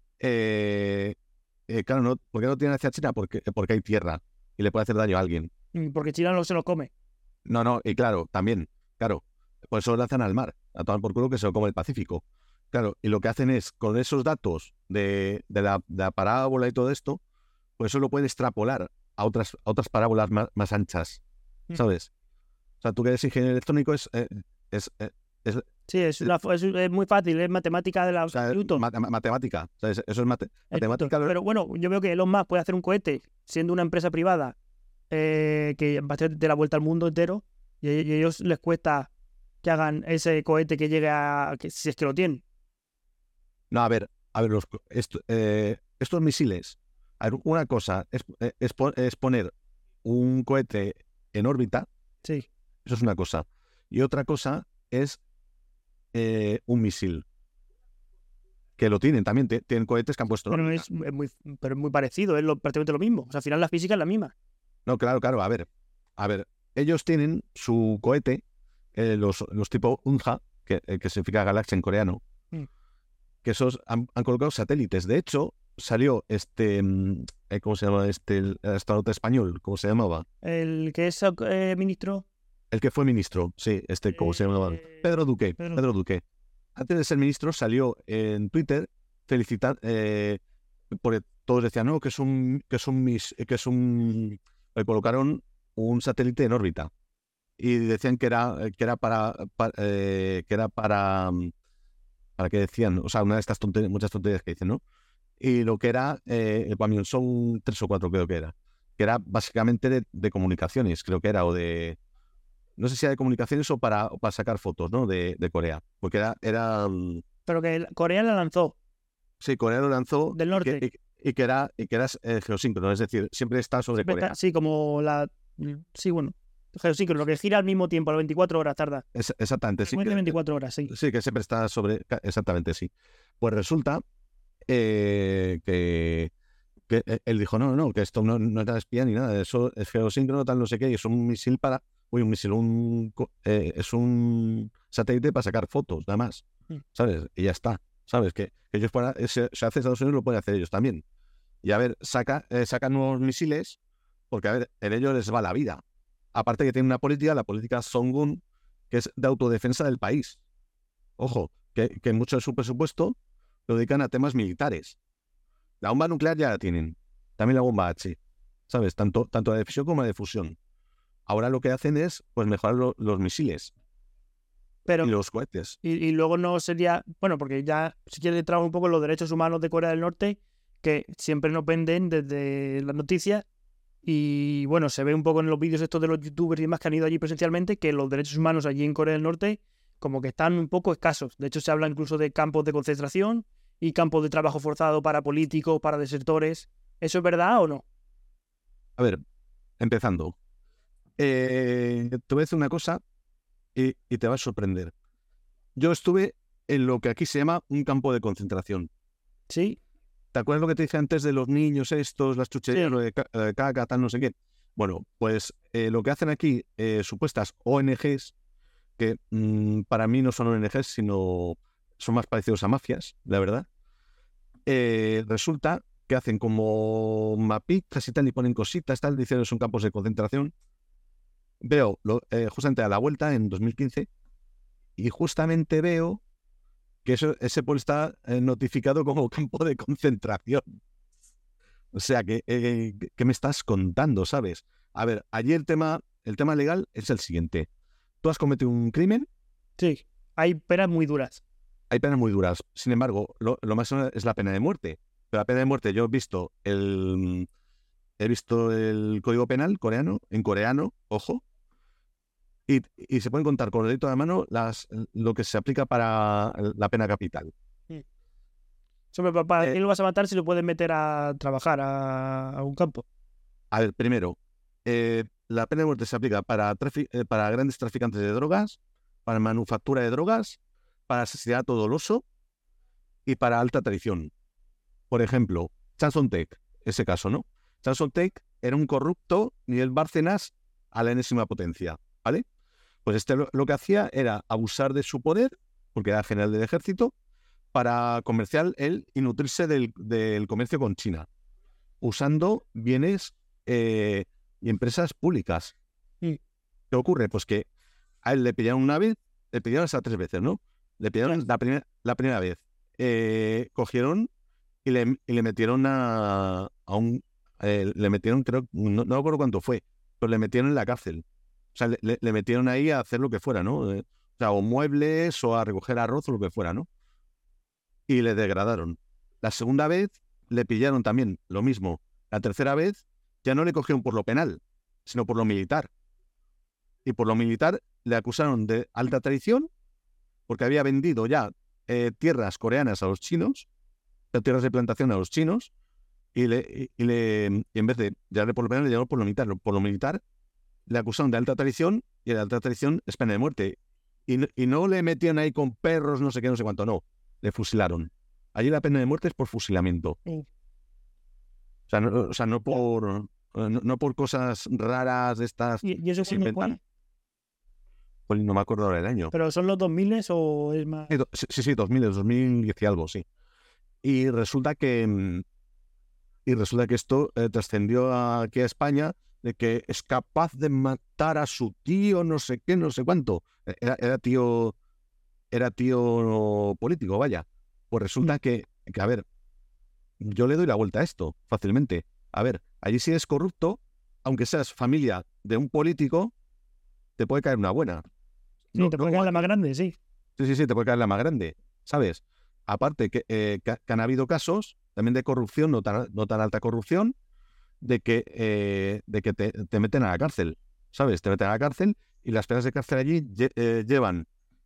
Eh, eh, claro, no, ¿por qué no tienen hacia China? Porque, porque hay tierra y le puede hacer daño a alguien. mm, porque China no se lo come. No, no, y claro, también, claro, por eso lo lanzan al mar, a tomar por culo que se lo come el Pacífico. Claro, y lo que hacen es, con esos datos de, de la, de la parábola y todo esto, pues eso lo pueden extrapolar a otras, a otras parábolas más, más anchas, Mm. ¿sabes? O sea, tú que eres ingeniero electrónico es, eh, es, eh, es, Sí, es, una, es, es muy fácil, es matemática de la o sea, Newton. mate- matemática, ¿sabes? Eso es mate- Es matemática. Newton. Pero bueno, yo veo que Elon Musk puede hacer un cohete siendo una empresa privada eh, que va a hacer de la vuelta al mundo entero y a y a ellos les cuesta que hagan ese cohete que llegue a... Que, si es que lo tienen. No, a ver, a ver, los, co- esto- eh, estos misiles, a ver, una cosa es, eh, es pon- es poner un cohete en órbita, Sí. eso es una cosa, y otra cosa es eh, un misil, que lo tienen también, te- tienen cohetes que han puesto en Pero órbita. es, es muy, pero es muy parecido, es lo, prácticamente lo mismo. O sea, al final la física es la misma. No, claro, claro, a ver, a ver, ellos tienen su cohete, eh, los, los tipo Unha, que, eh, que significa galaxia en coreano, Mm. que esos han, han colocado satélites. De hecho, salió este, mm, eh, ¿cómo se llama? Este, el astronauta español, ¿cómo se llamaba? El que es eh, ministro... El que fue ministro, sí, este, ¿cómo se llamaba? Eh, Pedro Duque, Pedro- Pedro Duque. Antes de ser ministro salió en Twitter felicitando, eh, porque todos decían, no, que es un, que es un, mis- que es un, le colocaron un satélite en órbita y decían que era, que era para, pa- eh, que era para, mm, para que decían, o sea, una de estas tonterías, muchas tonterías que dicen, ¿no? Y lo que era, eh, el Son tres o cuatro creo que era. que era básicamente de, de comunicaciones, creo que era, o de... No sé si era de comunicaciones o para, o para sacar fotos, ¿no? De, de Corea. Porque era... era Pero que Corea la lanzó. Sí, Corea lo lanzó. Del norte. Y que, y, y que era, y que era eh, geosíncrono, es decir, siempre está sobre Siempre Corea. está, sí, como la... Sí, bueno. Geosíncrono, lo que gira al mismo tiempo, a las veinticuatro horas tarda. Es, exactamente, sí. Que, veinticuatro horas, sí. Sí, que siempre está sobre... Exactamente, sí. Pues resulta eh, que... que él dijo, no, no, que esto no, no es nada espía ni nada, eso es geosíncrono, tal, no sé qué, y es un misil para, uy, un misil, un, eh, es un satélite para sacar fotos, nada más, ¿sabes? Y ya está, ¿sabes? Que, que ellos puedan, se, se hace Estados Unidos, lo pueden hacer ellos también. Y a ver, saca, eh, sacan nuevos misiles, porque a ver, en ellos les va la vida. Aparte que tiene una política, la política Songun, que es de autodefensa del país. Ojo, que, que mucho de su presupuesto lo dedican a temas militares. La bomba nuclear ya la tienen. También la bomba H. ¿Sabes? Tanto, tanto la de fisión como la de fusión. Ahora lo que hacen es pues mejorar lo, los misiles. Pero, y los cohetes. Y, y luego no sería... Bueno, porque ya si quieres entrar un poco en los derechos humanos de Corea del Norte, que siempre nos venden desde las noticias. Y bueno, se ve un poco en los vídeos estos de los youtubers y demás que han ido allí presencialmente, que los derechos humanos allí en Corea del Norte como que están un poco escasos. De hecho, se habla incluso de campos de concentración y campos de trabajo forzado para políticos, para desertores. ¿Eso es verdad o no? A ver, empezando. Eh, te voy a decir una cosa y, y te va a sorprender. Yo estuve en lo que aquí se llama un campo de concentración. ¿Sí? ¿Te acuerdas lo que te dije antes de los niños estos, las chucherías, sí, lo de eh, caca, tal, no sé qué? Bueno, pues eh, lo que hacen aquí eh, supuestas O N Ges, que mmm, para mí no son O N Ges, sino son más parecidos a mafias, la verdad. Eh, resulta que hacen como mapitas y tal, y ponen cositas, tal, dicen que son campos de concentración. Veo lo, eh, justamente a la vuelta, en dos mil quince, y justamente veo que eso, ese pueblo está eh, notificado como campo de concentración. O sea, que, eh, ¿qué me estás contando, sabes? A ver, allí el tema, el tema legal es el siguiente. Tú has cometido un crimen. Sí, hay penas muy duras. Hay penas muy duras. Sin embargo, lo, lo máximo es la pena de muerte. Pero la pena de muerte, yo he visto el, he visto el Código Penal coreano, en coreano, ojo, y, y se pueden contar con el dedito de la mano las, lo que se aplica para la pena capital. Sí. Sobre papá, eh, ¿quién lo vas a matar si lo puedes meter a trabajar a, a un campo? A ver, primero, eh, la pena de muerte se aplica para, eh, para grandes traficantes de drogas, para manufactura de drogas, para asesinato doloso y para alta traición. Por ejemplo, Chan Son-taek, ese caso, ¿no? Chan Son-taek era un corrupto nivel Bárcenas a la enésima potencia, ¿vale? Pues este lo, lo que hacía era abusar de su poder, porque era general del ejército, para comerciar él y nutrirse del, del comercio con China, usando bienes eh, y empresas públicas. Mm. ¿Qué ocurre? Pues que a él le pillaron una vez, le pillaron hasta tres veces, ¿no? Le pillaron sí. la, primer, la primera vez. Eh, cogieron y le, y le metieron a, a un... Eh, le metieron, creo, no, no recuerdo cuánto fue, pero le metieron en la cárcel. O sea, le, le metieron ahí a hacer lo que fuera, ¿no? Eh, o sea, o muebles o a recoger arroz o lo que fuera, ¿no? Y le degradaron. La segunda vez le pillaron también lo mismo. La tercera vez ya no le cogieron por lo penal, sino por lo militar. Y por lo militar le acusaron de alta traición porque había vendido ya eh, tierras coreanas a los chinos, tierras de plantación a los chinos, y, le, y, le, y en vez de llevarle por lo penal, le llevaron por lo militar. Por lo militar le acusaron de alta traición y la alta traición es pena de muerte. Y, y no le metían ahí con perros, no sé qué, no sé cuánto, no. Le fusilaron. Allí la pena de muerte es por fusilamiento. Sí. O sea, no, o sea, no por no, no por cosas raras de estas. ¿Y, y eso se inventan? Pues no me acuerdo ahora del año. ¿Pero son los dos mil o es más...? Sí, sí, sí, dos mil, dos mil diez y algo, sí. Y resulta que y resulta que esto eh, trascendió aquí a España, de que es capaz de matar a su tío, no sé qué, no sé cuánto. Era, era tío era tío político, vaya. Pues resulta que, que, a ver, yo le doy la vuelta a esto fácilmente. A ver, allí si eres corrupto, aunque seas familia de un político, te puede caer una buena. Sí, no, te puede no, caer la más grande, sí. Sí, sí, sí, te puede caer la más grande, ¿sabes? Aparte que, eh, que, que han habido casos también de corrupción, no tan, no tan alta corrupción, de que, eh, de que te, te meten a la cárcel, ¿sabes? Te meten a la cárcel y las penas de cárcel allí lle- eh, llevan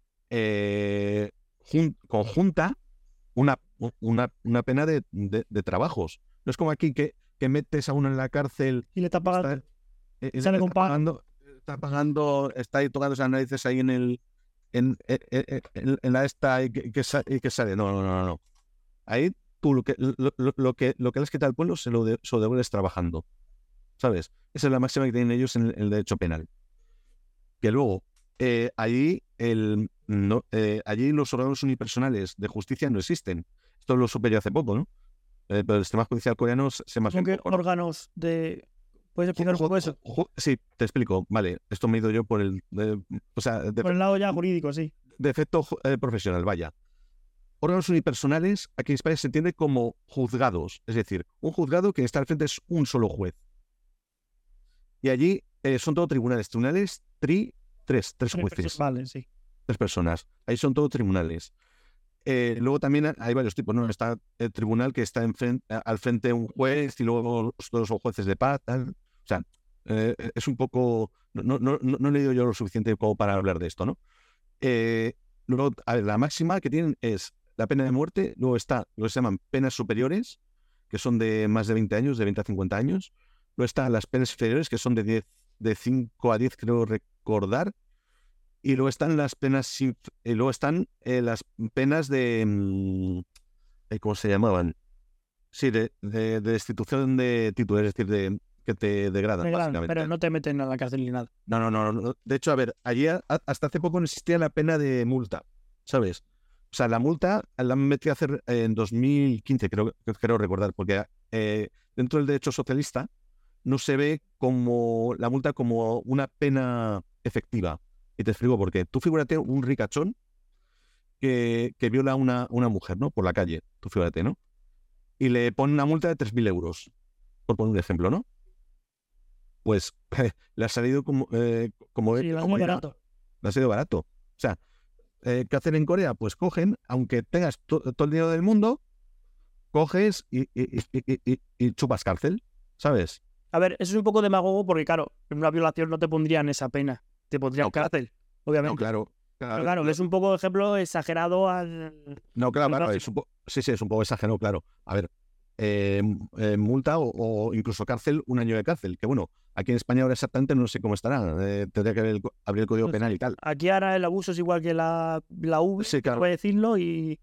eh, jun- conjunta una, una, una pena de, de, de trabajos. No es como aquí que, que metes a uno en la cárcel Y le está y pagando. está, eh, eh, Sale con está paga. pagando, está pagando, está ahí tocándose las narices ahí en el en, eh, eh, en, en la esta y que, que sa- y que sale. No, no, no, no. Ahí tú lo que lo, lo- lo que lo que les quita al pueblo se lo, de- se lo devuelves trabajando, ¿sabes? Esa es la máxima que tienen ellos en el, el derecho penal. Que luego, eh, allí, el, no, eh, allí los órganos unipersonales de justicia no existen. Esto lo supe yo hace poco, ¿no? Eh, pero el sistema judicial coreano se se más ¿Con bien qué poco, ¿no? órganos de...? ¿Puedes Ju- explicar un ju- poco eso? ju- sí, te explico. Vale, esto me he ido yo por el... eh, o sea, de, Por el lado ya jurídico, sí. de efecto ju- eh, profesional, vaya. Órganos unipersonales, aquí en España se entiende como juzgados. Es decir, un juzgado que está al frente es un solo juez. Y allí eh, son todo tribunales. Tribunales, tri, tres, tres Tres jueces, personas. Vale, sí. tres personas. Ahí son todo tribunales. Eh, luego también hay varios tipos, ¿no? Está el tribunal que está en fren- al frente de un juez y luego los otros son jueces de paz, tal. O sea, eh, es un poco... No, no, no, no he leído yo lo suficiente como para hablar de esto, ¿no? Eh, luego, a ver, la máxima que tienen es la pena de muerte, luego está lo que se llaman penas superiores, que son de más de veinte años, de veinte a cincuenta años. Luego están las penas inferiores, que son de diez, de cinco a diez, creo recordar. Y luego están las penas, inf- y luego están eh, las penas de, mm, eh, ¿cómo se llamaban? Sí, de, de, de destitución de título, es decir, de que te degradan, Me gran, básicamente. pero no te meten a la cárcel ni nada. No, no, no, no. De hecho, a ver, allí a- hasta hace poco no existía la pena de multa, ¿sabes? O sea, la multa la han metido a hacer en dos mil quince, creo, creo recordar, porque eh, dentro del derecho socialista no se ve como la multa como una pena efectiva. Y te explico por qué. Tú figúrate un ricachón que, que viola a una, una mujer, ¿no? Por la calle, tú figúrate, ¿no? Y le pone una multa de tres mil euros, por poner un ejemplo, ¿no? Pues le ha salido como, eh, como, Sí, el como año era, barato. le ha salido barato. O sea, eh, ¿qué hacen en Corea? Pues cogen, aunque tengas to- todo el dinero del mundo, coges y, y, y, y- y- y chupas cárcel, ¿sabes? A ver, eso es un poco demagogo porque, claro, en una violación no te pondrían esa pena. Te pondrían No, claro. cárcel, No, obviamente. claro. Pero Claro, claro, es un poco ejemplo exagerado al... no, claro, al claro, máximo. es un po- sí, sí, es un poco exagerado, claro. A ver, eh, eh, multa o, o incluso cárcel, un año de cárcel, que bueno, aquí en España ahora exactamente no sé cómo estará, eh, tendría que ver el co- abrir el Código No Penal sé. y tal. Aquí ahora el abuso es igual que la, la V, Sí, claro. puede decirlo, y,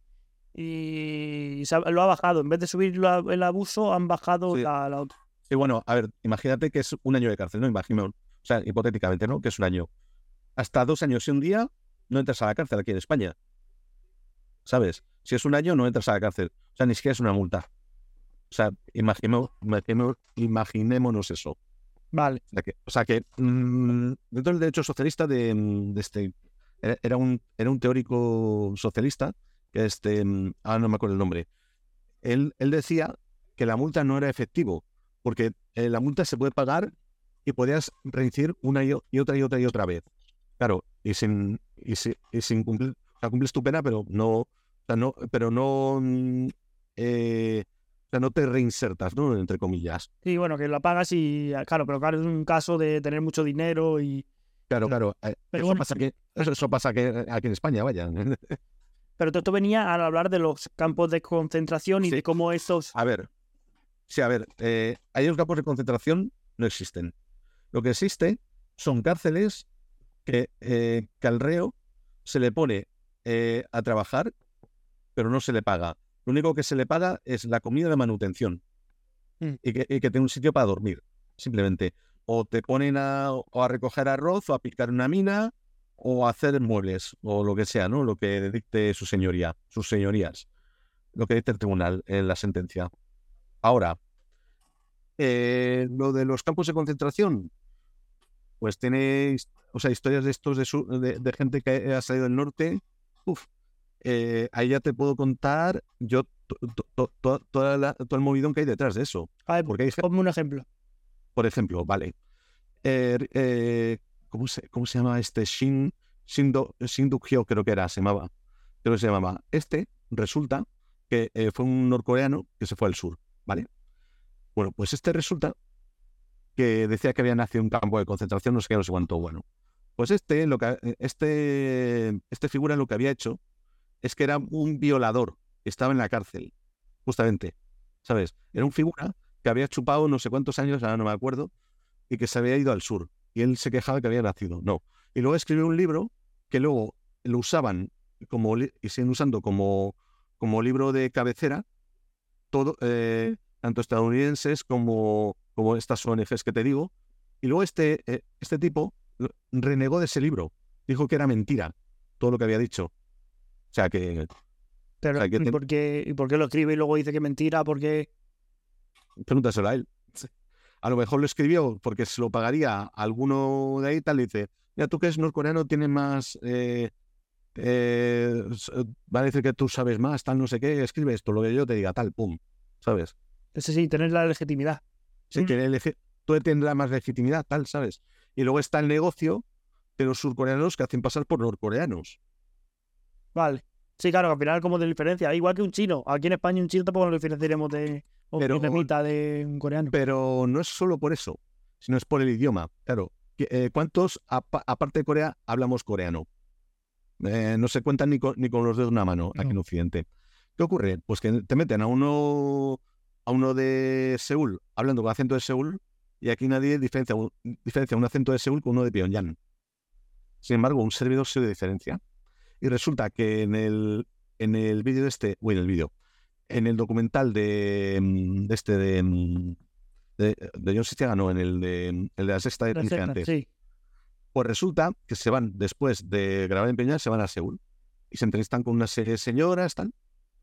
y se ha- lo ha bajado. En vez de subir la- el abuso, han bajado Sí. la, la otra. Sí, bueno, a ver, imagínate que es un año de cárcel, ¿no? Imagino, o sea, hipotéticamente, ¿no? Que es un año. Hasta dos años y un día no entras a la cárcel aquí en España, ¿sabes? Si es un año, no entras a la cárcel. O sea, ni siquiera es una multa. O sea, imaginemos, imaginemos- imaginémonos eso. Vale. O sea que, o sea que mm, dentro del derecho socialista de, mm, de este era, era un era un teórico socialista que este mm, ah no me acuerdo el nombre. Él él decía que la multa no era efectivo porque eh, la multa se puede pagar y podías reincidir una y, o- y otra y otra y otra vez. Claro, y sin y, si- y sin cumplir, o sea, cumples tu pena, pero no, o sea, no, pero no, mm, eh, o sea, no te reinsertas, ¿no? Entre comillas. Sí, bueno, que la pagas y, claro, pero claro, es un caso de tener mucho dinero y... Claro, claro. eh, Pero eso bueno. pasa que eso, eso pasa que aquí en España, vaya. Pero todo esto venía a hablar de los campos de concentración y Sí. de cómo estos... A ver, sí, a ver, eh, ahí los campos de concentración no existen. Lo que existe son cárceles que, eh, que al reo se le pone eh, a trabajar, pero no se le paga. Lo único que se le paga es la comida de manutención Mm. y que, y que tenga un sitio para dormir, simplemente. O te ponen a, o a recoger arroz, o a picar una mina, o a hacer muebles, o lo que sea, ¿no? Lo que dicte su señoría, sus señorías, lo que dicte el tribunal en la sentencia. Ahora, eh, lo de los campos de concentración, pues tenéis, o sea, historias de estos de, su- de, de gente que ha salido del norte. Uf, eh, ahí ya te puedo contar yo to- to- to- to- toda la- todo el movidón que hay detrás de eso. A ver, Porque hay, gen- ponme un ejemplo. por ejemplo, vale, eh, eh, ¿cómo se, cómo se llama este? Shin, Shindo, Shinduk-hyo creo que era, se llamaba. Creo que se llamaba. Este resulta que eh, fue un norcoreano que se fue al sur, ¿vale? Bueno, pues este resulta que decía que había nacido en un campo de concentración, no sé qué, no sé cuánto. Bueno, pues este, lo que, este, este figura lo que había hecho es que era un violador, estaba en la cárcel, justamente, ¿sabes? Era un figura que había chupado no sé cuántos años, ahora no me acuerdo, y que se había ido al sur. Y él se quejaba que había nacido. No. Y luego escribió un libro que luego lo usaban como, y siguen usando como, como libro de cabecera, todo, eh, tanto estadounidenses como, como estas O N Ges que te digo. Y luego este, eh, este tipo renegó de ese libro. Dijo que era mentira todo lo que había dicho. O sea que... Pero, o sea, que ¿y, te... por qué, ¿y por qué lo escribe y luego dice que es mentira? ¿Por qué? Pregúntaselo a él. A lo mejor lo escribió porque se lo pagaría a alguno de ahí, tal, y dice, mira, tú que eres norcoreano tienes más... Eh, eh, va a decir que tú sabes más, tal, no sé qué, escribe esto, lo que yo te diga, tal, pum, ¿sabes? Ese sí, tener la legitimidad. Sí, que elegir, tú tendrás más legitimidad, tal, ¿sabes? Y luego está el negocio de los surcoreanos que hacen pasar por norcoreanos. Vale. Sí, claro, al final como de diferencia. Igual que un chino. Aquí en España un chino tampoco nos diferenciaremos de un Pero, vietnamita de un coreano. pero no es solo por eso, sino es por el idioma. Claro, eh, ¿cuántos, apa- aparte de Corea, hablamos coreano? Eh, no se cuentan ni con, ni con los dedos de una mano aquí No. en Occidente. ¿Qué ocurre? Pues que te meten a uno, a uno de Seúl hablando con acento de Seúl y aquí nadie diferencia, un- diferencia un acento de Seúl con uno de Pyongyang. Sin embargo, un servidor se diferencia. Y resulta que en el, en el vídeo este, bueno, en el vídeo, en el documental de, mm, de este de, mm, de, de John Sitiaga, no, en el de, el de la sexta La que dije secta, antes, sí. pues resulta que se van, después de grabar en Pyongyang, se van a Seúl y se entrevistan con una serie de señoras, tal,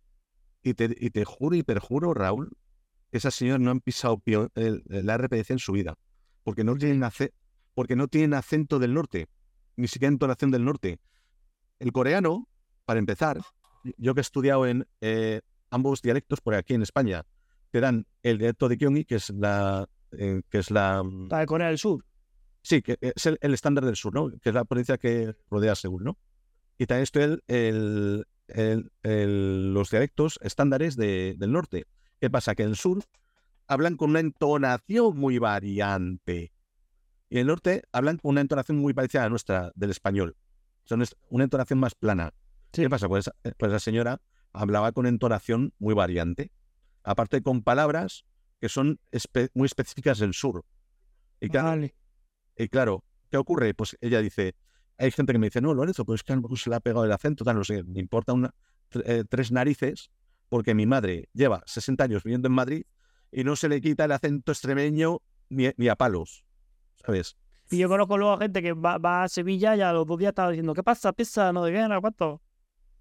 y te, y te juro y perjuro, Raúl, que esas señoras no han pisado pio- el- la R P C en su vida, porque no tienen, ace- porque no tienen acento del norte, ni siquiera entonación del norte. El coreano, para empezar, yo que he estudiado en eh, ambos dialectos, por aquí en España, te dan el dialecto de Gyeonggi, que es la, eh, que es la, La de Corea del Sur. sí, que es el, el estándar del sur, ¿no? Que es la provincia que rodea Seúl, ¿no? Y también estoy el, el, el, el, los dialectos estándares de, del norte. ¿Qué pasa? Que en el sur hablan con una entonación muy variante. Y en el norte hablan con una entonación muy parecida a la nuestra, del español. Son una entonación más plana. Sí. ¿Qué pasa? Pues, pues la señora hablaba con entonación muy variante. Aparte con palabras que son espe muy específicas del sur. Y claro, Vale. y claro, ¿qué ocurre? Pues ella dice, hay gente que me dice, no, Lorenzo, pues es que a lo mejor se le ha pegado el acento, tal, no sé, me importa una, eh, tres narices, porque mi madre lleva sesenta años viviendo en Madrid y no se le quita el acento extremeño ni, ni a palos, ¿sabes? Y yo conozco luego a gente que va, va a Sevilla y a los dos días estaba diciendo, ¿qué pasa? ¿Pisa? ¿No de qué? ¿No cuánto? O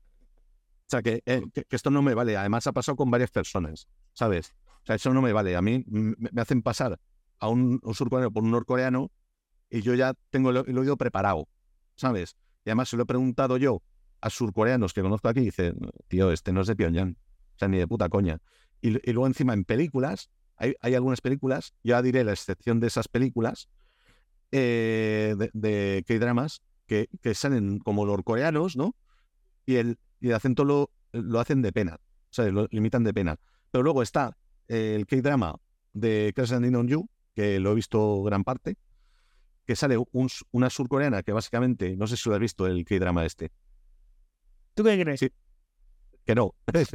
sea, que, eh, que, que esto no me vale. Además ha pasado con varias personas, ¿sabes? O sea, eso no me vale. A mí me, me hacen pasar a un, un surcoreano por un norcoreano y yo ya tengo el, el oído preparado, ¿sabes? Y además se lo he preguntado yo a surcoreanos que conozco aquí y dice, tío, este no es de Pyongyang, o sea, ni de puta coña. Y, y luego encima en películas, hay, hay algunas películas, ya diré la excepción de esas películas, eh, de, de K-dramas, que, que salen como norcoreanos, ¿no? Y el, y el acento lo, lo hacen de pena, ¿sabes? Lo limitan de pena. Pero luego está eh, el K-drama de Crash Landing on You, que lo he visto gran parte, que sale un, una surcoreana que básicamente, no sé si lo has visto, el K-drama este. ¿Tú qué crees? Sí, que no.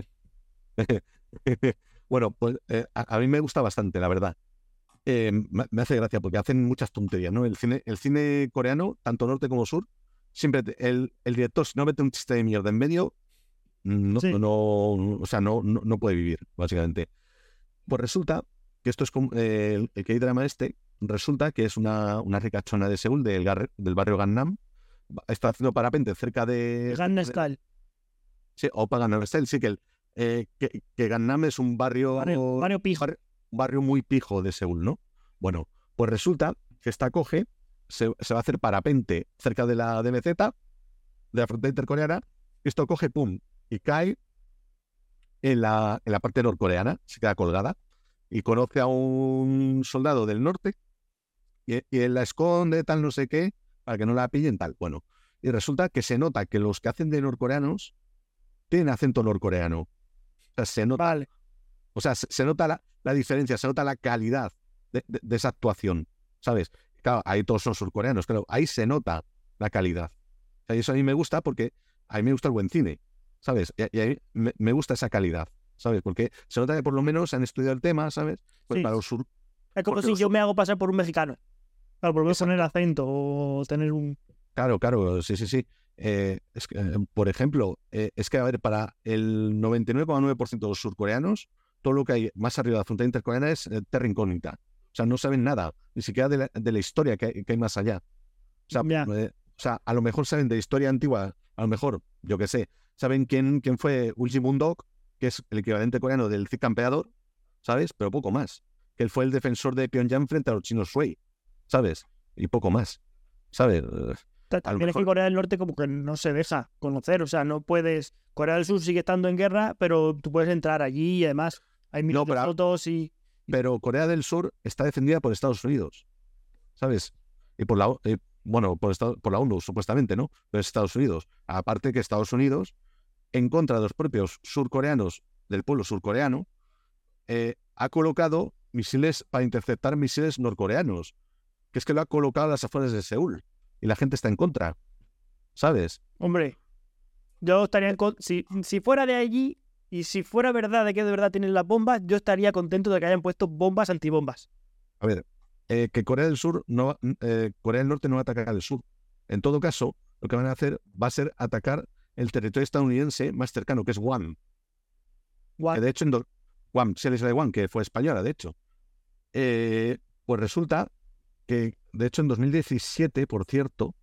Bueno, pues eh, a, a mí me gusta bastante, la verdad. Eh, me, me hace gracia porque hacen muchas tonterías, ¿no? El cine, el cine coreano, tanto norte como sur, siempre te- el, el director, si no mete un chiste de mierda en medio, no, Sí. no, o sea, no, no, no puede vivir, básicamente. Pues resulta que esto es como eh, el, el K-drama este, resulta que es una, una ricachona de Seúl, del, gar- del barrio Gangnam, está haciendo parapente cerca de... Gangnam de- Style. sí, Opa Gangnam Style, sí, que, el, eh, que, que Gangnam es un barrio, Barrio, barrio pijo. bar- barrio muy pijo de Seúl, ¿no? Bueno, pues resulta que esta coge, se, se va a hacer parapente cerca de la D M Z, de la frontera intercoreana, esto coge, pum, y cae en la, en la parte norcoreana, se queda colgada, y conoce a un soldado del norte, y, y él la esconde, tal, no sé qué, para que no la pillen, tal. Bueno, y resulta que se nota que los que hacen de norcoreanos tienen acento norcoreano. O sea, se nota, Vale. o sea, se, se nota la, la diferencia, se nota la calidad de, de, de esa actuación, ¿sabes? Claro, ahí todos son surcoreanos, claro, ahí se nota la calidad. O sea, y eso a mí me gusta porque a mí me gusta el buen cine, ¿sabes? Y, y a mí me, me gusta esa calidad, ¿sabes? Porque se nota que por lo menos han estudiado el tema, ¿sabes? Pues Sí. para los sur... Es como porque si los yo sur- me hago pasar por un mexicano. Claro, por lo menos Exacto. poner acento o tener un... Claro, claro, sí, sí, sí. Eh, es que, eh, por ejemplo, eh, es que, a ver, para el noventa y nueve coma nueve por ciento de los surcoreanos, todo lo que hay más arriba de la frontera intercoreana es eh, terra incógnita. O sea, no saben nada, ni siquiera de la, de la historia que hay, que hay más allá. O sea, Ya. eh, o sea, a lo mejor saben de historia antigua, a lo mejor, yo qué sé, saben quién, quién fue Uji Mundok, que es el equivalente coreano del Cid Campeador, ¿sabes? Pero poco más. Que él fue el defensor de Pyongyang frente a los chinos Sui, ¿sabes? Y poco más, ¿sabes? Eh, Ta- A lo También es que mejor, Corea del Norte como que no se deja conocer, o sea, no puedes... Corea del Sur sigue estando en guerra, pero tú puedes entrar allí y además hay miles no, de pero, a- fotos y... pero Corea del Sur está defendida por Estados Unidos, ¿sabes? Y por la, O- eh, bueno, por, Estados- por la ONU, supuestamente, ¿no? Pero es Estados Unidos. Aparte que Estados Unidos, en contra de los propios surcoreanos, del pueblo surcoreano, eh, ha colocado misiles para interceptar misiles norcoreanos, que es que lo ha colocado a las afueras de Seúl y la gente está en contra, ¿sabes? Hombre, yo estaría en con- si, si fuera de allí y si fuera verdad de que de verdad tienen las bombas, yo estaría contento de que hayan puesto bombas antibombas. A ver, eh, que Corea del Sur no, va- eh, Corea del Norte no va a atacar al sur. En todo caso, lo que van a hacer va a ser atacar el territorio estadounidense más cercano, que es Guam. Guau. Que de hecho, en do- Guam, se les de Guam, que fue española, de hecho. Eh, pues resulta que, de hecho, en dos mil diecisiete, por cierto,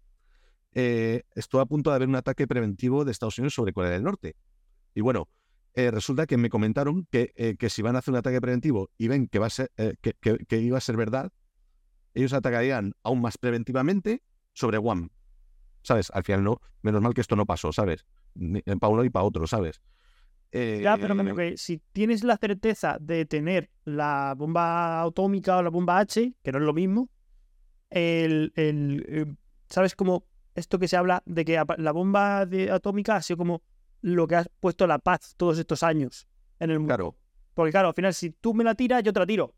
eh, estuvo a punto de haber un ataque preventivo de Estados Unidos sobre Corea del Norte. Y bueno, eh, resulta que me comentaron que, eh, que si van a hacer un ataque preventivo y ven que, va a ser, eh, que, que- que iba a ser verdad, ellos atacarían aún más preventivamente sobre Guam. ¿Sabes? Al final no, menos mal que esto no pasó, ¿sabes? Para uno y para otro, ¿sabes? Eh, Ya, pero que- que si tienes la certeza de tener la bomba atómica o la bomba H, que no es lo mismo, el, el, eh, ¿sabes cómo esto que se habla de que apa- la bomba de- atómica ha sido como lo que ha puesto la paz todos estos años en el mundo? claro, Porque claro, al final si tú me la tiras, yo te la tiro.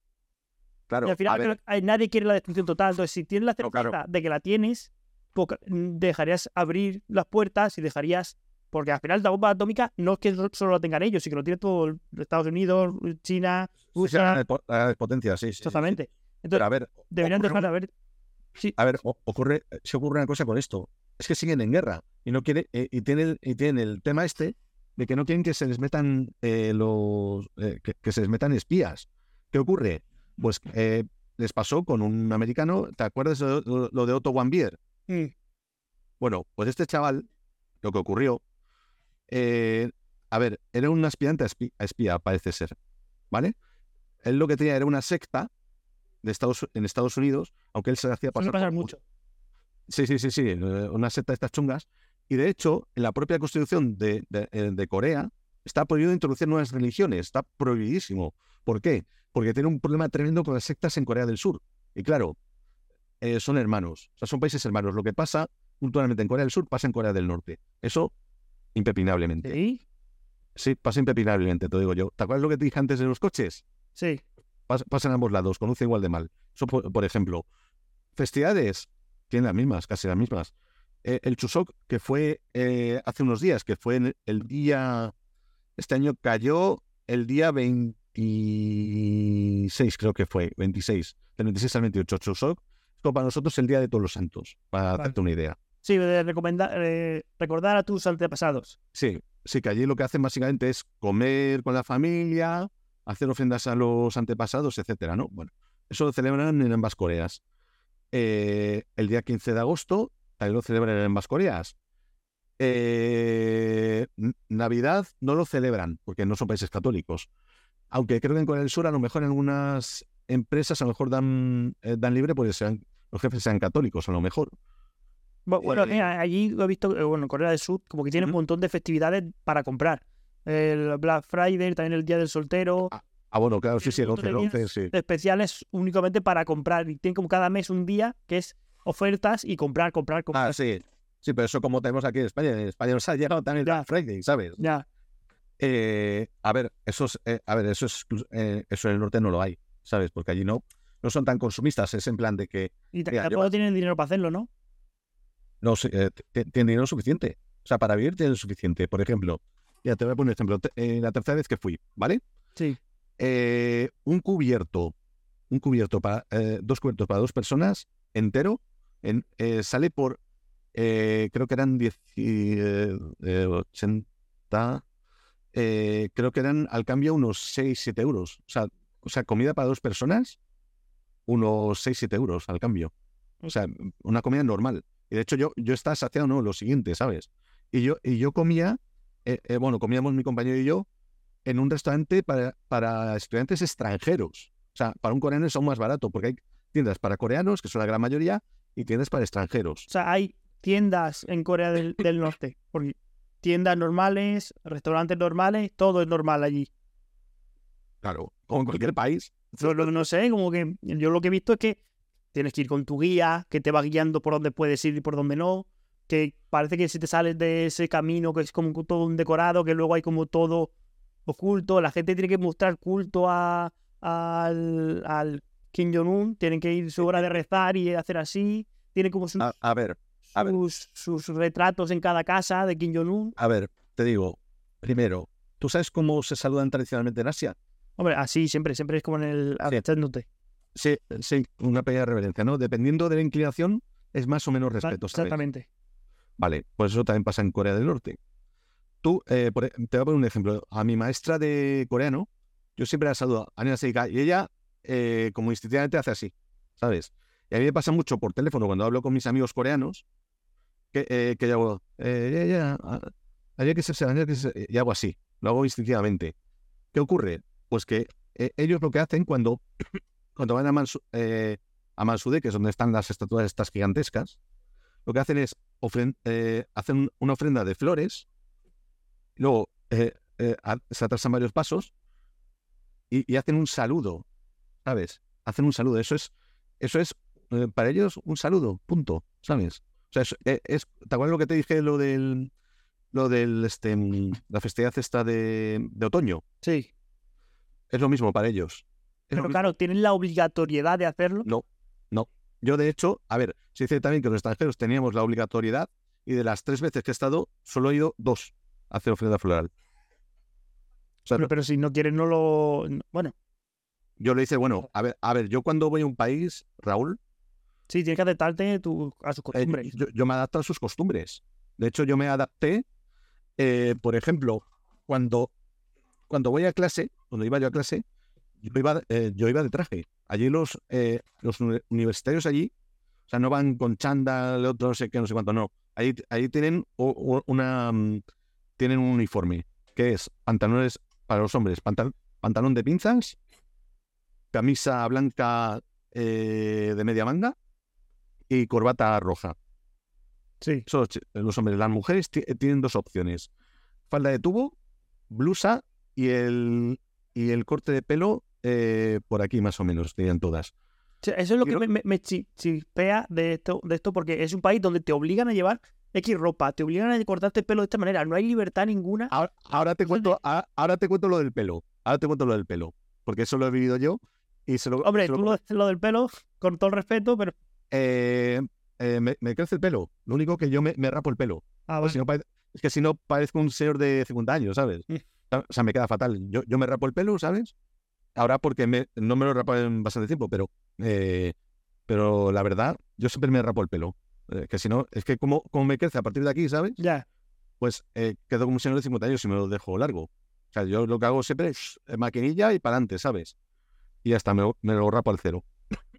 claro. Y al final A ver, creo que hay- nadie quiere la destrucción total. Entonces, si tienes la No, certeza claro. de que la tienes, poca- dejarías abrir las puertas y dejarías... Porque al final la bomba atómica no es que so- solo la tengan ellos, sino que lo tiene todo el- Estados Unidos, China, sí, sí, Rusia, la po- la potencia, sí, sí, sí, sí. exactamente. Pero Entonces, a ver, deberían ocurre, dejar de haber... Sí, a ver, o- ocurre, se ocurre una cosa con esto. Es que siguen en guerra y no quiere, eh, y tienen, y tienen el tema este de que no quieren que se les metan eh, los eh, que, que se les metan espías. ¿Qué ocurre? Pues eh, les pasó con un americano. ¿Te acuerdas de lo, lo de Otto Warmbier? mm, Bueno, pues este chaval, lo que ocurrió, eh, a ver, era un aspirante a espi- a espía, parece ser, ¿vale? Él lo que tenía era una secta de Estados, en Estados Unidos, aunque él se hacía suele pasar pasar por... mucho. Sí, sí, sí, sí, eh, una secta de estas chungas. Y de hecho, en la propia constitución de, de, eh, de Corea está prohibido introducir nuevas religiones, está prohibidísimo. ¿Por qué? Porque tiene un problema tremendo con las sectas en Corea del Sur. Y claro, eh, son hermanos, o sea, son países hermanos. Lo que pasa culturalmente en Corea del Sur pasa en Corea del Norte. Eso, impepinablemente. Sí, Sí, pasa impepinablemente, te digo yo. ¿Te acuerdas lo que te dije antes de los coches? sí. Pas- pasa en ambos lados, conduce igual de mal. Eso, por, por ejemplo. Festividades, tienen las mismas, casi las mismas. Eh, el Chuseok, que fue eh, hace unos días, que fue en el día... Este año cayó el día veintiséis, creo que fue, veintiséis. Del veintiséis al veintiocho. Chuseok es como para nosotros el Día de Todos los Santos, para Vale. hacerte una idea. Sí, de recomendar, eh, recordar a tus antepasados. Sí, sí, que allí lo que hacen básicamente es comer con la familia, hacer ofrendas a los antepasados, etcétera, ¿no? Bueno, eso lo celebran en ambas Coreas. Eh, el día quince de agosto también lo celebran en ambas Coreas. Eh, N- Navidad no lo celebran porque no son países católicos. Aunque creo que en Corea del Sur a lo mejor en algunas empresas a lo mejor dan, eh, dan libre porque sean, los jefes sean católicos a lo mejor. Bu- Bueno, Eh, eh, allí he visto, eh, bueno, en Corea del Sur, como que tienen Ujú. un montón de festividades para comprar. El Black Friday, también el Día del Soltero. Ah, ah, bueno, claro, sí, sí, el Tienen un once, el montón de once, días sí. especiales únicamente para comprar. Y tienen como cada mes un día que es ofertas y comprar, comprar, comprar. Ah, sí. Sí, pero eso como tenemos aquí en España. En España nos ha llegado también el Ya. Black Friday, ¿sabes? Ya, Eh, a ver, eso es, eh, a ver, eso es, exclu- eh, eso en el norte no lo hay, ¿sabes? Porque allí no. no son tan consumistas, es en plan de que... Y mira, tampoco yo- tienen dinero para hacerlo, ¿no? no sé, eh, t- tienen dinero suficiente. O sea, para vivir tienen suficiente. Por ejemplo, ya te voy a poner un ejemplo. Te- eh, la tercera vez que fui, ¿vale? Sí. Eh, un cubierto, un cubierto para eh, dos cubiertos para dos personas entero, en, eh, sale por, eh, creo que eran diez, eh, eh, ochenta, eh, creo que eran al cambio unos seis siete euros. O sea, o sea, comida para dos personas, unos seis siete euros al cambio. O sea, una comida normal. Y de hecho yo, yo estaba saciado, no, lo siguiente, ¿sabes? Y yo, y yo comía, eh, eh, bueno, comíamos mi compañero y yo en un restaurante para, para estudiantes extranjeros. O sea, para un coreano es aún más barato, porque hay tiendas para coreanos, que son la gran mayoría, y tiendas para extranjeros. O sea, hay tiendas en Corea del, del Norte. Porque tiendas normales, restaurantes normales, todo es normal allí. Claro, como en cualquier país. Yo lo- no sé, como que yo lo que he visto es que tienes que ir con tu guía, que te va guiando por dónde puedes ir y por dónde no, que parece que si te sales de ese camino que es como todo un decorado, que luego hay como todo oculto, la gente tiene que mostrar culto a, al, al Kim Jong-un, tienen que ir su hora de rezar y hacer así, tiene como sus, A, a ver, a ver, sus, sus retratos en cada casa de Kim Jong-un. a ver, te digo, primero, ¿tú sabes cómo se saludan tradicionalmente en Asia? Hombre, así siempre, siempre es como en el agachándote. Sí, sí, una pequeña reverencia, ¿no? Dependiendo de la inclinación, es más o menos respeto, ¿sabes? Exactamente. Vale, pues eso también pasa en Corea del Norte. Tú, eh, por e- te voy a poner un ejemplo. A mi maestra de coreano, yo siempre la saludo, Anya Seika, y ella, eh, como instintivamente, hace así, ¿sabes? Y a mí me pasa mucho por teléfono cuando hablo con mis amigos coreanos, que, eh, que yo hago, eh, ya, ya, ah, ayer que se, se- ayer que se- y hago así, lo hago instintivamente. ¿Qué ocurre? Pues que eh, ellos lo que hacen cuando, cuando van a, Mansu- eh, a Mansudae, que es donde están las estatuas estas gigantescas, lo que hacen es ofren- eh, hacen una ofrenda de flores, luego eh, eh, a- se atrasan varios pasos y, y hacen un saludo, ¿sabes? Hacen un saludo. Eso es, eso es eh, para ellos un saludo, punto, ¿sabes? O sea, es, eh, es, ¿te acuerdas lo que te dije lo del, lo del, este, mm, la festividad esta de, de otoño? Sí. Es lo mismo para ellos. Es lo Pero mismo. claro, tienen la obligatoriedad de hacerlo. No, no. Yo, de hecho, a ver, se dice también que los extranjeros teníamos la obligatoriedad y de las tres veces que he estado, solo he ido dos a hacer ofrenda floral. O sea, Pero, pero si no quieres, no lo. no- Bueno, yo le dice, bueno, a ver, a ver, yo cuando voy a un país, Raúl, sí, tienes que adaptarte tu- a sus eh, costumbres. yo, yo me adapto a sus costumbres. De hecho, yo me adapté, eh, por ejemplo, cuando, cuando voy a clase, cuando iba yo a clase, yo iba, eh, yo iba de traje. Allí los, eh, los uni- universitarios allí, o sea, no van con chándal, otro no sé qué, no sé cuánto, no. Ahí, ahí tienen o- o una, mm, tienen un uniforme, que es pantalones para los hombres, pantal- pantalón de pinzas, camisa blanca eh, de media manga y corbata roja. Sí. Eso los, chi- los hombres. Las mujeres ti- tienen dos opciones: falda de tubo, blusa y el, y el corte de pelo eh, por aquí más o menos, dirían todas. O sea, eso es lo Y que lo- me, me- me chi- chispea de esto, de esto, porque es un país donde te obligan a llevar X ropa, te obligan a cortarte el pelo de esta manera, no hay libertad ninguna. Ahora, ahora te cuento, a- ahora te cuento lo del pelo. Ahora te cuento lo del pelo, porque eso lo he vivido yo y se lo, Hombre, se lo- tú lo, lo del pelo, con todo el respeto, pero. eh, eh, me, me crece el pelo. Lo único que yo me, me rapo el pelo. Ah, Pues si vale. no pare- es que si no parezco un señor de cincuenta años, ¿sabes? Mm. O sea, me queda fatal. Yo, yo me rapo el pelo, ¿sabes? Ahora porque me, no me lo rapo en bastante tiempo, pero, eh, pero la verdad, yo siempre me rapo el pelo. Eh, que si no, es que como, como me crece a partir de aquí, ¿sabes? Ya. Pues eh, quedo como un señor de cincuenta años y me lo dejo largo. O sea, yo lo que hago siempre es eh, maquinilla y para adelante, ¿sabes? Y ya está, me, lo- me lo rapo al cero.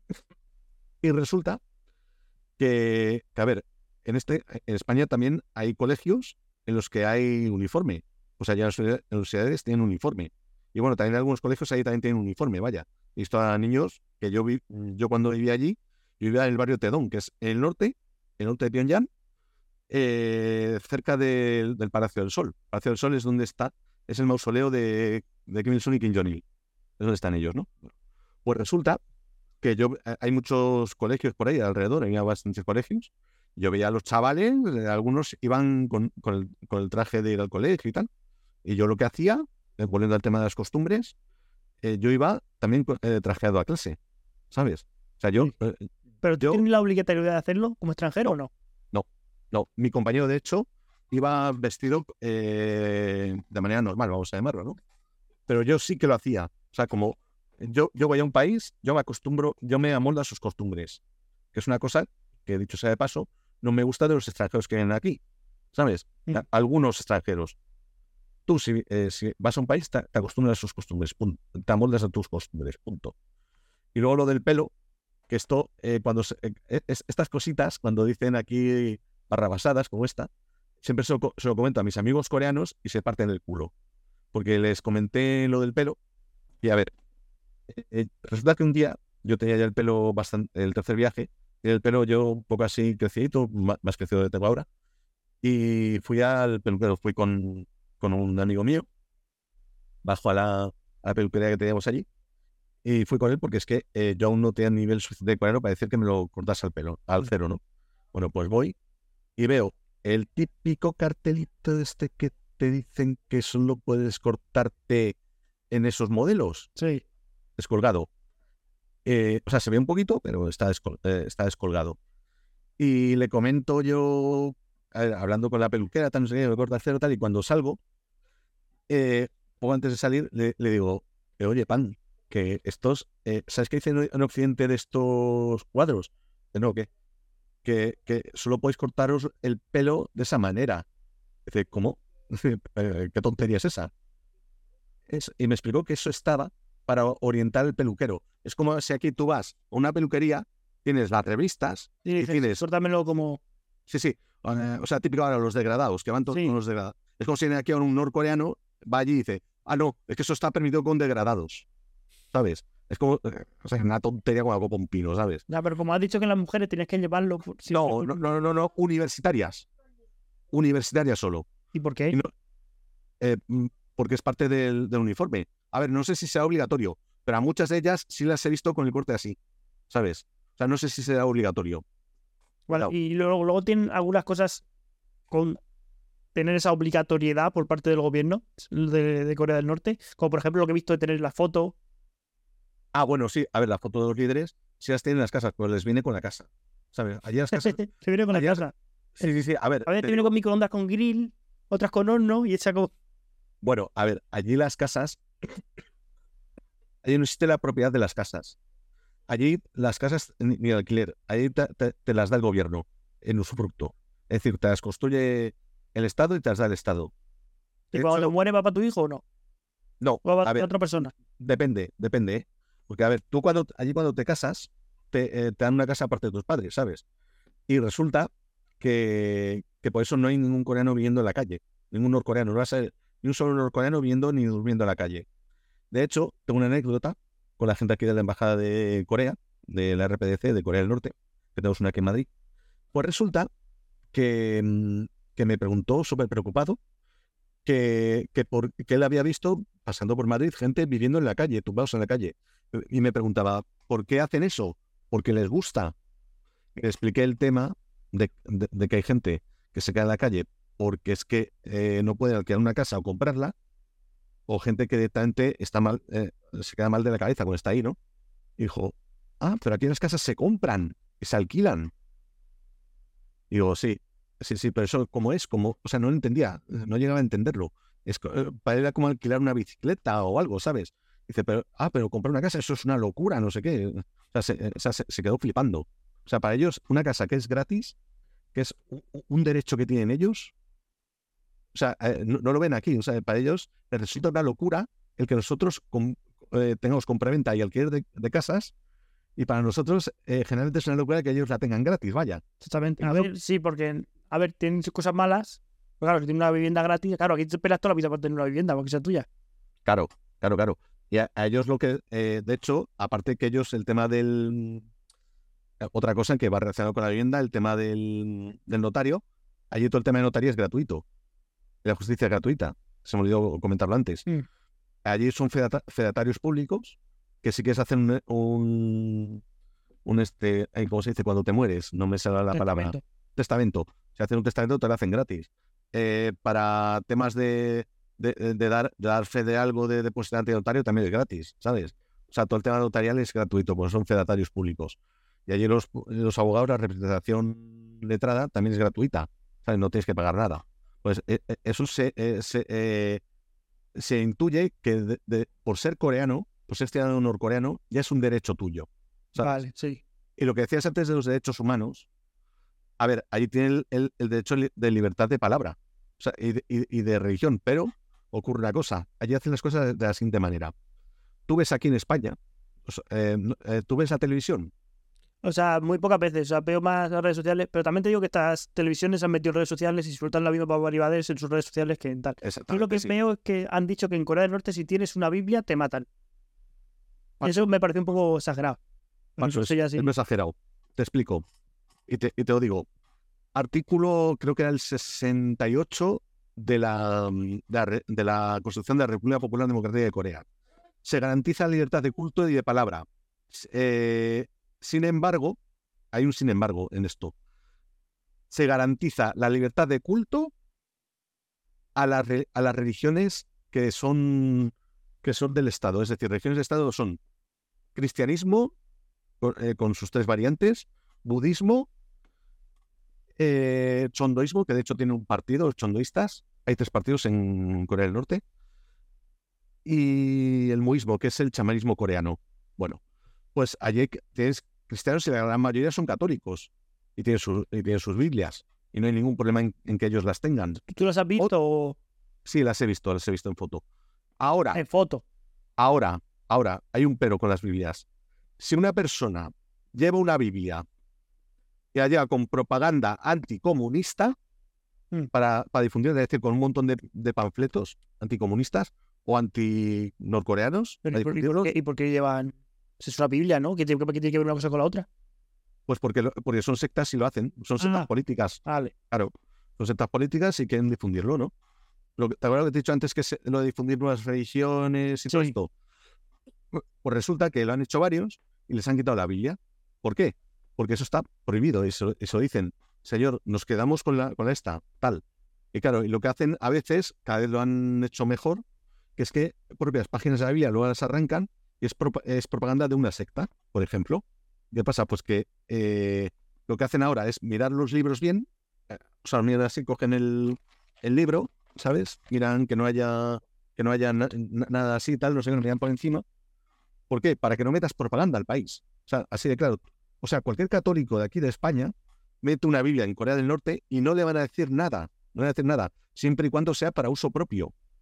Y resulta que, que, a ver, en, este, en España también hay colegios en los que hay uniforme. O sea, ya las uni- universidades tienen uniforme. Y bueno, también algunos colegios ahí también tienen uniforme, vaya. He visto a niños que yo vi, yo cuando vivía allí, yo vivía en el barrio Tedón, que es en el norte, el norte de Pyongyang, eh, cerca del, del Palacio del Sol. El Palacio del Sol es donde está, es el mausoleo de, de Kim Il-sung y Kim Jong-il. Es donde están ellos, ¿no? Pues resulta que yo eh, hay muchos colegios por ahí alrededor, hay bastantes colegios. Yo veía a los chavales, eh, algunos iban con, con el, con el traje de ir al colegio y tal. Y yo lo que hacía, eh, volviendo al tema de las costumbres, eh, yo iba también co- eh, trajeado a clase. ¿sabes? O sea, yo... Sí. eh, ¿Pero tú yo tienes la obligatoriedad de hacerlo como extranjero o no? no, no. Mi compañero, de hecho, iba vestido eh, de manera normal, vamos a llamarlo, ¿no? Pero yo sí que lo hacía. O sea, como yo, yo voy a un país, yo me acostumbro, yo me amoldo a sus costumbres, que es una cosa que, dicho sea de paso, no me gusta de los extranjeros que vienen aquí, ¿sabes? Mm. A- Algunos extranjeros. Tú, si, eh, si vas a un país, te, te acostumbras a sus costumbres, punto. Te amoldas a tus costumbres, punto. Y luego lo del pelo, que esto, eh, cuando se- eh, es- estas cositas, cuando dicen aquí barrabasadas como esta, siempre se lo, co- se lo comento a mis amigos coreanos y se parten el culo. Porque les comenté lo del pelo y a ver, eh, eh, resulta que un día yo tenía ya el pelo bastante, el tercer viaje, y el pelo yo un poco así crecidito, ma- más crecido de lo que tengo ahora, y fui al peluquero, fui con, con un amigo mío, bajo a la, a la peluquería que teníamos allí, y fui con él porque es que eh, yo aún no tenía nivel suficiente de coreano para decir que me lo cortase al pelo, al cero, ¿no? Bueno, pues voy y veo el típico cartelito este que te dicen que solo puedes cortarte en esos modelos, Sí. descolgado. Eh, o sea, se ve un poquito, pero está, descol- eh, está descolgado. Y le comento yo, a ver, hablando con la peluquera, tal, no sé qué, me corta el cero, tal, y cuando salgo, eh, poco antes de salir, le, le digo, eh, oye, pan, que estos, eh, ¿sabes qué dicen en Occidente de estos cuadros? Que no, que, que, que solo podéis cortaros el pelo de esa manera. Dice, ¿cómo? Dice, "Eh, ¿qué tontería es esa? Es- y me explicó que eso estaba para orientar el peluquero. Es como si aquí tú vas a una peluquería, tienes las revistas Y y dices, tienes, córtamelo como... sí, sí, eh, o sea, típico ahora los degradados, que van todos con Sí. los degradados. Es como si viene aquí un norcoreano, va allí y dice, ah, no, es que eso está permitido con degradados, ¿sabes? Es como, eh, o sea, una tontería como algo un pino, ¿sabes? Ya, pero como has dicho que las mujeres tienes que llevarlo... por- sí, No, por- no, no, no, no, universitarias, universitarias solo. ¿Y por Y qué? no, eh, mm, porque es parte del, del uniforme. A ver, no sé si sea obligatorio, pero a muchas de ellas sí las he visto con el corte así, ¿sabes? O sea, no sé si será obligatorio. Vale, Cuidado. y luego, luego tienen algunas cosas con tener esa obligatoriedad por parte del gobierno de, de Corea del Norte, como por ejemplo lo que he visto de tener la foto. Ah, bueno, sí, a ver, la foto de los líderes sí las tienen en las casas, pues les viene con la casa, ¿sabes? Allí las casas, Se viene con la allí, casa. sí, sí, sí, a ver, A ver, te te viene digo, con microondas con grill, otras con horno y esa con... bueno, a ver, allí las casas, allí no existe la propiedad de las casas. Allí las casas, ni ni alquiler, allí te, te- te las da el gobierno en usufructo. Es decir, te las construye el Estado y te las da el Estado. Y De cuando te hecho, muere va para tu hijo o no. no, O va a para ver, otra persona. depende, depende, ¿eh? Porque, a ver, tú cuando, allí cuando te casas, te, eh, te dan una casa aparte de tus padres, ¿sabes? Y resulta que, que por eso no hay ningún coreano viviendo en la calle, ningún norcoreano, no vas a ver ni un solo norcoreano viviendo ni durmiendo en la calle. De hecho, tengo una anécdota con la gente aquí de la Embajada de Corea, de la R P D C, de Corea del Norte, que tenemos una aquí en Madrid. Pues resulta que, mm, que me preguntó, súper preocupado, que, que, por, que él había visto, pasando por Madrid, gente viviendo en la calle, tumbados en la calle. Y me preguntaba, ¿por qué hacen eso? Porque les gusta. Le expliqué el tema de, de- de que hay gente que se queda en la calle porque es que eh, no puede alquilar una casa o comprarla, o gente que directamente está mal, eh, se queda mal de la cabeza cuando está ahí, ¿no? Y dijo, ah, pero aquí las casas se compran y se alquilan. Y digo, sí, sí, sí, pero eso cómo es, como, o sea, no lo entendía, no llegaba a entenderlo. Es co- eh, para él era como alquilar una bicicleta o algo, ¿sabes? Dice, pero, ah, pero comprar una casa, eso es una locura, no sé qué. O sea, se, eh, o sea, se, se quedó flipando. O sea, para ellos, una casa que es gratis, que es un, un derecho que tienen ellos, o sea, eh, no, no lo ven aquí. O sea, para ellos les resulta una locura el que nosotros com- eh, tengamos compraventa y alquiler de, de casas, y para nosotros eh, generalmente es una locura que ellos la tengan gratis, vaya. Exactamente. A Incluso, ver, sí, porque, a ver, tienen sus cosas malas. Pero claro, si tienes una vivienda gratis, claro, aquí te esperas toda la vida para tener una vivienda, porque sea tuya. claro, claro, claro. Y a, a ellos lo que, eh, de hecho, aparte que ellos el tema del... Otra cosa que va relacionado con la vivienda, el tema del, del notario, allí todo el tema de notaría es gratuito. La justicia es gratuita. Se me olvidó comentarlo antes. Mm. Allí son fedata- fedatarios públicos que si quieres hacer un, un, un este, ay, ¿cómo se dice? Cuando te mueres, no me sale la palabra. Testamento. Testamento. Si hacen un testamento te lo hacen gratis. Eh, para temas de, de, de dar, de dar fe de algo, de depositar ante notario, también es gratis, ¿sabes? O sea, todo el tema notarial es gratuito, porque son fedatarios públicos. Y allí los, los abogados, la representación letrada también es gratuita. ¿Sabes? No tienes que pagar nada. Pues eh, eh, eso se, eh, se, eh, se intuye que de, de, por ser coreano, por ser ciudadano norcoreano, ya es un derecho tuyo. ¿Sabes? Vale, sí. Y lo que decías antes de los derechos humanos, a ver, allí tiene el, el, el derecho de libertad de palabra, o sea, y, de, y, y de religión, pero ocurre una cosa, allí hacen las cosas de, de la siguiente manera. Tú ves aquí en España, pues, eh, eh, tú ves la televisión. O sea, muy pocas veces. O sea, veo más las redes sociales, pero también te digo que estas televisiones han metido en redes sociales y sueltan la misma barbaridades en sus redes sociales que en tal. Yo lo que sí. veo es que han dicho que en Corea del Norte si tienes una Biblia te matan. Paso. Eso me parece un poco exagerado. Paso, es, es, es muy exagerado. Te explico. Y te, y te lo digo. Artículo, creo que era el sesenta y ocho de la, de la, de la Constitución de la República Popular Democrática de Corea. Se garantiza la libertad de culto y de palabra. Eh, sin embargo, hay un sin embargo en esto. Se garantiza la libertad de culto a, la, a las religiones que son, que son del Estado. Es decir, religiones del Estado son cristianismo, con, eh, con sus tres variantes, budismo, eh, chondoísmo, que de hecho tiene un partido, los chondoístas. Hay tres partidos en Corea del Norte. Y el muismo, que es el chamanismo coreano. Bueno, pues allí tienes cristianos y la gran mayoría son católicos y tienen, su, y tienen sus Biblias y no hay ningún problema en, en que ellos las tengan. ¿Tú las has visto o...? Sí, las he visto, las he visto en foto. Ahora, en foto. Ahora, ahora, hay un pero con las Biblias. Si una persona lleva una Biblia y la lleva con propaganda anticomunista mm. para, para difundir, es decir, con un montón de, de panfletos anticomunistas o anti-norcoreanos. ¿Y por, ¿y, por qué, ¿Y por qué llevan...? Es una Biblia, ¿no? ¿Qué tiene, qué tiene que ver una cosa con la otra? Pues porque, lo, porque son sectas y lo hacen. Son sectas ah, políticas. Vale. Claro, son sectas políticas y quieren difundirlo, ¿no? Lo que, ¿te acuerdas que te he dicho antes que se, lo de difundir nuevas religiones y sí. todo esto? Pues resulta que lo han hecho varios y les han quitado la Biblia. ¿Por qué? Porque eso está prohibido. Eso, eso dicen, señor, nos quedamos con la, con la esta, tal. Y claro, y lo que hacen a veces, cada vez lo han hecho mejor, que es que propias páginas de la Biblia luego las arrancan y es, pro, es propaganda de una secta, por ejemplo. ¿Qué pasa? Pues que eh, lo que hacen ahora es mirar los libros bien, eh, o sea, miran así, cogen el, el libro, ¿sabes? Miran que no haya, que no haya na, na, nada así, tal, no sé, que nos miran por encima. ¿Por qué? Para que no metas propaganda al país. O sea, así de claro. O sea, cualquier católico de aquí de España mete una Biblia en Corea del Norte y no le van a decir nada, no le van a decir nada, siempre y cuando sea para uso propio.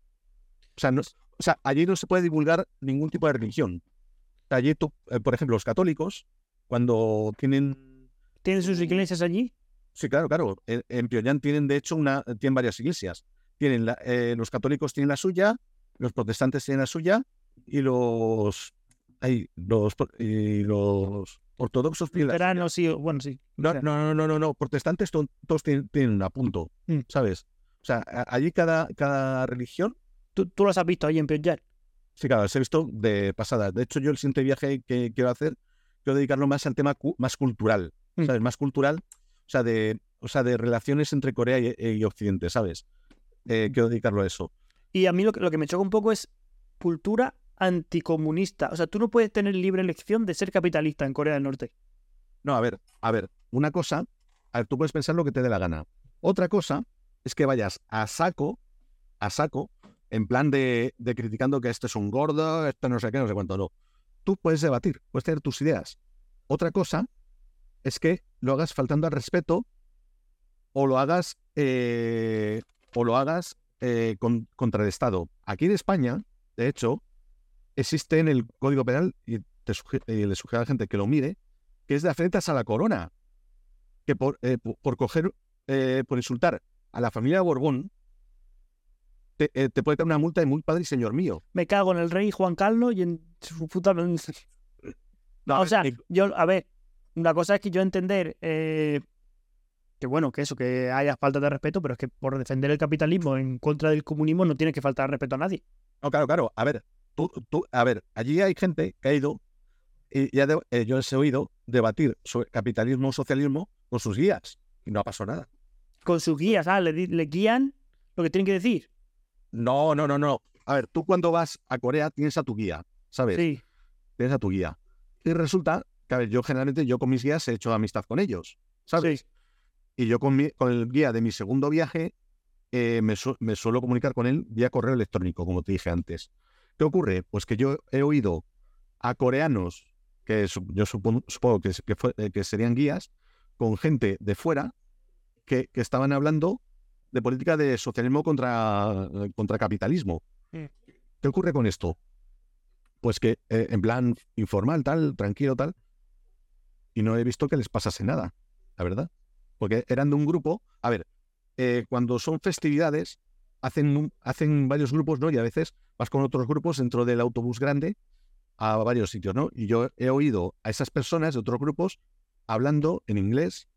O sea, no, o sea allí no se puede divulgar ningún tipo de religión. Allí, tú, eh, por ejemplo, los católicos, cuando tienen... ¿Tienen sus iglesias allí? Sí, claro, claro. En, en Pyongyang tienen, de hecho, una, tienen varias iglesias. Tienen la, eh, los católicos tienen la suya, los protestantes tienen la suya y los... Hay los, y los ortodoxos tienen la suya. Sí, bueno, sí. No, no, no, no, no, no. Protestantes to, todos tienen, tienen a punto, mm. ¿sabes? O sea, a, allí cada, cada religión... ¿Tú, ¿Tú los has visto ahí en Pyongyang? Sí, claro, los he visto de pasada. De hecho, yo el siguiente viaje que quiero hacer, quiero dedicarlo más al tema cu más cultural, mm. ¿sabes? Más cultural, o sea, de, o sea, de relaciones entre Corea y, y Occidente, ¿sabes? Eh, quiero dedicarlo a eso. Y a mí lo que, lo que me choca un poco es cultura anticomunista. O sea, tú no puedes tener libre elección de ser capitalista en Corea del Norte. No, a ver, a ver, una cosa, a ver, tú puedes pensar lo que te dé la gana. Otra cosa es que vayas a saco, a saco, en plan de, de criticando que este es un gordo, esto no sé qué, no sé cuánto, no. Tú puedes debatir, puedes tener tus ideas. Otra cosa es que lo hagas faltando al respeto o lo hagas, eh, o lo hagas eh, con, contra el Estado. Aquí en España, de hecho, existe en el Código Penal, y te suge eh, le sugiero a la gente que lo mire, que es de afrentas a la corona. Que por, eh, por, por coger, eh, por insultar a la familia de Borbón, Te, eh, te puede caer una multa de muy padre y señor mío. Me cago en el rey Juan Carlos y en su puta... No, o sea, eh, yo, a ver, una cosa es que yo entender eh, que bueno, que eso, que haya falta de respeto, pero es que por defender el capitalismo en contra del comunismo no tiene que faltar respeto a nadie. No, claro, claro. A ver, tú, tú, a ver, allí hay gente que ha ido y ya de, eh, yo les he oído debatir sobre capitalismo o socialismo con sus guías y no ha pasado nada. Con sus guías, ah, le, le guían lo que tienen que decir. No, no, no, no. A ver, tú cuando vas a Corea tienes a tu guía, ¿sabes? Sí. tienes a tu guía. Y resulta que, a ver, yo generalmente, yo con mis guías he hecho amistad con ellos, ¿sabes? Sí. Y yo con, mi, con el guía de mi segundo viaje eh, me, su, me suelo comunicar con él vía correo electrónico, como te dije antes. ¿Qué ocurre? Pues que yo he oído a coreanos, que su, yo supongo, supongo que, que, fue, que serían guías, con gente de fuera que, que estaban hablando de política de socialismo contra, contra capitalismo. Mm. ¿Qué ocurre con esto? Pues que eh, en plan informal, tal, tranquilo, tal, y no he visto que les pasase nada, la verdad. Porque eran de un grupo, a ver, eh, cuando son festividades, hacen, un, hacen varios grupos, ¿no? Y a veces vas con otros grupos dentro del autobús grande a varios sitios, ¿no? Y yo he oído a esas personas de otros grupos hablando en inglés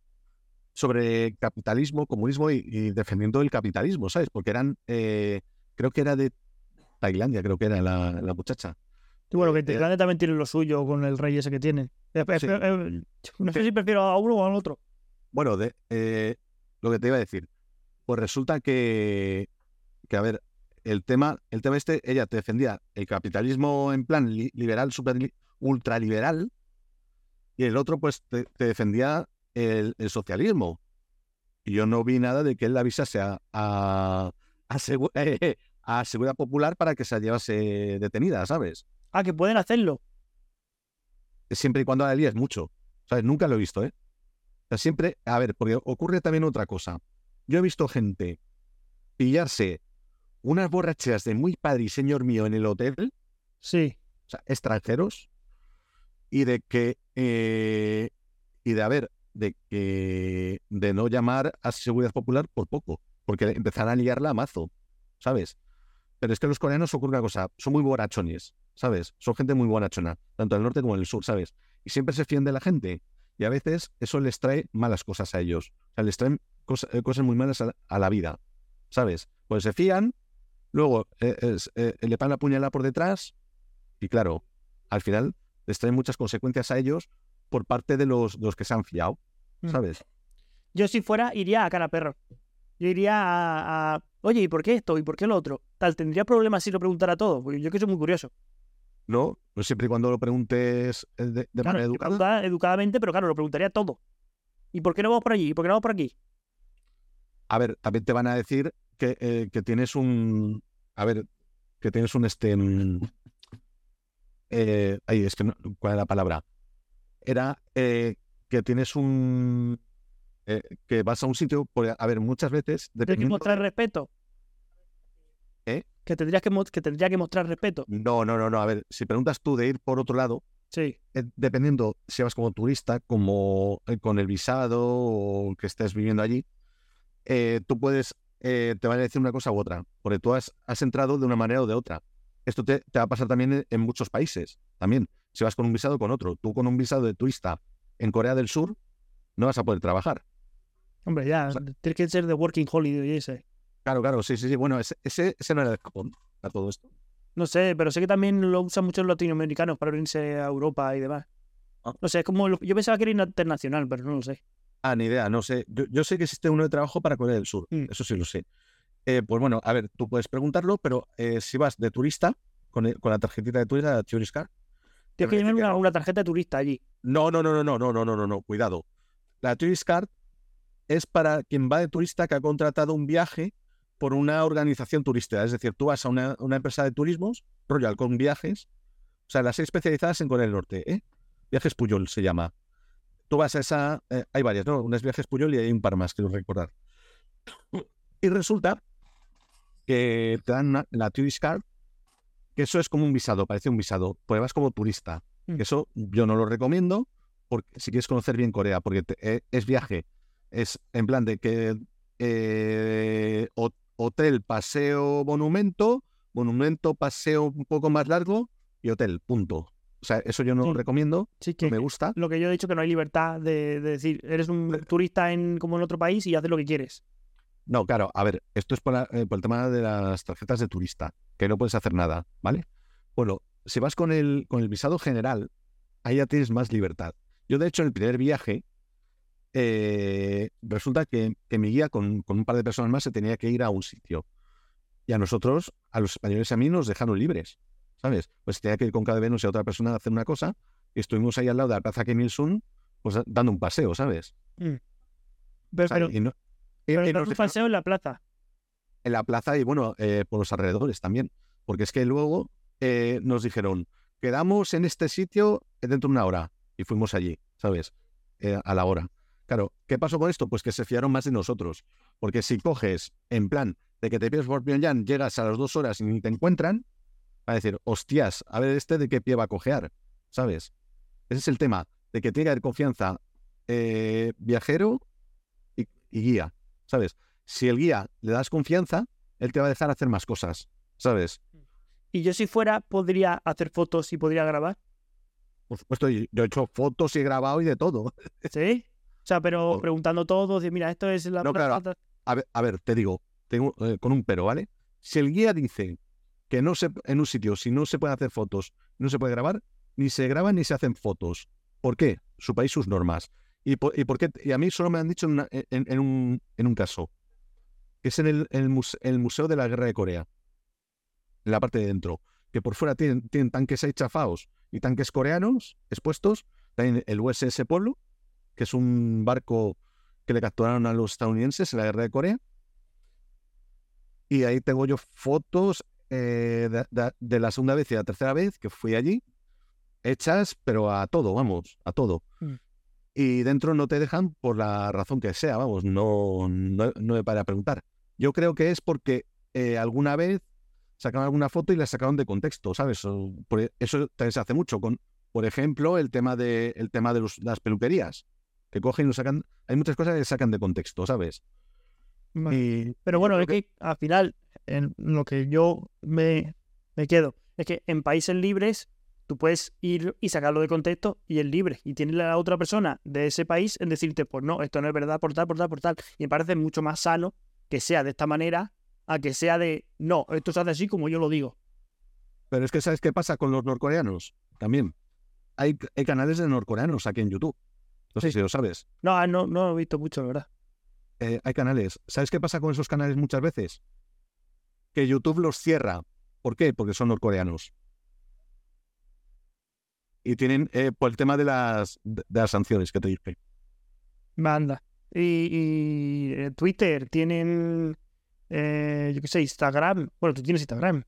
sobre capitalismo, comunismo y, y defendiendo el capitalismo, ¿sabes? Porque eran, eh, creo que era de Tailandia, creo que era la, la muchacha. Sí, bueno, que Tailandia eh, también tiene lo suyo con el rey ese que tiene. Eh, sí. eh, eh, no sé sí. si prefiero a uno o al otro. Bueno, de, eh, lo que te iba a decir, pues resulta que, que a ver, el tema, el tema este, ella te defendía el capitalismo en plan li, liberal, super li, ultraliberal, y el otro pues te, te defendía el, el socialismo. Y yo no vi nada de que él la avisase a, a, a, segu, eh, a Seguridad Popular para que se llevase detenida, ¿sabes? Ah, que pueden hacerlo. Siempre y cuando la líes mucho, ¿sabes? Nunca lo he visto, ¿eh? O sea, siempre, a ver, porque ocurre también otra cosa. Yo he visto gente pillarse unas borracheras de muy padre y señor mío en el hotel. Sí. O sea, extranjeros. Y de que, eh, y de, a ver, de que, de no llamar a Seguridad Popular por poco. Porque empezaron a liarla a mazo, ¿sabes? Pero es que los coreanos ocurre una cosa, son muy borrachones, ¿sabes? Son gente muy borrachona, tanto en el norte como en el sur, ¿sabes? Y siempre se fían de la gente. Y a veces eso les trae malas cosas a ellos. O sea, les traen cosas, cosas muy malas a, a la vida, ¿sabes? Pues se fían, luego eh, es, eh, le pan la puñalada por detrás y claro, al final les traen muchas consecuencias a ellos por parte de los, de los que se han fiado, ¿sabes? Yo si fuera iría a cara perro. Yo iría a, a... Oye, ¿y por qué esto? ¿Y por qué lo otro? Tal, ¿tendría problemas si lo preguntara todo? Porque yo que soy muy curioso. No, no siempre y cuando lo preguntes de, de claro, manera educada. Educadamente, pero claro, lo preguntaría todo. ¿Y por qué no vamos por allí? ¿Y por qué no vamos por aquí? A ver, también te van a decir que, eh, que tienes un... A ver, que tienes un... este eh, Ahí, es que no... ¿Cuál es la palabra? Era eh, que tienes un... Eh, que vas a un sitio, porque, a ver, muchas veces... ¿Tienes que mostrar respeto? ¿Eh? Que tendrías que, que tendría que mostrar respeto. No, no, no, no. A ver, si preguntas tú de ir por otro lado, sí. eh, dependiendo si vas como turista, como eh, con el visado o que estés viviendo allí, eh, tú puedes, eh, te van a decir una cosa u otra, porque tú has, has entrado de una manera o de otra. Esto te, te va a pasar también en, en muchos países, también. Si vas con un visado o con otro, tú con un visado de turista en Corea del Sur, no vas a poder trabajar. Hombre, ya, o sea, tiene que ser de Working Holiday ese. Claro, claro, sí, sí, sí. Bueno, ese, ese, ese no era el Japón a todo esto. No sé, pero sé que también lo usan muchos latinoamericanos para venirse a Europa y demás. Ah. No sé, es como... Yo pensaba que era internacional, pero no lo sé. Ah, ni idea, no sé. Yo, yo sé que existe uno de trabajo para Corea del Sur, mm. eso sí lo sé. Eh, pues bueno, a ver, tú puedes preguntarlo, pero eh, si vas de turista, con, el, con la tarjetita de turista, la Tourist Card... Tienes que llevar una, una tarjeta de turista allí. No, no, no, no, no, no, no, no, no, no, cuidado. La Tourist Card es para quien va de turista que ha contratado un viaje por una organización turística. Es decir, tú vas a una, una empresa de turismos, Royal con viajes, o sea, las seis especializadas en Corea del Norte, ¿eh? Viajes Puyol se llama. Tú vas a esa... Eh, hay varias, ¿no? Unas Viajes Puyol y hay un par más, quiero recordar. Y resulta que te dan una, la Tourist Card, que eso es como un visado, parece un visado, pues vas como turista. Mm. Eso yo no lo recomiendo porque, si quieres conocer bien Corea, porque te, eh, es viaje, es en plan de que eh, hotel, paseo, monumento, monumento, paseo un poco más largo y hotel, punto. O sea, eso yo no sí. lo recomiendo, sí, que no me gusta. Lo que yo he dicho, que no hay libertad de, de decir, eres un turista en como en otro país y haces lo que quieres. No, claro, a ver, esto es por, la, eh, por el tema de las tarjetas de turista, que no puedes hacer nada, ¿vale? Bueno, si vas con el, con el visado general, ahí ya tienes más libertad. Yo, de hecho, en el primer viaje, eh, resulta que, que mi guía con, con un par de personas más se tenía que ir a un sitio. Y a nosotros, a los españoles y a mí, nos dejaron libres, ¿sabes? Pues tenía que ir con K D Venus y a otra persona a hacer una cosa y estuvimos ahí al lado de la plaza Kim Il-sung, pues dando un paseo, ¿sabes? Mm. O Pero, sea, pero, y no- y- pero y das nos un dejaron paseo en la plaza. en la plaza y bueno, eh, por los alrededores también. Porque es que luego eh, nos dijeron, quedamos en este sitio dentro de una hora. Y fuimos allí, ¿sabes? Eh, a la hora. Claro, ¿qué pasó con esto? Pues que se fiaron más de nosotros. Porque si coges en plan de que te pierdes por Pyongyang, llegas a las dos horas y ni te encuentran, va a decir, hostias, a ver este de qué pie va a cojear, ¿sabes? Ese es el tema, de que tiene que haber confianza eh, viajero y, y guía, ¿sabes? Si el guía le das confianza, él te va a dejar hacer más cosas, ¿sabes? Y yo si fuera, podría hacer fotos y podría grabar. Por supuesto, y yo he hecho fotos y he grabado y de todo. ¿Sí? O sea, pero Oh, preguntando todo, de mira, esto es la no, claro, plaza. a ver, a ver, te digo, tengo, eh, con un pero, ¿vale? Si el guía dice que no se, en un sitio, si no se puede hacer fotos, no se puede grabar, ni se graban ni se hacen fotos. ¿Por qué? Su país, sus normas. ¿Y por, y por qué? Y a mí solo me han dicho en, una- en- en un, en un caso, que es en el, en el muse- el Museo de la Guerra de Corea, en la parte de dentro, que por fuera tienen, tienen tanques ahí chafados y tanques coreanos expuestos, también el U S S Polo, que es un barco que le capturaron a los estadounidenses en la Guerra de Corea, y ahí tengo yo fotos eh, de, de- de la segunda vez y la tercera vez que fui allí, hechas, pero a todo, vamos, a todo. Mm. Y dentro no te dejan por la razón que sea, vamos, no, no, no me paré a preguntar. Yo creo que es porque eh, alguna vez sacaron alguna foto y la sacaron de contexto, ¿sabes? O- por e- eso también se hace mucho con, por ejemplo, el tema de, el tema de los- las peluquerías, que cogen y lo sacan, hay muchas cosas que sacan de contexto, ¿sabes? Vale. Y, Pero y yo bueno, creo es que, que al final, en lo que yo me, me quedo, es que en países libres tú puedes ir y sacarlo de contexto y es libre. Y tiene la otra persona de ese país en decirte, pues no, esto no es verdad por tal, por tal, por tal. Y me parece mucho más sano que sea de esta manera a que sea de, no, esto se hace así como yo lo digo. pero es que ¿sabes qué pasa con los norcoreanos? También hay, hay canales de norcoreanos aquí en YouTube. No sé Sí. si lo sabes. No, ah, no, no lo he visto mucho, la verdad. Eh, hay canales. ¿Sabes qué pasa con esos canales muchas veces? Que YouTube los cierra. ¿Por qué? Porque son norcoreanos. Y tienen, eh, por el tema de las, de, de las sanciones que te dije. Manda. Y, y eh, Twitter, tienen, eh, yo qué sé, Instagram. Bueno, tú tienes Instagram.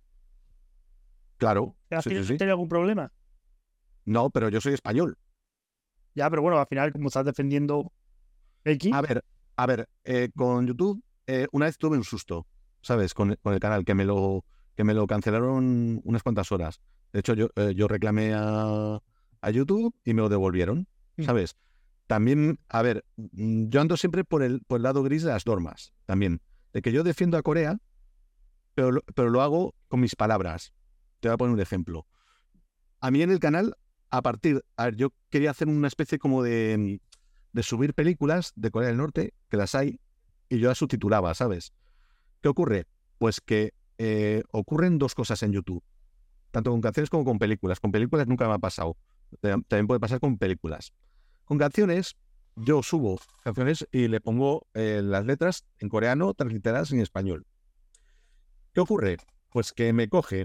Claro, ¿Has sí, sí, tenido, sí. tenido algún problema? No, pero yo soy español. Ya, pero bueno, al final, como estás defendiendo X, A ver, a ver, eh, con YouTube, eh, una vez tuve un susto, ¿sabes? Con, con el canal, que me lo, que me lo cancelaron unas cuantas horas. De hecho, yo, eh, yo reclamé a, a YouTube y me lo devolvieron, Mm. ¿sabes? También, a ver, mm, yo ando siempre por el, por el lado gris de las normas, también. De que yo defiendo a Corea, pero, lo- pero lo hago con mis palabras. Te voy a poner un ejemplo. A mí en el canal, a partir, a ver, yo quería hacer una especie como de, de subir películas de Corea del Norte, que las hay, y yo las subtitulaba, ¿sabes? ¿Qué ocurre? Pues que eh, ocurren dos cosas en YouTube, tanto con canciones como con películas. Con películas nunca me ha pasado. Tam- También puede pasar con películas. Con canciones, yo subo canciones y le pongo eh, las letras en coreano transliteradas en español. ¿Qué ocurre? Pues que me coge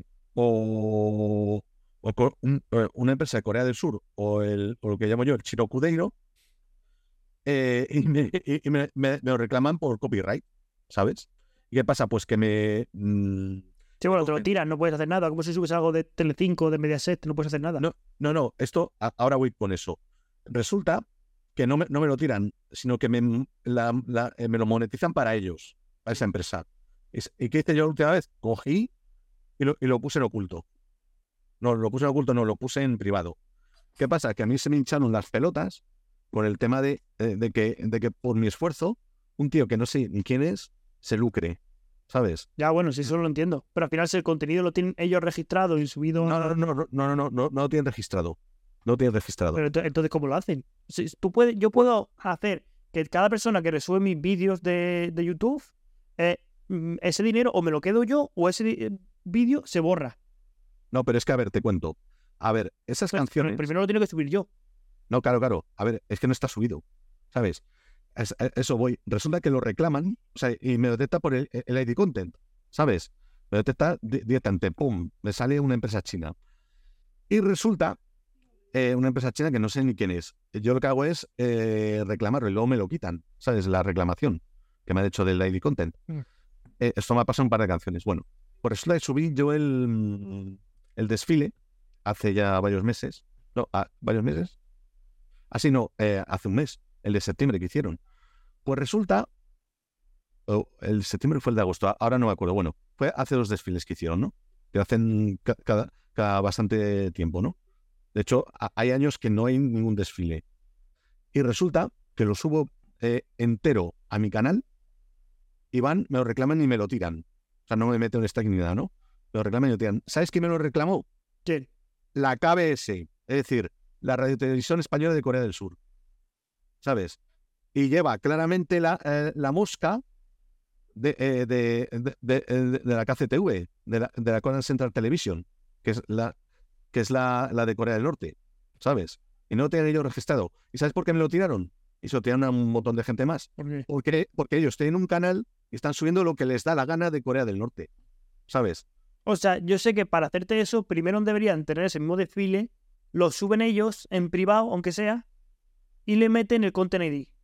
o, o co- un- eh, una empresa de Corea del Sur o, el, o lo que llamo yo el Chirokudeiro eh, y, me, y- y me- me- me lo reclaman por copyright, ¿sabes? ¿Y qué pasa? Pues que me... mm, sí, me bueno, te lo cogen- tiras, no puedes hacer nada. Como si subes algo de Telecinco, de Mediaset, no puedes hacer nada. No, no, no, esto, a- ahora voy con eso. Resulta que no me, no me lo tiran, sino que me, la- la- eh, me lo monetizan para ellos, a esa empresa. Es- ¿Y qué hice yo la última vez? Cogí y lo, y lo puse en oculto. No, lo puse en oculto, no, lo puse en privado. ¿Qué pasa? Que a mí se me hincharon las pelotas con el tema de, eh, de que, de que por mi esfuerzo, un tío que no sé ni quién es, se lucre, ¿sabes? Ya, bueno, sí, eso lo entiendo. Pero al final, si el contenido lo tienen ellos registrado y subido. No, no, no, no, no, no, no, no, no lo tienen registrado. No lo tienen registrado. Pero ento- entonces, ¿cómo lo hacen? Si- tú puedes, yo puedo hacer que cada persona que resube mis vídeos de, de YouTube, eh, mm, ese dinero o me lo quedo yo o ese di- eh, vídeo se borra. No, pero es que, a ver, te cuento. A ver, esas Pero- pero canciones... primero lo tengo que subir yo. No, claro, claro. A ver, es que no está subido, ¿sabes? Es- a eso voy. Resulta que lo reclaman, o sea, y me lo detecta por el, el I D content, ¿sabes? Me detecta di- directamente, pum, me sale una empresa china. Y resulta, eh, una empresa china que no sé ni quién es. Yo lo que hago es eh, reclamarlo y luego me lo quitan, ¿sabes? La reclamación que me han hecho del Daily Content. Mm. Eh, esto me ha pasado en un par de canciones. Bueno, por resulta que subí yo el, el desfile hace ya varios meses. No, ah, ¿varios meses? Así no, eh, hace un mes, el de septiembre que hicieron. Pues resulta, oh, el septiembre fue el de agosto, ahora no me acuerdo. Bueno, fue hace dos desfiles que hicieron, ¿no? Que hacen ca- cada, cada bastante tiempo, ¿no? De hecho, a- hay años que no hay ningún desfile. Y resulta que lo subo eh, entero a mi canal y van, me lo reclaman y me lo tiran. O sea, no me meten un strike ni nada, ¿no? Me lo reclaman y me lo tiran. ¿Sabes quién me lo reclamó? ¿Quién? La K B S, es decir, la Radiotelevisión Española de Corea del Sur. ¿Sabes? Y lleva claramente la, eh, la mosca de, eh, de, de, de, de, de la K C T V, de la, de la Korean Central Television, que es la, que es la, la de Corea del Norte, ¿sabes? Y no lo tenían ellos registrado. ¿Y sabes por qué me lo tiraron? Y se lo tiraron a un montón de gente más. ¿Por qué? Porque, porque ellos tienen un canal y están subiendo lo que les da la gana de Corea del Norte, ¿sabes? O sea, yo sé que para hacerte eso, primero deberían tener ese mismo desfile, lo suben ellos en privado, aunque sea, y le meten el Content I D.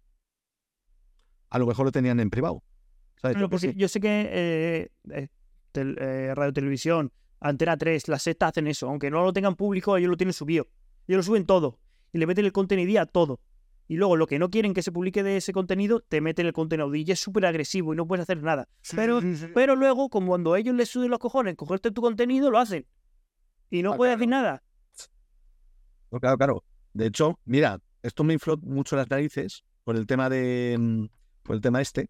A lo mejor lo tenían en privado, ¿sabes? Claro, porque Sí. yo sé que eh, eh, tel- eh, Radio Televisión, Antena tres, La Sexta hacen eso. Aunque no lo tengan público, ellos lo tienen subido. Ellos lo suben todo. Y le meten el Content I D a todo. Y luego lo que no quieren que se publique de ese contenido, te meten el Content I D. Y es súper agresivo y no puedes hacer nada. Pero, pero luego, como cuando a ellos les suben los cojones cogerte tu contenido, lo hacen. Y no Ah, puedes claro. decir nada. No, claro, claro. De hecho, mira, esto me infló mucho las narices por el tema de mm, por el tema este.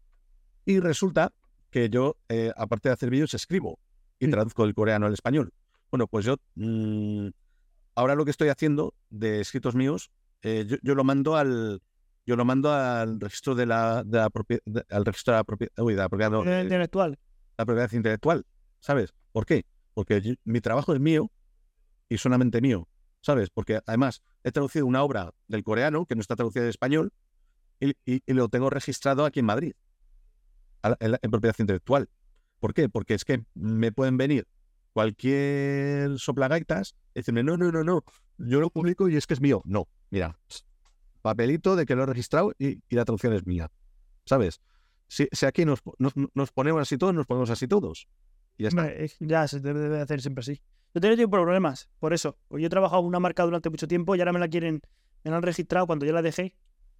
Y resulta que yo, eh, aparte de hacer vídeos, escribo y Sí. traduzco del coreano al español. Bueno, pues yo mm, ahora lo que estoy haciendo de escritos míos, eh, yo, yo lo mando al yo lo mando al registro de la, de la propiedad, al registro de la propiedad, uy, de la propiedad, no, Eh, eh, Intelectual. la propiedad intelectual, ¿sabes? ¿Por qué? Porque yo- mi trabajo es mío y solamente mío, ¿sabes? Porque además he traducido una obra del coreano que no está traducida en español y, y- y lo tengo registrado aquí en Madrid, a la- en, la- en propiedad intelectual. ¿Por qué? Porque es que me pueden venir cualquier soplagaitas y decirme, no, no, no, no, yo lo publico y es que es mío. No, mira, papelito de que lo he registrado y, y la traducción es mía, ¿sabes? Si, si aquí nos, nos, nos ponemos así todos, nos ponemos así todos. Y ya está. Hombre, es- ya se debe debe hacer siempre así. Yo he tenido problemas, por eso. Pues yo he trabajado en una marca durante mucho tiempo y ahora me la quieren, me la han registrado cuando yo la dejé.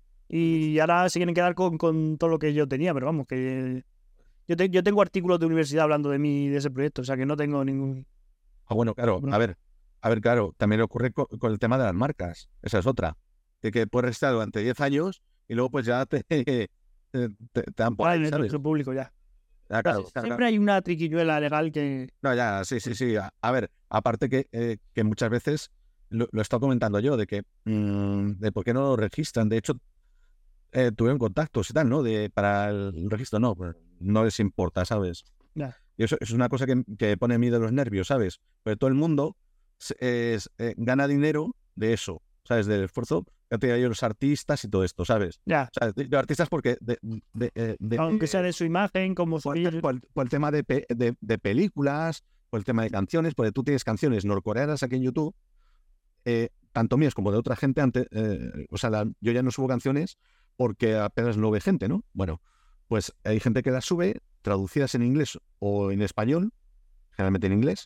Y ahora se quieren quedar con, con todo lo que yo tenía, pero vamos, que yo, te- yo tengo artículos de universidad hablando de mí, de ese proyecto, o sea que no tengo ningún... Ah, bueno, claro, Bueno. a ver, a ver, claro, también ocurre co- con, el tema de las marcas. Esa es otra. De que puedes estar durante diez años y luego pues ya te, te, te- te dan por Vale, ahí, en el ¿sabes? registro público ya. Ah, claro, claro, Siempre claro. hay una triquiñuela legal que... No, ya, sí, sí, sí. A, a ver, aparte que, eh, que muchas veces lo, lo he estado comentando yo, de que mm, de por qué no lo registran. De hecho, eh, tuvieron contactos y tal, ¿no? De, para el registro, no, pues, no les importa, ¿sabes? Ya. Y eso, eso es una cosa que, que pone miedo a los nervios, ¿sabes? Pero todo el mundo se- es, eh, gana dinero de eso, ¿sabes? Del esfuerzo que han tenido ellos los artistas y todo esto, ¿sabes? Ya, O sea, de, de artistas porque de, de, eh, de- aunque sea de su imagen, como su... por, el- por el- por el tema de, pe- de, de películas, por el tema de canciones, porque tú tienes canciones norcoreanas aquí en YouTube, eh, tanto mías como de otra gente, antes, eh, o sea, la- yo ya no subo canciones porque apenas no ve gente, ¿no? Bueno, pues hay gente que las sube traducidas en inglés o en español, generalmente en inglés,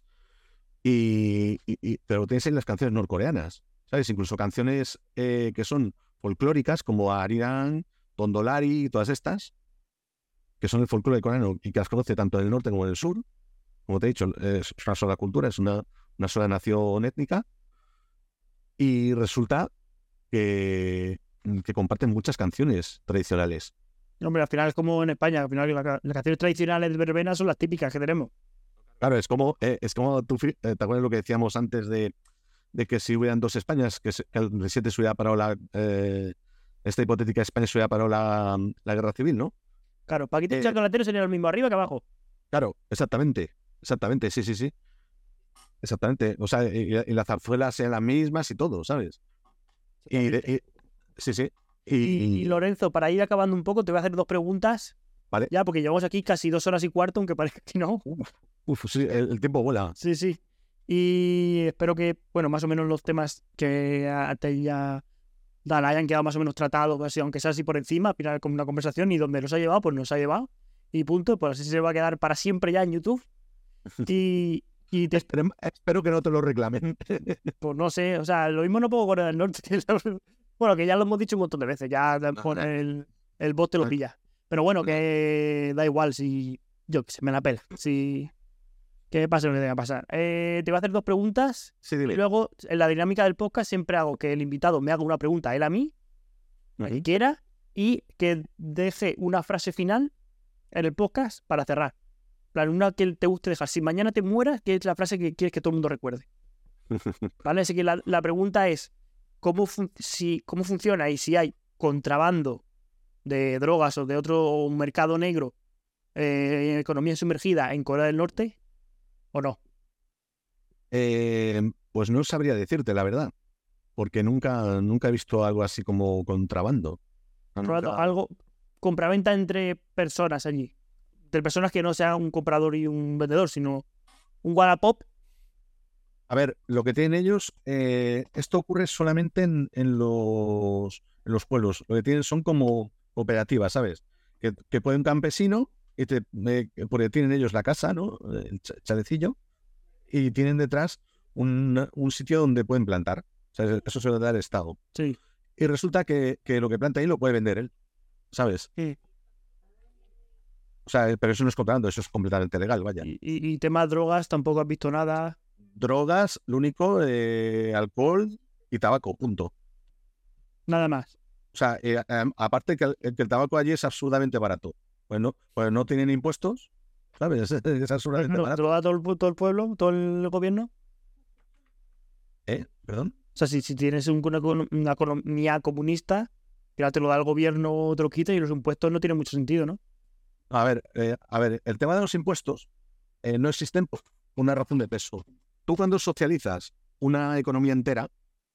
y, y- y- pero tienes ahí las canciones norcoreanas, ¿sabes? Incluso canciones eh, que son folclóricas como Arirang, Tondolari y todas estas, que son el folclore coreano y que las conoce tanto en el norte como en el sur. Como te he dicho, es una sola cultura, es una, una sola nación étnica, y resulta que, que comparten muchas canciones tradicionales. Hombre, al final es como en España, al final la- las canciones tradicionales de verbena son las típicas que tenemos. Claro, es como, eh, es como tú, fi- eh, ¿te acuerdas lo que decíamos antes de, de que si hubieran dos Españas, que, se- que el veintisiete se hubiera parado la, eh, esta hipotética España se hubiera parado la, la guerra civil, ¿no? Claro, Paquito y Eh, Chocolatero serían lo mismo arriba que abajo. Claro, exactamente, exactamente, sí, sí, sí, exactamente. O sea, y, y las zarzuelas sean las mismas y todo, ¿sabes? Y, de- y- sí, sí. Y, Y, y Lorenzo, para ir acabando un poco, te voy a hacer dos preguntas. Vale. Ya, porque llevamos aquí casi dos horas y cuarto, aunque parezca que no. Uf, sí, el, el tiempo vuela. Sí, sí. Y espero que, bueno, más o menos los temas que a- te haya dado hayan quedado más o menos tratados, así, aunque sea así por encima, al final como una conversación y donde nos ha llevado, pues nos ha llevado. Y punto, pues así se va a quedar para siempre ya en YouTube. Y, y te, Esperem- espero que no te lo reclamen. pues no sé, o sea, lo mismo no puedo Corea del Norte. Bueno, que ya lo hemos dicho un montón de veces, ya por el, el bot te lo pilla. Pero bueno, que da igual si, yo que sé, me la pela. Si, que pase lo que tenga que pasar. Eh, te voy a hacer dos preguntas Sí, y dime. luego en la dinámica del podcast siempre hago que el invitado me haga una pregunta a él a mí, la que quiera, y que deje una frase final en el podcast para cerrar. En plan, una que te guste dejar. Si mañana te mueras, ¿qué es la frase que quieres que todo el mundo recuerde? ¿Vale? Así que la, la pregunta es, ¿cómo, fun- si, ¿cómo funciona y si hay contrabando de drogas o de otro mercado negro, eh, economía sumergida en Corea del Norte o no? Eh, pues no sabría decirte la verdad, porque nunca, nunca he visto algo así como contrabando. No, Probado nunca- algo, compraventa entre personas allí. Entre personas que no sean un comprador y un vendedor, sino un Wallapop. A ver, lo que tienen ellos, eh, esto ocurre solamente en, en los, en los pueblos. Lo que tienen son como cooperativas, ¿sabes? Que, que puede un campesino, y te, eh, porque tienen ellos la casa, ¿no? El cha- chalecillo, y tienen detrás un, un sitio donde pueden plantar. O sea, eso se lo da el Estado. Sí. Y resulta que, que lo que planta ahí lo puede vender él, ¿sabes? Sí. O sea, pero eso no es contrabando, eso es completamente legal, vaya. Y, y, y temas drogas, tampoco has visto nada. Drogas, lo único, eh, alcohol y tabaco, punto. Nada más. O sea, eh, eh, aparte que el, que el tabaco allí es absurdamente barato. Pues no, pues no tienen impuestos, ¿sabes? Es, es absurdamente Claro, ¿te barato. lo da todo el, pu- todo el pueblo, todo el gobierno? ¿Eh? ¿Perdón? O sea, si, si tienes un- una, econo- una economía comunista, que ahora te lo da el gobierno, te lo quita y los impuestos no tienen mucho sentido, ¿no? A ver, eh, a ver, el tema de los impuestos eh, no existen por una razón de peso. Tú cuando socializas una economía entera,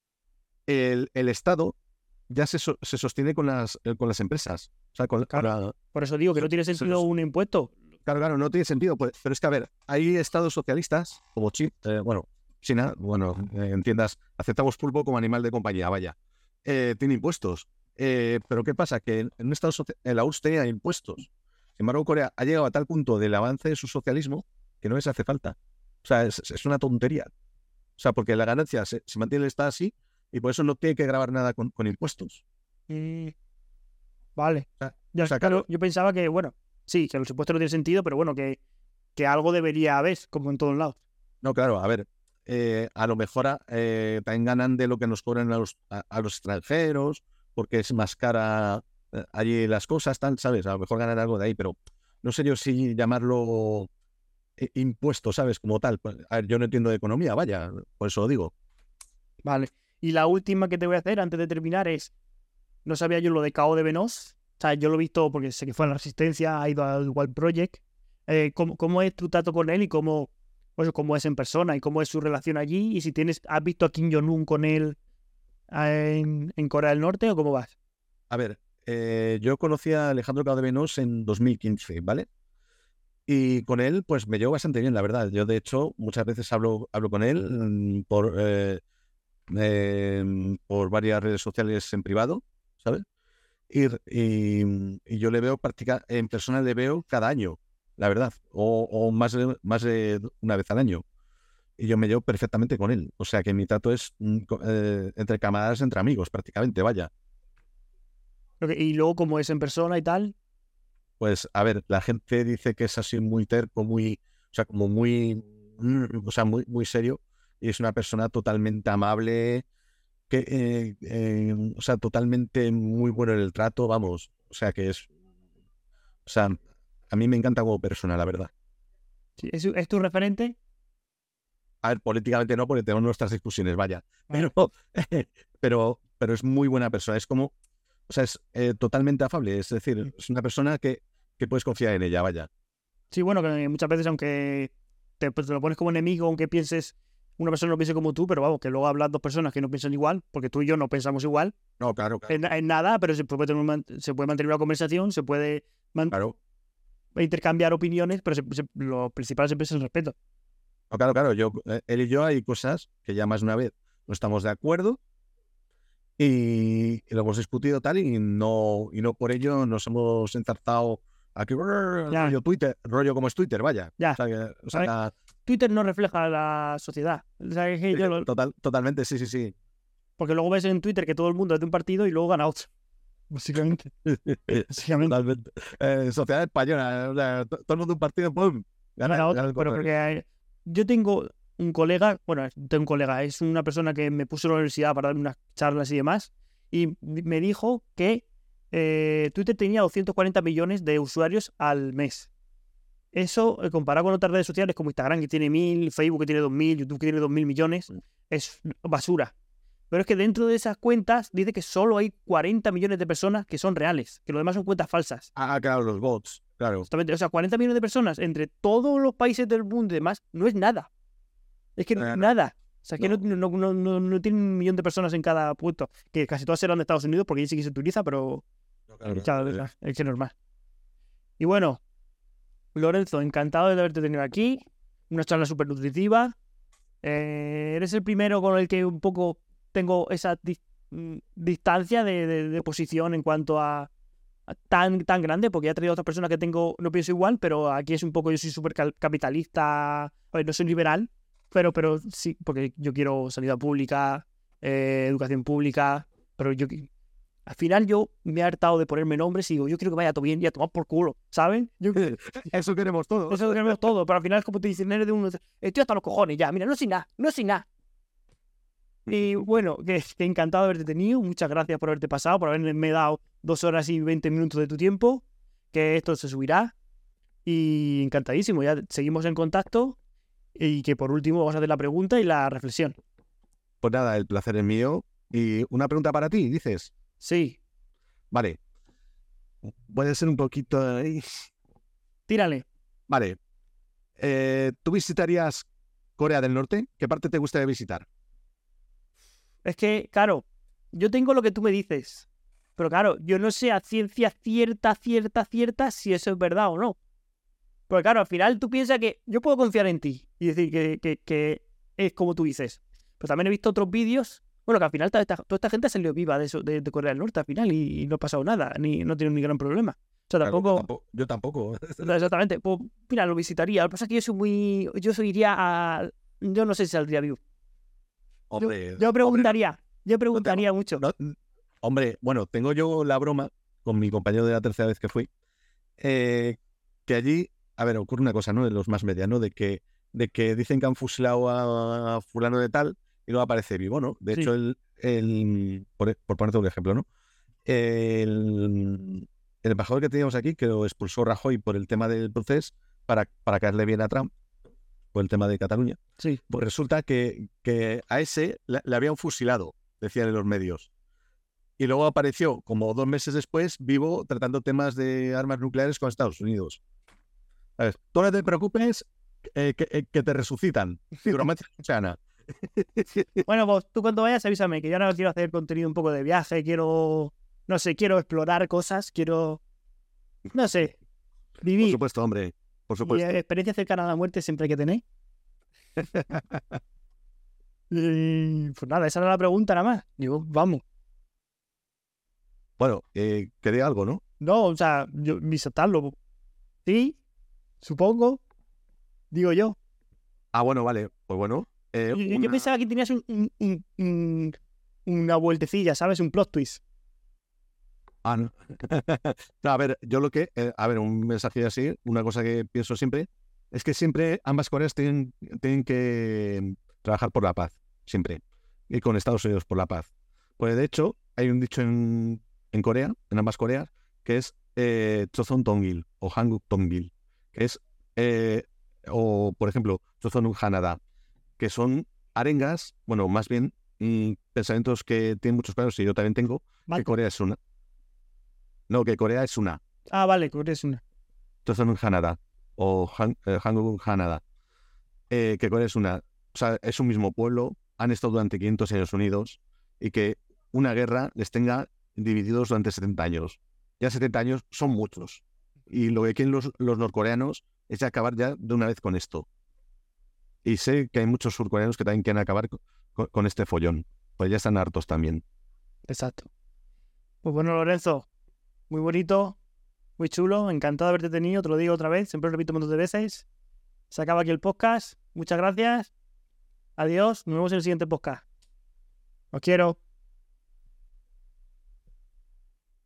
el, el Estado ya se, so- se sostiene con las, eh, con las empresas. O sea, con, con la- Por eso digo que no tiene se- sentido se- un impuesto. Claro, claro, no tiene sentido. Pues, pero es que, a ver, hay estados socialistas, como China, eh, bueno, China, bueno, eh, entiendas, aceptamos pulpo como animal de compañía, vaya. Eh, tiene impuestos. Eh, pero ¿qué pasa? Que en, en un estado socia- en la U R S S tenía impuestos. Sin embargo, Corea ha llegado a tal punto del avance de su socialismo que no les hace falta. O sea, es, es una tontería. O sea, porque la ganancia se, se mantiene el Estado así y por eso no tiene que grabar nada con, con impuestos. Mm, vale. O sea, Ya, o sea, claro, claro, yo pensaba que, bueno, sí, que los impuestos no tienen sentido, pero bueno, que, que algo debería haber, como en todos lados. no, claro, a ver, eh, a lo mejor ah, eh, también ganan de lo que nos cobran a los, a, a los extranjeros, porque es más cara eh, allí las cosas, tal, ¿sabes? A lo mejor ganan algo de ahí, pero no sé yo si llamarlo eh, impuesto, ¿sabes? Como tal. Pues, a ver, yo no entiendo de economía, vaya, por eso lo digo. Vale. Y la última que te voy a hacer antes de terminar es, no sabía yo lo de K O de Venos. O sea, yo lo he visto porque sé que fue en la Resistencia, ha ido al Wild Project. Eh, ¿cómo, ¿Cómo es tu trato con él y cómo, pues, cómo es en persona y cómo es su relación allí? Y si tienes, ¿has visto a Kim Jong-un con él eh, en, en Corea del Norte o cómo vas? A ver, eh, yo conocí a Alejandro Caudevenos en dos mil quince, ¿vale? Y con él, pues me llevo bastante bien, la verdad. Yo, de hecho, muchas veces hablo, hablo con él mm, por, eh, eh, por varias redes sociales en privado, ¿sabes? Y, y- y yo le veo práctica, en persona le veo cada año, la verdad, o, o más, de, más de una vez al año. Y yo me llevo perfectamente con él. O sea que mi trato es mm, co- eh, entre camaradas, entre amigos, prácticamente, vaya. Ok, y luego cómo es en persona y tal. Pues, a ver, la gente dice que es así muy terco, muy, o sea, como muy, mm, o sea, muy, muy serio. Y es una persona totalmente amable, que, eh, eh, o sea, totalmente muy bueno en el trato, vamos. O sea, que es, o sea, a mí me encanta como persona, la verdad. Sí, ¿Es, es tu referente? A ver, políticamente no, porque tenemos nuestras discusiones, vaya. Vale. Pero, pero, pero es muy buena persona. Es como, o sea, es eh, totalmente afable. Es decir, es una persona que, que puedes confiar en ella, vaya. Sí, bueno, que muchas veces aunque te, pues, te lo pones como enemigo, aunque pienses, una persona no piense como tú, pero vamos, que luego hablas dos personas que no piensan igual, porque tú y yo no pensamos igual, No, claro, claro. en, en nada, pero se puede, tener un man- se puede mantener una conversación, se puede... man- Claro. intercambiar opiniones, pero se, se, lo principal siempre es el respeto. No, claro, claro, yo, él y yo hay cosas que ya más de una vez no estamos de acuerdo y, y lo hemos discutido tal y no, y no por ello nos hemos enzarzado aquí, brrr, rollo Twitter, rollo como es Twitter, vaya. Ya. O sea, que, o sea, Twitter no refleja la sociedad. O sea, que yo lo... Total, totalmente, sí, sí, sí. Porque luego ves en Twitter que todo el mundo es de un partido y luego gana otro. Básicamente. Básicamente. Totalmente. Eh, sociedad española, o sea, todo el mundo un partido, ¡pum! Gana, gana otro. Gana el Pero porque hay... yo tengo un colega, bueno, tengo un colega, es una persona que me puso en la universidad para dar unas charlas y demás, y me dijo que eh, Twitter tenía doscientos cuarenta millones de usuarios al mes. Eso, eh, comparado con otras redes sociales como Instagram, que tiene mil, Facebook, que tiene dos mil, YouTube, que tiene dos mil millones, es basura. Pero es que dentro de esas cuentas dice que solo hay cuarenta millones de personas que son reales, que lo demás son cuentas falsas. Ah, claro, los bots, claro. Justamente, o sea, cuarenta millones de personas entre todos los países del mundo y demás no es nada. Es que no es nada. O sea, que no, no, no, no, no tiene un millón de personas en cada puesto, que casi todas serán de Estados Unidos porque ahí sí que se utiliza, pero no, claro, claro, claro. Es que es normal. Y bueno, Lorenzo, encantado de haberte tenido aquí. Una charla súper nutritiva. Eh, eres el primero con el que un poco tengo esa di distancia de, de, de posición en cuanto a, a tan, tan grande, porque ya he traído a otras personas que tengo, no pienso igual, pero aquí es un poco, yo soy súper capitalista, a ver, no soy liberal, pero, pero sí, porque yo quiero sanidad pública, eh, educación pública, pero yo... Al final yo me he hartado de ponerme nombres y digo, yo quiero que vaya todo bien y a tomar por culo, ¿saben? Yo... Eso queremos todos. Eso queremos todos, pero al final es como te dicen, eres de uno, estoy hasta los cojones ya, mira, no sin nada, no sin nada. Y bueno, que, que encantado de haberte tenido, muchas gracias por haberte pasado, por haberme dado dos horas y veinte minutos de tu tiempo, que esto se subirá y encantadísimo, ya seguimos en contacto y que por último vamos a hacer la pregunta y la reflexión. Pues nada, el placer es mío. Y una pregunta para ti, dices. Sí. Vale. Puede ser un poquito... ahí. Tírale. Vale. Eh, ¿Tú visitarías Corea del Norte? ¿Qué parte te gustaría visitar? Es que, claro, yo tengo lo que tú me dices, pero claro, yo no sé a ciencia cierta, cierta, cierta si eso es verdad o no. Porque claro, al final tú piensas que yo puedo confiar en ti y decir que, que, que es como tú dices. Pero también he visto otros vídeos, bueno, que al final toda esta, toda esta gente ha salido viva de, eso, de, de Corea del Norte al final y, y no ha pasado nada, ni no tiene ni gran problema. O sea, tampoco... Claro, yo tampoco. Yo tampoco. Exactamente. Pues mira, lo visitaría. Lo que pasa es que yo soy muy... Yo soy iría a... Yo no sé si saldría vivo. Hombre, yo, yo preguntaría. Hombre, yo preguntaría no, mucho. No, hombre, bueno, tengo yo la broma con mi compañero de la tercera vez que fui, eh, que allí, a ver, ocurre una cosa, ¿no? En los más media, ¿no? De que, de que dicen que han fusilado a fulano de tal y no aparece vivo, ¿no? De Sí. hecho, el, el por, por ponerte un ejemplo, ¿no? El, el embajador que teníamos aquí, que lo expulsó Rajoy por el tema del proceso, para, para caerle bien a Trump, por el tema de Cataluña, sí. Pues resulta que, que a ese le, le habían fusilado, decían en los medios. Y luego apareció, como dos meses después, vivo tratando temas de armas nucleares con Estados Unidos. ¿Sabes? Tú no te preocupes, eh, que, eh, que te resucitan. Bueno, pues tú cuando vayas avísame, que yo ahora quiero hacer contenido un poco de viaje, quiero, no sé, quiero explorar cosas, quiero, no sé, vivir. Por supuesto, hombre, por supuesto. Y experiencia cercana a la muerte siempre hay que tener. Y pues nada, esa era la pregunta nada más. Digo, vamos. Bueno, eh, que diga algo, ¿no? No, o sea, yo visitarlo. Sí, supongo. Digo yo. Ah, bueno, vale. Pues bueno. Eh, yo, una... yo pensaba que tenías un, un, un, un, una vueltecilla, ¿sabes? Un plot twist. Ah, no. No, a ver, yo lo que... Eh, a ver, un mensaje así, una cosa que pienso siempre, es que siempre ambas Coreas tienen, tienen que trabajar por la paz, siempre. Y con Estados Unidos por la paz. Pues de hecho, hay un dicho en, en Corea, en ambas Coreas, que es eh, Choson Tongil o Hanguk Tongil, que es, eh, o por ejemplo, Choson Hanada, que son arengas, bueno, más bien mmm, pensamientos que tienen muchos claros, y yo también tengo, ¿Vale? que Corea es una. No, que Corea es una. Ah, vale, Corea es una. Choson Hanada o Han, eh, Hanguk Hanada, eh, que Corea es una. O sea, es un mismo pueblo, han estado durante quinientos años unidos y que una guerra les tenga divididos durante setenta años. Ya setenta años son muchos. Y lo que quieren los, los norcoreanos es acabar ya de una vez con esto. Y sé que hay muchos surcoreanos que también quieren acabar con, con este follón. Pues ya están hartos también. Exacto. Pues bueno, Lorenzo, muy bonito, muy chulo, encantado de haberte tenido, te lo digo otra vez, siempre lo repito un montón de veces. Se acaba aquí el podcast, muchas gracias, adiós, nos vemos en el siguiente podcast. Os quiero.